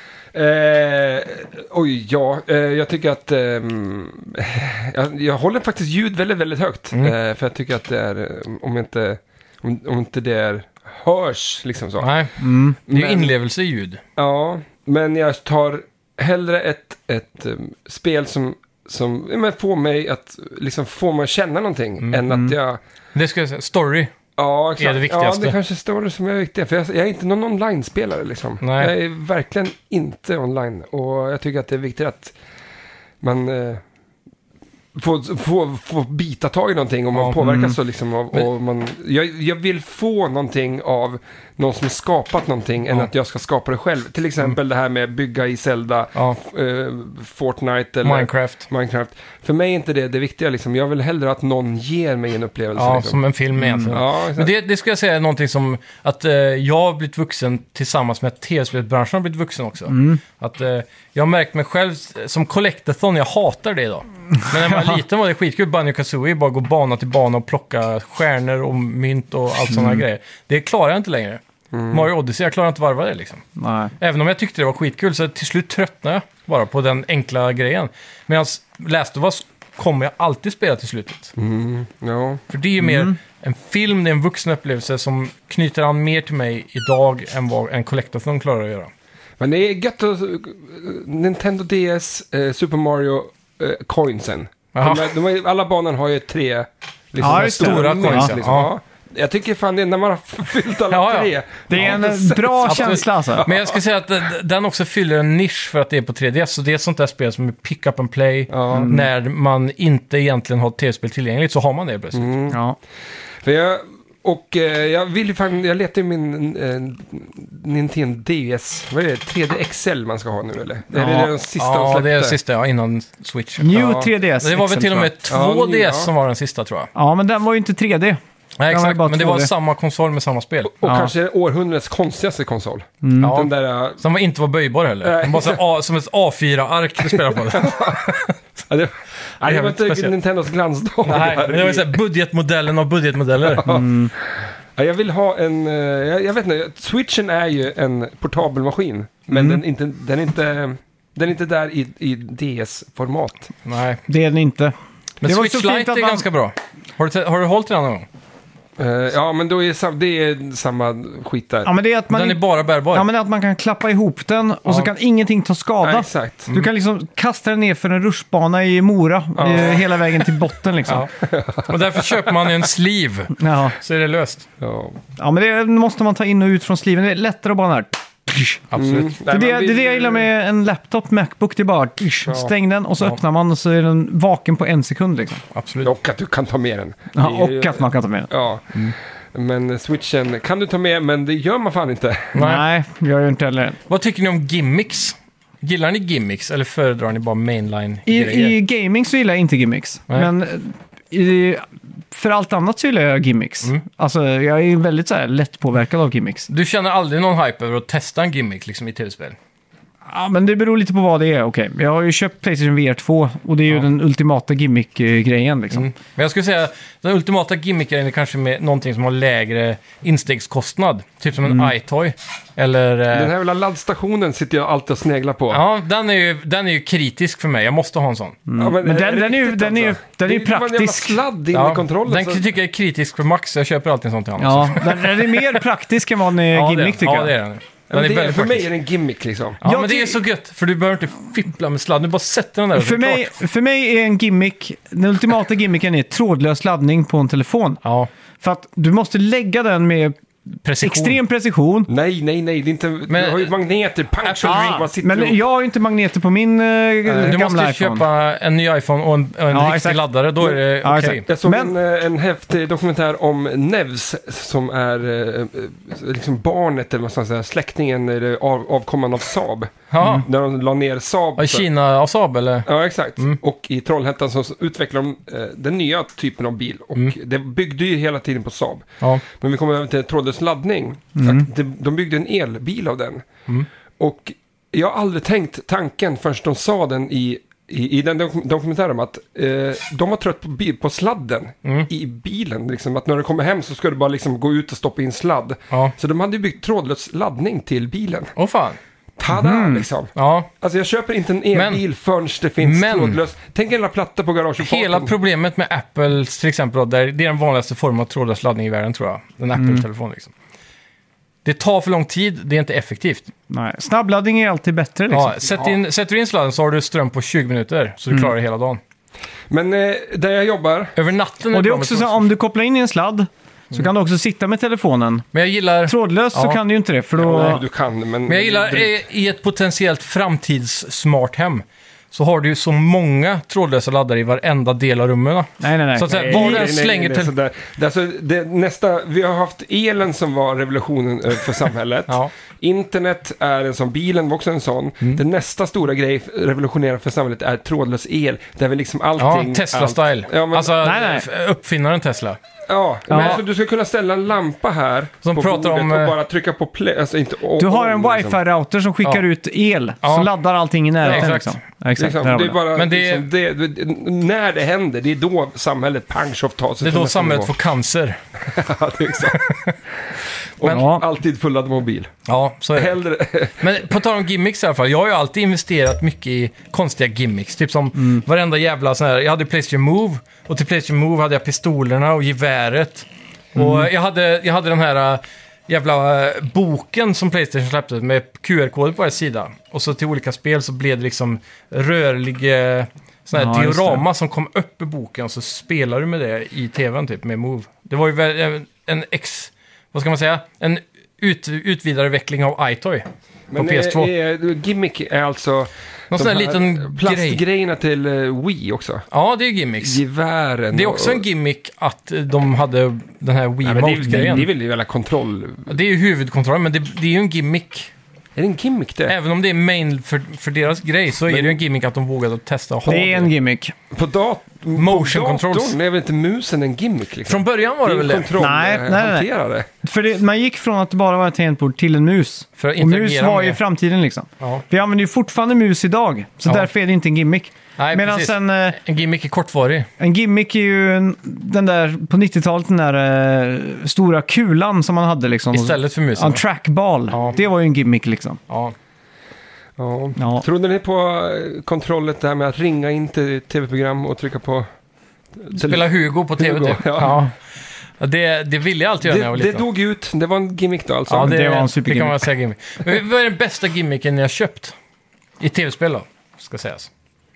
Eh, oj, ja. Eh, jag tycker att... ehm, jag, jag håller faktiskt ljud väldigt, väldigt högt. Mm. Eh, för jag tycker att det är... eh, Om inte, om, om inte det är, hörs, liksom så. Nej, Mm. det är ju Men- inlevelse i ljud. Ja, men jag tar hellre ett, ett um, spel som, som ja, men får mig att liksom få mig att känna någonting. Mm. Än att jag... Det ska jag säga, story. Ja, exakt. är det viktigaste. Ja, det kanske står det som är viktigt. För jag, jag är inte någon online-spelare liksom. Nej. Jag är verkligen inte online. Och jag tycker att det är viktigt att man eh, får, får, får bita tag i någonting. Och man Ja, påverkas mm. så liksom. Av, Men- och man, jag, jag vill få någonting av någon som har skapat någonting. Än Ja. att jag ska skapa det själv. Till exempel det här med bygga i Zelda, Ja, eh, Fortnite eller Minecraft. Minecraft. För mig är inte det det viktiga liksom. Jag vill hellre att någon ger mig en upplevelse. Ja, liksom. som en film egentligen. Ja, exakt. Men det, det ska jag säga är någonting som att eh, jag har blivit vuxen tillsammans med att tv-spelsbranschen har blivit vuxen också. Mm. Att eh, jag har märkt mig själv som collectathon, jag hatar det idag. Men när man var liten var det skitkul, Banjo-Kazooie, bara gå bana till bana och plocka stjärnor och mynt och allt sådana Mm. grejer. Det klarar jag inte längre. Mario Odyssey, jag klarar inte varva det liksom. Nej. Även om jag tyckte det var skitkul så till slut tröttnade jag bara på den enkla grejen. Medan Last of Us kommer jag alltid spela till slutet. Mm, ja. För det är ju Mm. mer en film, det är en vuxen upplevelse som knyter an mer till mig idag än vad en collectathon klarar att göra. Men det är gött att Nintendo D S, eh, Super Mario, eh, coinsen. Jaha. De, är- de är, alla banor har ju tre liksom, Ja, de just det. stora Ja. coins. Ja. Liksom. Ja. Ja. Jag tycker fan det är när man har fyllt alla Ja, ja. tre. Det är Ja, en det- bra Absolut. känsla alltså. Men jag ska säga att d- den också fyller en nisch för att det är på tre D S. Så det är ett sånt där spel som är pick up and play. Ja. När man inte egentligen har tv-spel tillgängligt så har man det plötsligt. Mm. Ja. För jag, och eh, jag vill ju fan, jag letar ju min eh, Nintendo D S, vad är det, tre D X L man ska ha nu eller? Ja. Är det den sista de Ja, släppte? det är det sista, ja, innan Switch. New Ja. tre D S. Det var väl X L, till och med tror jag. två Ja, D S ja. som var den sista tror jag. Ja, men den var ju inte tre D. Nej, var ju exakt. bara Men det två var D. samma konsol med samma spel. Och Ja. kanske århundradets konstigaste konsol. Ja. Den där... eh, Som inte var böjbar heller. Nej. Den var så A, som ett A fyra-ark du spelar på. Ja, det, nej, det var jävligt inte speciellt. Nintendos glansdag. Nej, men det var ju såhär budgetmodellen av budgetmodeller. Ja, jag vill ha en... eh, Jag, jag vet inte, Switchen är ju en portabel maskin. Men Mm. den, inte, den, är inte, den är inte där i, i D S-format. Nej. Det är den inte. Men Det var Switch så fint Lite att är man- ganska bra. Har du, te- har du hållit i den någon gång? Eh, ja, men då är sam, det är samma skit där. Ja, men det är att man, Den är bara bärbar. ja, men det är att man kan klappa ihop den och Ja. så kan ingenting ta skada. Nej, exakt. Du kan liksom kasta den ner för en rutschbana i Mora Ja. eh, hela vägen till botten liksom. Ja. Och därför köper man ju en sleeve. Ja. Så är det löst. Ja. Ja, men det måste man ta in och ut från sliven. Det är lättare att bara där. Absolut. Mm. Det är det, Nej, man det är det jag vill- gillar med en laptop, Macbook. Det är bara Ja. stäng den och så Ja. öppnar man och så är den vaken på en sekund liksom. Absolut. Och att du kan ta med den. Ja, Det är ju- och att man kan ta med den. Ja. Men Switchen kan du ta med, men det gör man fan inte. Nej. Nej, jag gör ju inte heller. Vad tycker ni om gimmicks? Gillar ni gimmicks eller föredrar ni bara I, mainline-grejer? I gaming så gillar jag inte gimmicks. Nej. Men eh, i, för allt annat så gillar jag gimmicks. Mm. Alltså, jag är väldigt så här, lätt påverkad av gimmicks. Du känner aldrig någon hype över att testa en gimmick liksom, i tv-spel? Ja, men det beror lite på vad det är. Okej, jag har ju köpt PlayStation V R två och det är ju Ja. den ultimata gimmick-grejen liksom. Mm. Men jag skulle säga den ultimata gimmicken är kanske med någonting som har lägre instegskostnad. Typ som en Mm. iToy. Eller... eh, Den här jävla laddstationen sitter jag alltid och sneglar på. Ja, den är, ju, den är ju kritisk för mig. Jag måste ha en sån. Ja, Men den- är det den är ju- riktigt, den är ju- alltså? den är ju Det bara en jävla praktisk. sladd in Ja, i kontrollen. den så... tycker jag är kritisk för Max. Jag köper alltid en sån till honom. Ja, den, den är mer praktisk än vad den är Ja, det är gimmick den. tycker Ja, jag. det är den. Ja, Den men är det är, väldigt för praktisk. mig är det en gimmick liksom. Ja, Jag men det är ty- så gött, för du behöver inte fippla med sladd. Du bara sätter den där och så För är det mig, klart. för mig är en gimmick, den ultimata gimmicken är trådlös laddning på en telefon. Ja, För att du måste lägga den med precision. extrem precision. Nej, nej, nej. Det är inte... Men- du har ju magneter. Punch Ja, och ring. Man sitter och... Men jag har ju inte magneter på min äh, Du gamla måste ju iPhone. köpa en ny iPhone och en, och en Ja, riktig exakt. laddare. Då är det Ja, okej. exakt. Jag såg Men- en, eh, en häftig dokumentär om Nevs som är eh, eh, liksom barnet eller vad ska man säga, släktingen eller av, avkomman av Saab. Ja, När de la ner Saab. ja. I för- Kina av Saab eller? Ja, exakt. Mm. Och i Trollhättan så utvecklar de eh, den nya typen av bil. Och Mm. det byggde ju hela tiden på Saab. Ja. Men vi kommer över till trådlös laddning. Mm. Att det, de byggde en elbil av den. Mm. Och jag har aldrig tänkt tanken förrän de sa den i, i, i den dok- dokumentären att eh, de var trött på, bi- på sladden Mm. i bilen. Liksom, att när du kommer hem så ska du bara liksom gå ut och stoppa in sladd. Ja. Så de hade ju byggt trådlös laddning till bilen. Åh fan. Tada Mhm. liksom. Ja. Alltså jag köper inte en elbil Men- förrän det finns men- trådlös. Tänk en lilla platta på garageuppfarten. Hela problemet med Apple till exempel, då, där det är den vanligaste formen av trådlös laddning i världen tror jag. En Apple-telefon liksom. Det tar för lång tid, det är inte effektivt. Nej, snabbladdning är alltid bättre liksom. Ja, sätt in, sätter du in sladden så har du ström på tjugo minuter, så du klarar det hela dagen. Men eh, där jag jobbar, Över natten är Och det är bra med också så trådlös. om du kopplar in i en sladd så kan du också sitta med telefonen. Men jag gillar... Trådlöst så Ja. kan du ju inte det för då... ja, du kan, men... Men jag gillar drygt. eh, i ett potentiellt framtids-smart hem så har du ju så många trådlösa laddare i varenda del av rummen. Nej, nej, nej. Så att säga, Nej, var nej, du än nej, slänger nej, till... sådär. Det, är alltså, det, nästa, vi har haft elen som var revolutionen eh, för samhället. Ja. Internet är en sån, bilen var också en sån. Mm. Den nästa stora grej revolutionerande för samhället är trådlös el. Där vi liksom Ja, allting... Tesla-style. Allt, ja, men, alltså, Nej, nej. f- uppfinnaren Tesla. ja, men Ja. alltså, du ska kunna ställa en lampa här Som på pratar bordet om, och eh, bara trycka på play. Alltså inte on, Du har en on, liksom. wifi-router som skickar Ja. ut el, Ja. så laddar allting i närheten. Ja, Liksom. exakt. Ja, exakt. Liksom, Där har det vi är bara, Men det är- liksom, det, det, när det händer, det är då samhället pang tjoff tar sig Det är till då nästa samhället nivå. får cancer. Ja, det är exakt. Och Men- Ja. alltid fulladd mobil. Ja, så är det. Hellre... Men på tal om gimmicks i alla fall. Jag har ju alltid investerat mycket i konstiga gimmicks. Typ som Mm. varenda jävla sån här. Jag hade Playstation Move. Och till Playstation Move hade jag pistolerna och geväret. Mm. Och jag hade, jag hade den här äh, jävla äh, boken som Playstation släppte med Q R-koder på varje sida. Och så till olika spel så blev det liksom rörlig äh, sån här Ja, just diorama som kom upp i boken. Och så spelar du med det i tvn typ med Move. Det var ju väl en, en ex... Vad ska man säga? En ut, utvidareutveckling av iToy på Men P S två. är, är, gimmick är alltså... Någon de sån här här liten grej. plastgrejerna till uh, Wii också. Ja, det är gimmicks. Gevären. Det är också och, en gimmick att eh, de hade den här Wii Nej, men det, är- det, Mote-grejen. det är väl en jävla kontroll. Det är ju huvudkontrollen, men det, det är ju en gimmick. Är det en gimmick det? Även om det är main för, för deras grej så är Men- det ju en gimmick att de vågade testa och ha Det är en gimmick. På, dat Motion på controls. datorn är väl inte musen en gimmick liksom? Från början var det det är väl en det? Nej, nej, nej. kontrollhanterare. För det, man gick från att det bara var ett tangentbord till en mus. För att Och mus interagera var ju med- framtiden liksom. Ja. Vi använder ju fortfarande mus idag, så Ja. därför är det inte en gimmick. Nej, Medan precis. sen, eh, En gimmick är kortvarig. en gimmick är ju en, den där, på nittiotalet, den där eh, stora kulan som man hade liksom. Istället för Ja, musen. en trackball. Ja. Det var ju en gimmick liksom. Ja. Ja. Ja. Trodde ni på eh, kontrollet där med att ringa in till tv-program och trycka på... Spela Hugo på tv Hugo, typ. ja. Ja. Det, det ville jag alltid göra när jag var Det, det liten. dog ut. Det var en gimmick då alltså. Ja, det, det var en det supergimmick. kan man säga gimmick. Men vad är den bästa gimmicken ni har köpt? I tv-spel då, ska sägas.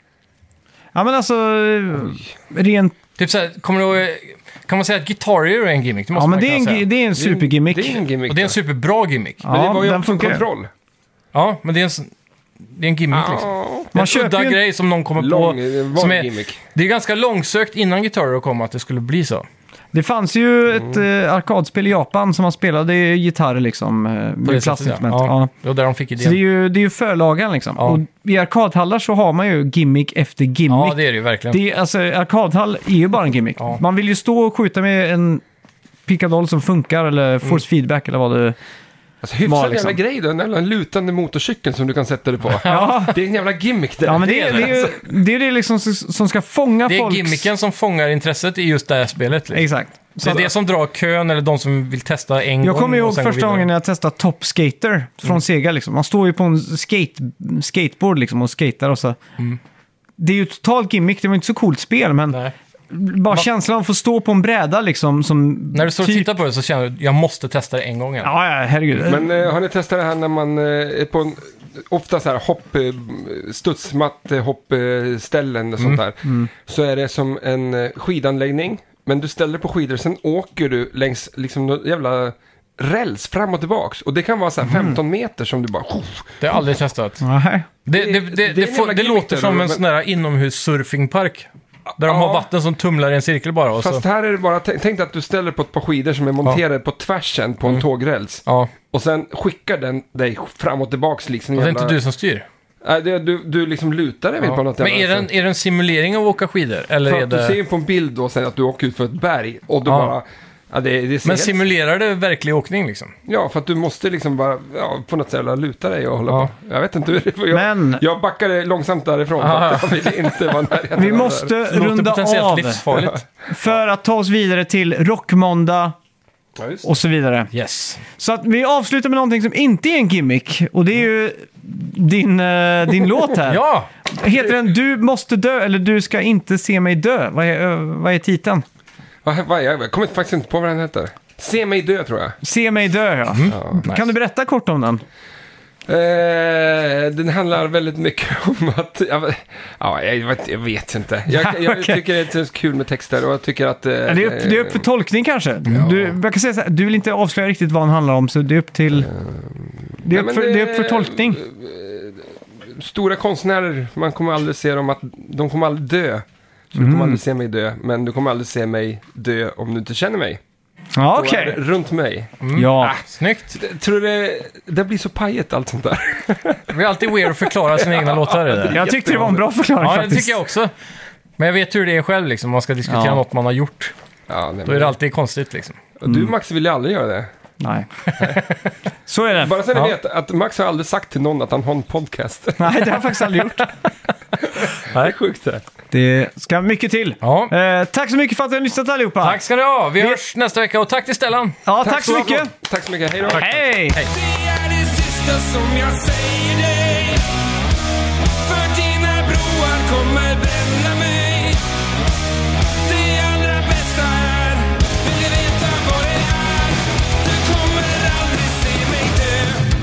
Ja, men alltså, eh, Oj. rent... Typ såhär, kommer du ihåg, kan man säga att Guitar Hero är en gimmick? Det måste Ja, men man det är, kunna en, säga. gi- det är en supergimmick. Det är en gimmick. Och det är en då. superbra gimmick. Ja, Men det Ja, var ju den också en funkar. kontroll. men det är en, s- det är en gimmick liksom. Ja, Det är Man en köper udda ju en- grej som någon kommer lång, på. en Som vanlig är, gimmick. det är ganska långsökt innan Guitar Hero kom att det skulle bli så. Det fanns ju ett eh, arkadspel i Japan som man spelade gitarr liksom. Eh, På med det sättet, plastinstrument. ja. Ja. Det var där de fick Så det är idén. ju, det är ju förlagan liksom. Ja. Och i arkadhallar så har man ju gimmick efter gimmick. Ja, det är det ju verkligen. Det är, alltså, arkadhall är ju bara en gimmick. Ja. Man vill ju stå och skjuta med en pickadoll som funkar eller force feedback eller vad det... Alltså hyfsad var liksom. jävla grej då, en jävla lutande motorcykel som du kan sätta dig på. Ja. Det är en jävla gimmick där. Ja, men det, är- det är ju det, är det liksom som ska fånga Det är folks... gimmicken som fångar intresset i just det här spelet. Liksom. Exakt. Det är det som drar kön eller de som vill testa en gång. Jag kommer och ihåg sen gå första vidare. gången när jag testade Top Skater från Mm. Sega. Liksom. Man står ju på en skate, skateboard liksom, och skater och så. Mm. Det är ju totalt gimmick, det var inte så coolt spel, men Nej. bara känslan av att få stå på en bräda liksom. Som När du står och typ- tittar på det så känner du att jag måste testa det en gång. Än. Ja, ja, herregud. Men eh, har ni testat det här när man eh, är på en, ofta så här hopp, eh, studsmatte, hoppställen och sånt där. Så är det som en eh, skidanläggning. Men du ställer på skidor, sen åker du längs liksom något jävla räls fram och tillbaks. Och det kan vara så här femton meter som du bara... Det har jag aldrig testat. Nej. Det, det, det, det är det, en får, jävla det gimmick låter där, som en men- sån där inomhus-surfingpark. Där de Ja. har vatten som tumlar i en cirkel bara. Och Fast så. här är det bara, tänk tänk dig att du ställer på ett par skidor som är monterade på tvärsen på en tågräls. Ja, Och sen skickar den dig fram och tillbaks liksom. och det är jävla- inte du som styr. Nej, det, du, du liksom lutar dig vid Ja. på något Men jävla är det, en, sätt. är det en simulering av att åka skidor? Eller För är att du ser det... ju på en bild då sen att du åker ut för ett berg och då Ja. bara... Ja, det, det ser Men helt- simulerar det verklig åkning liksom? Ja, för att du måste liksom bara ja, på något sätt luta dig och hålla Ja. på. Jag vet inte hur det får. Jag, Men- jag backade långsamt därifrån för att jag ville inte vara närheten Vi av måste det där. Det låter runda potentiellt av livsfarligt. för att ta oss vidare till Rockmåndag Ja, just. och så vidare. Yes. Så att vi avslutar med någonting som inte är en gimmick. Och det är ju din, eh, din låt här. Ja! Heter den Du måste dö eller Du ska inte se mig dö? Vad är, eh, vad är titeln? Vad, vad, jag kommer faktiskt inte på vad den heter. Se mig dö, tror jag. Se mig dö, ja. Nice. Kan du berätta kort om den? Eh, den handlar väldigt mycket om att... Ja, ja, jag, vet, jag vet inte. Jag, jag Okej. tycker det är så kul med texter och jag tycker att... Eh, Ja, det, är upp, det är upp för tolkning kanske. Du, jag kan säga så här, du vill inte avslöja riktigt vad den handlar om, så det är upp till... Det är nej, upp men för, det är upp för tolkning. Stora konstnärer, man kommer aldrig se dem att... De kommer aldrig dö. Så du kommer aldrig se mig dö. Men du kommer aldrig se mig dö om du inte känner mig. Ja, Och okej. är runt mig. Ja. Snyggt. Jag tror det, det blir så pajigt allt sånt där. Det är alltid weird att förklara sina egna låtar. Det där. Jag tyckte det var en bra förklaring Ja, det faktiskt. tycker jag också. Men jag vet hur det är själv, liksom. Man ska diskutera Ja. något man har gjort. Ja, nej, Då är det alltid konstigt, liksom. och du Max vill ju aldrig göra det. Nej. Så är det. Bara så ni Ja. vet att Max har aldrig sagt till någon att han har en podcast. Nej, det har jag faktiskt aldrig gjort. Det är sjukt det. Det ska mycket till. Ja. Eh, tack så mycket för att ni har lyssnat allihopa. Tack ska ni ha. Vi hörs nästa vecka och tack till Stellan. Ja, tack, så så mycket. Tack så mycket. Hej då. Hej! Det är det sista som jag säger dig. För dina broar kommer bränna mig. Det allra bästa är, vill du veta vad det är? Du kommer aldrig se mig dö.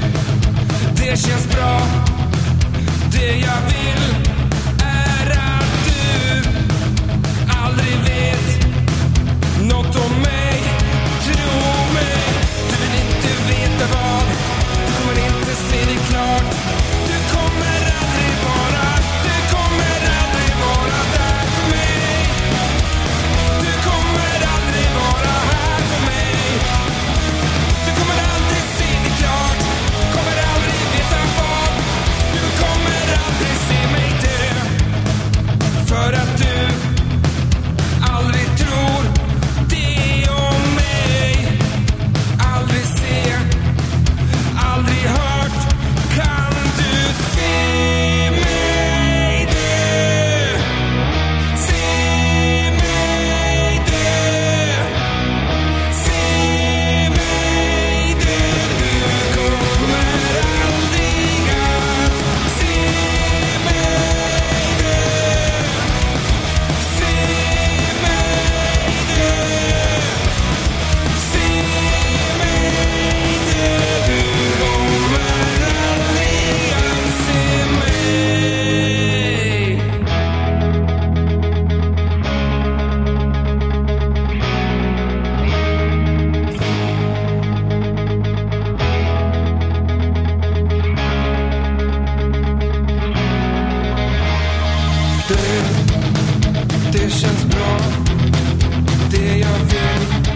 Det känns bra. Det jag vill är att du aldrig vet något om mig. Tro mig. Du vill inte veta vad. Du kommer inte se det klart. Du kommer aldrig vara. Du kommer aldrig vara där för mig. Du kommer aldrig vara här för mig. Du kommer aldrig se det klart. Kommer aldrig veta vad. Du kommer aldrig se mig dö. För att du aldrig tror det om mig. Aldrig se, aldrig hört. Kan du se mig dö? Se mig dö. Se mig dö. Du kommer aldrig att se mig dö. Se mig dö. Se mig dö. Du kommer aldrig att se mig. Det, det känns bra. Det jag vill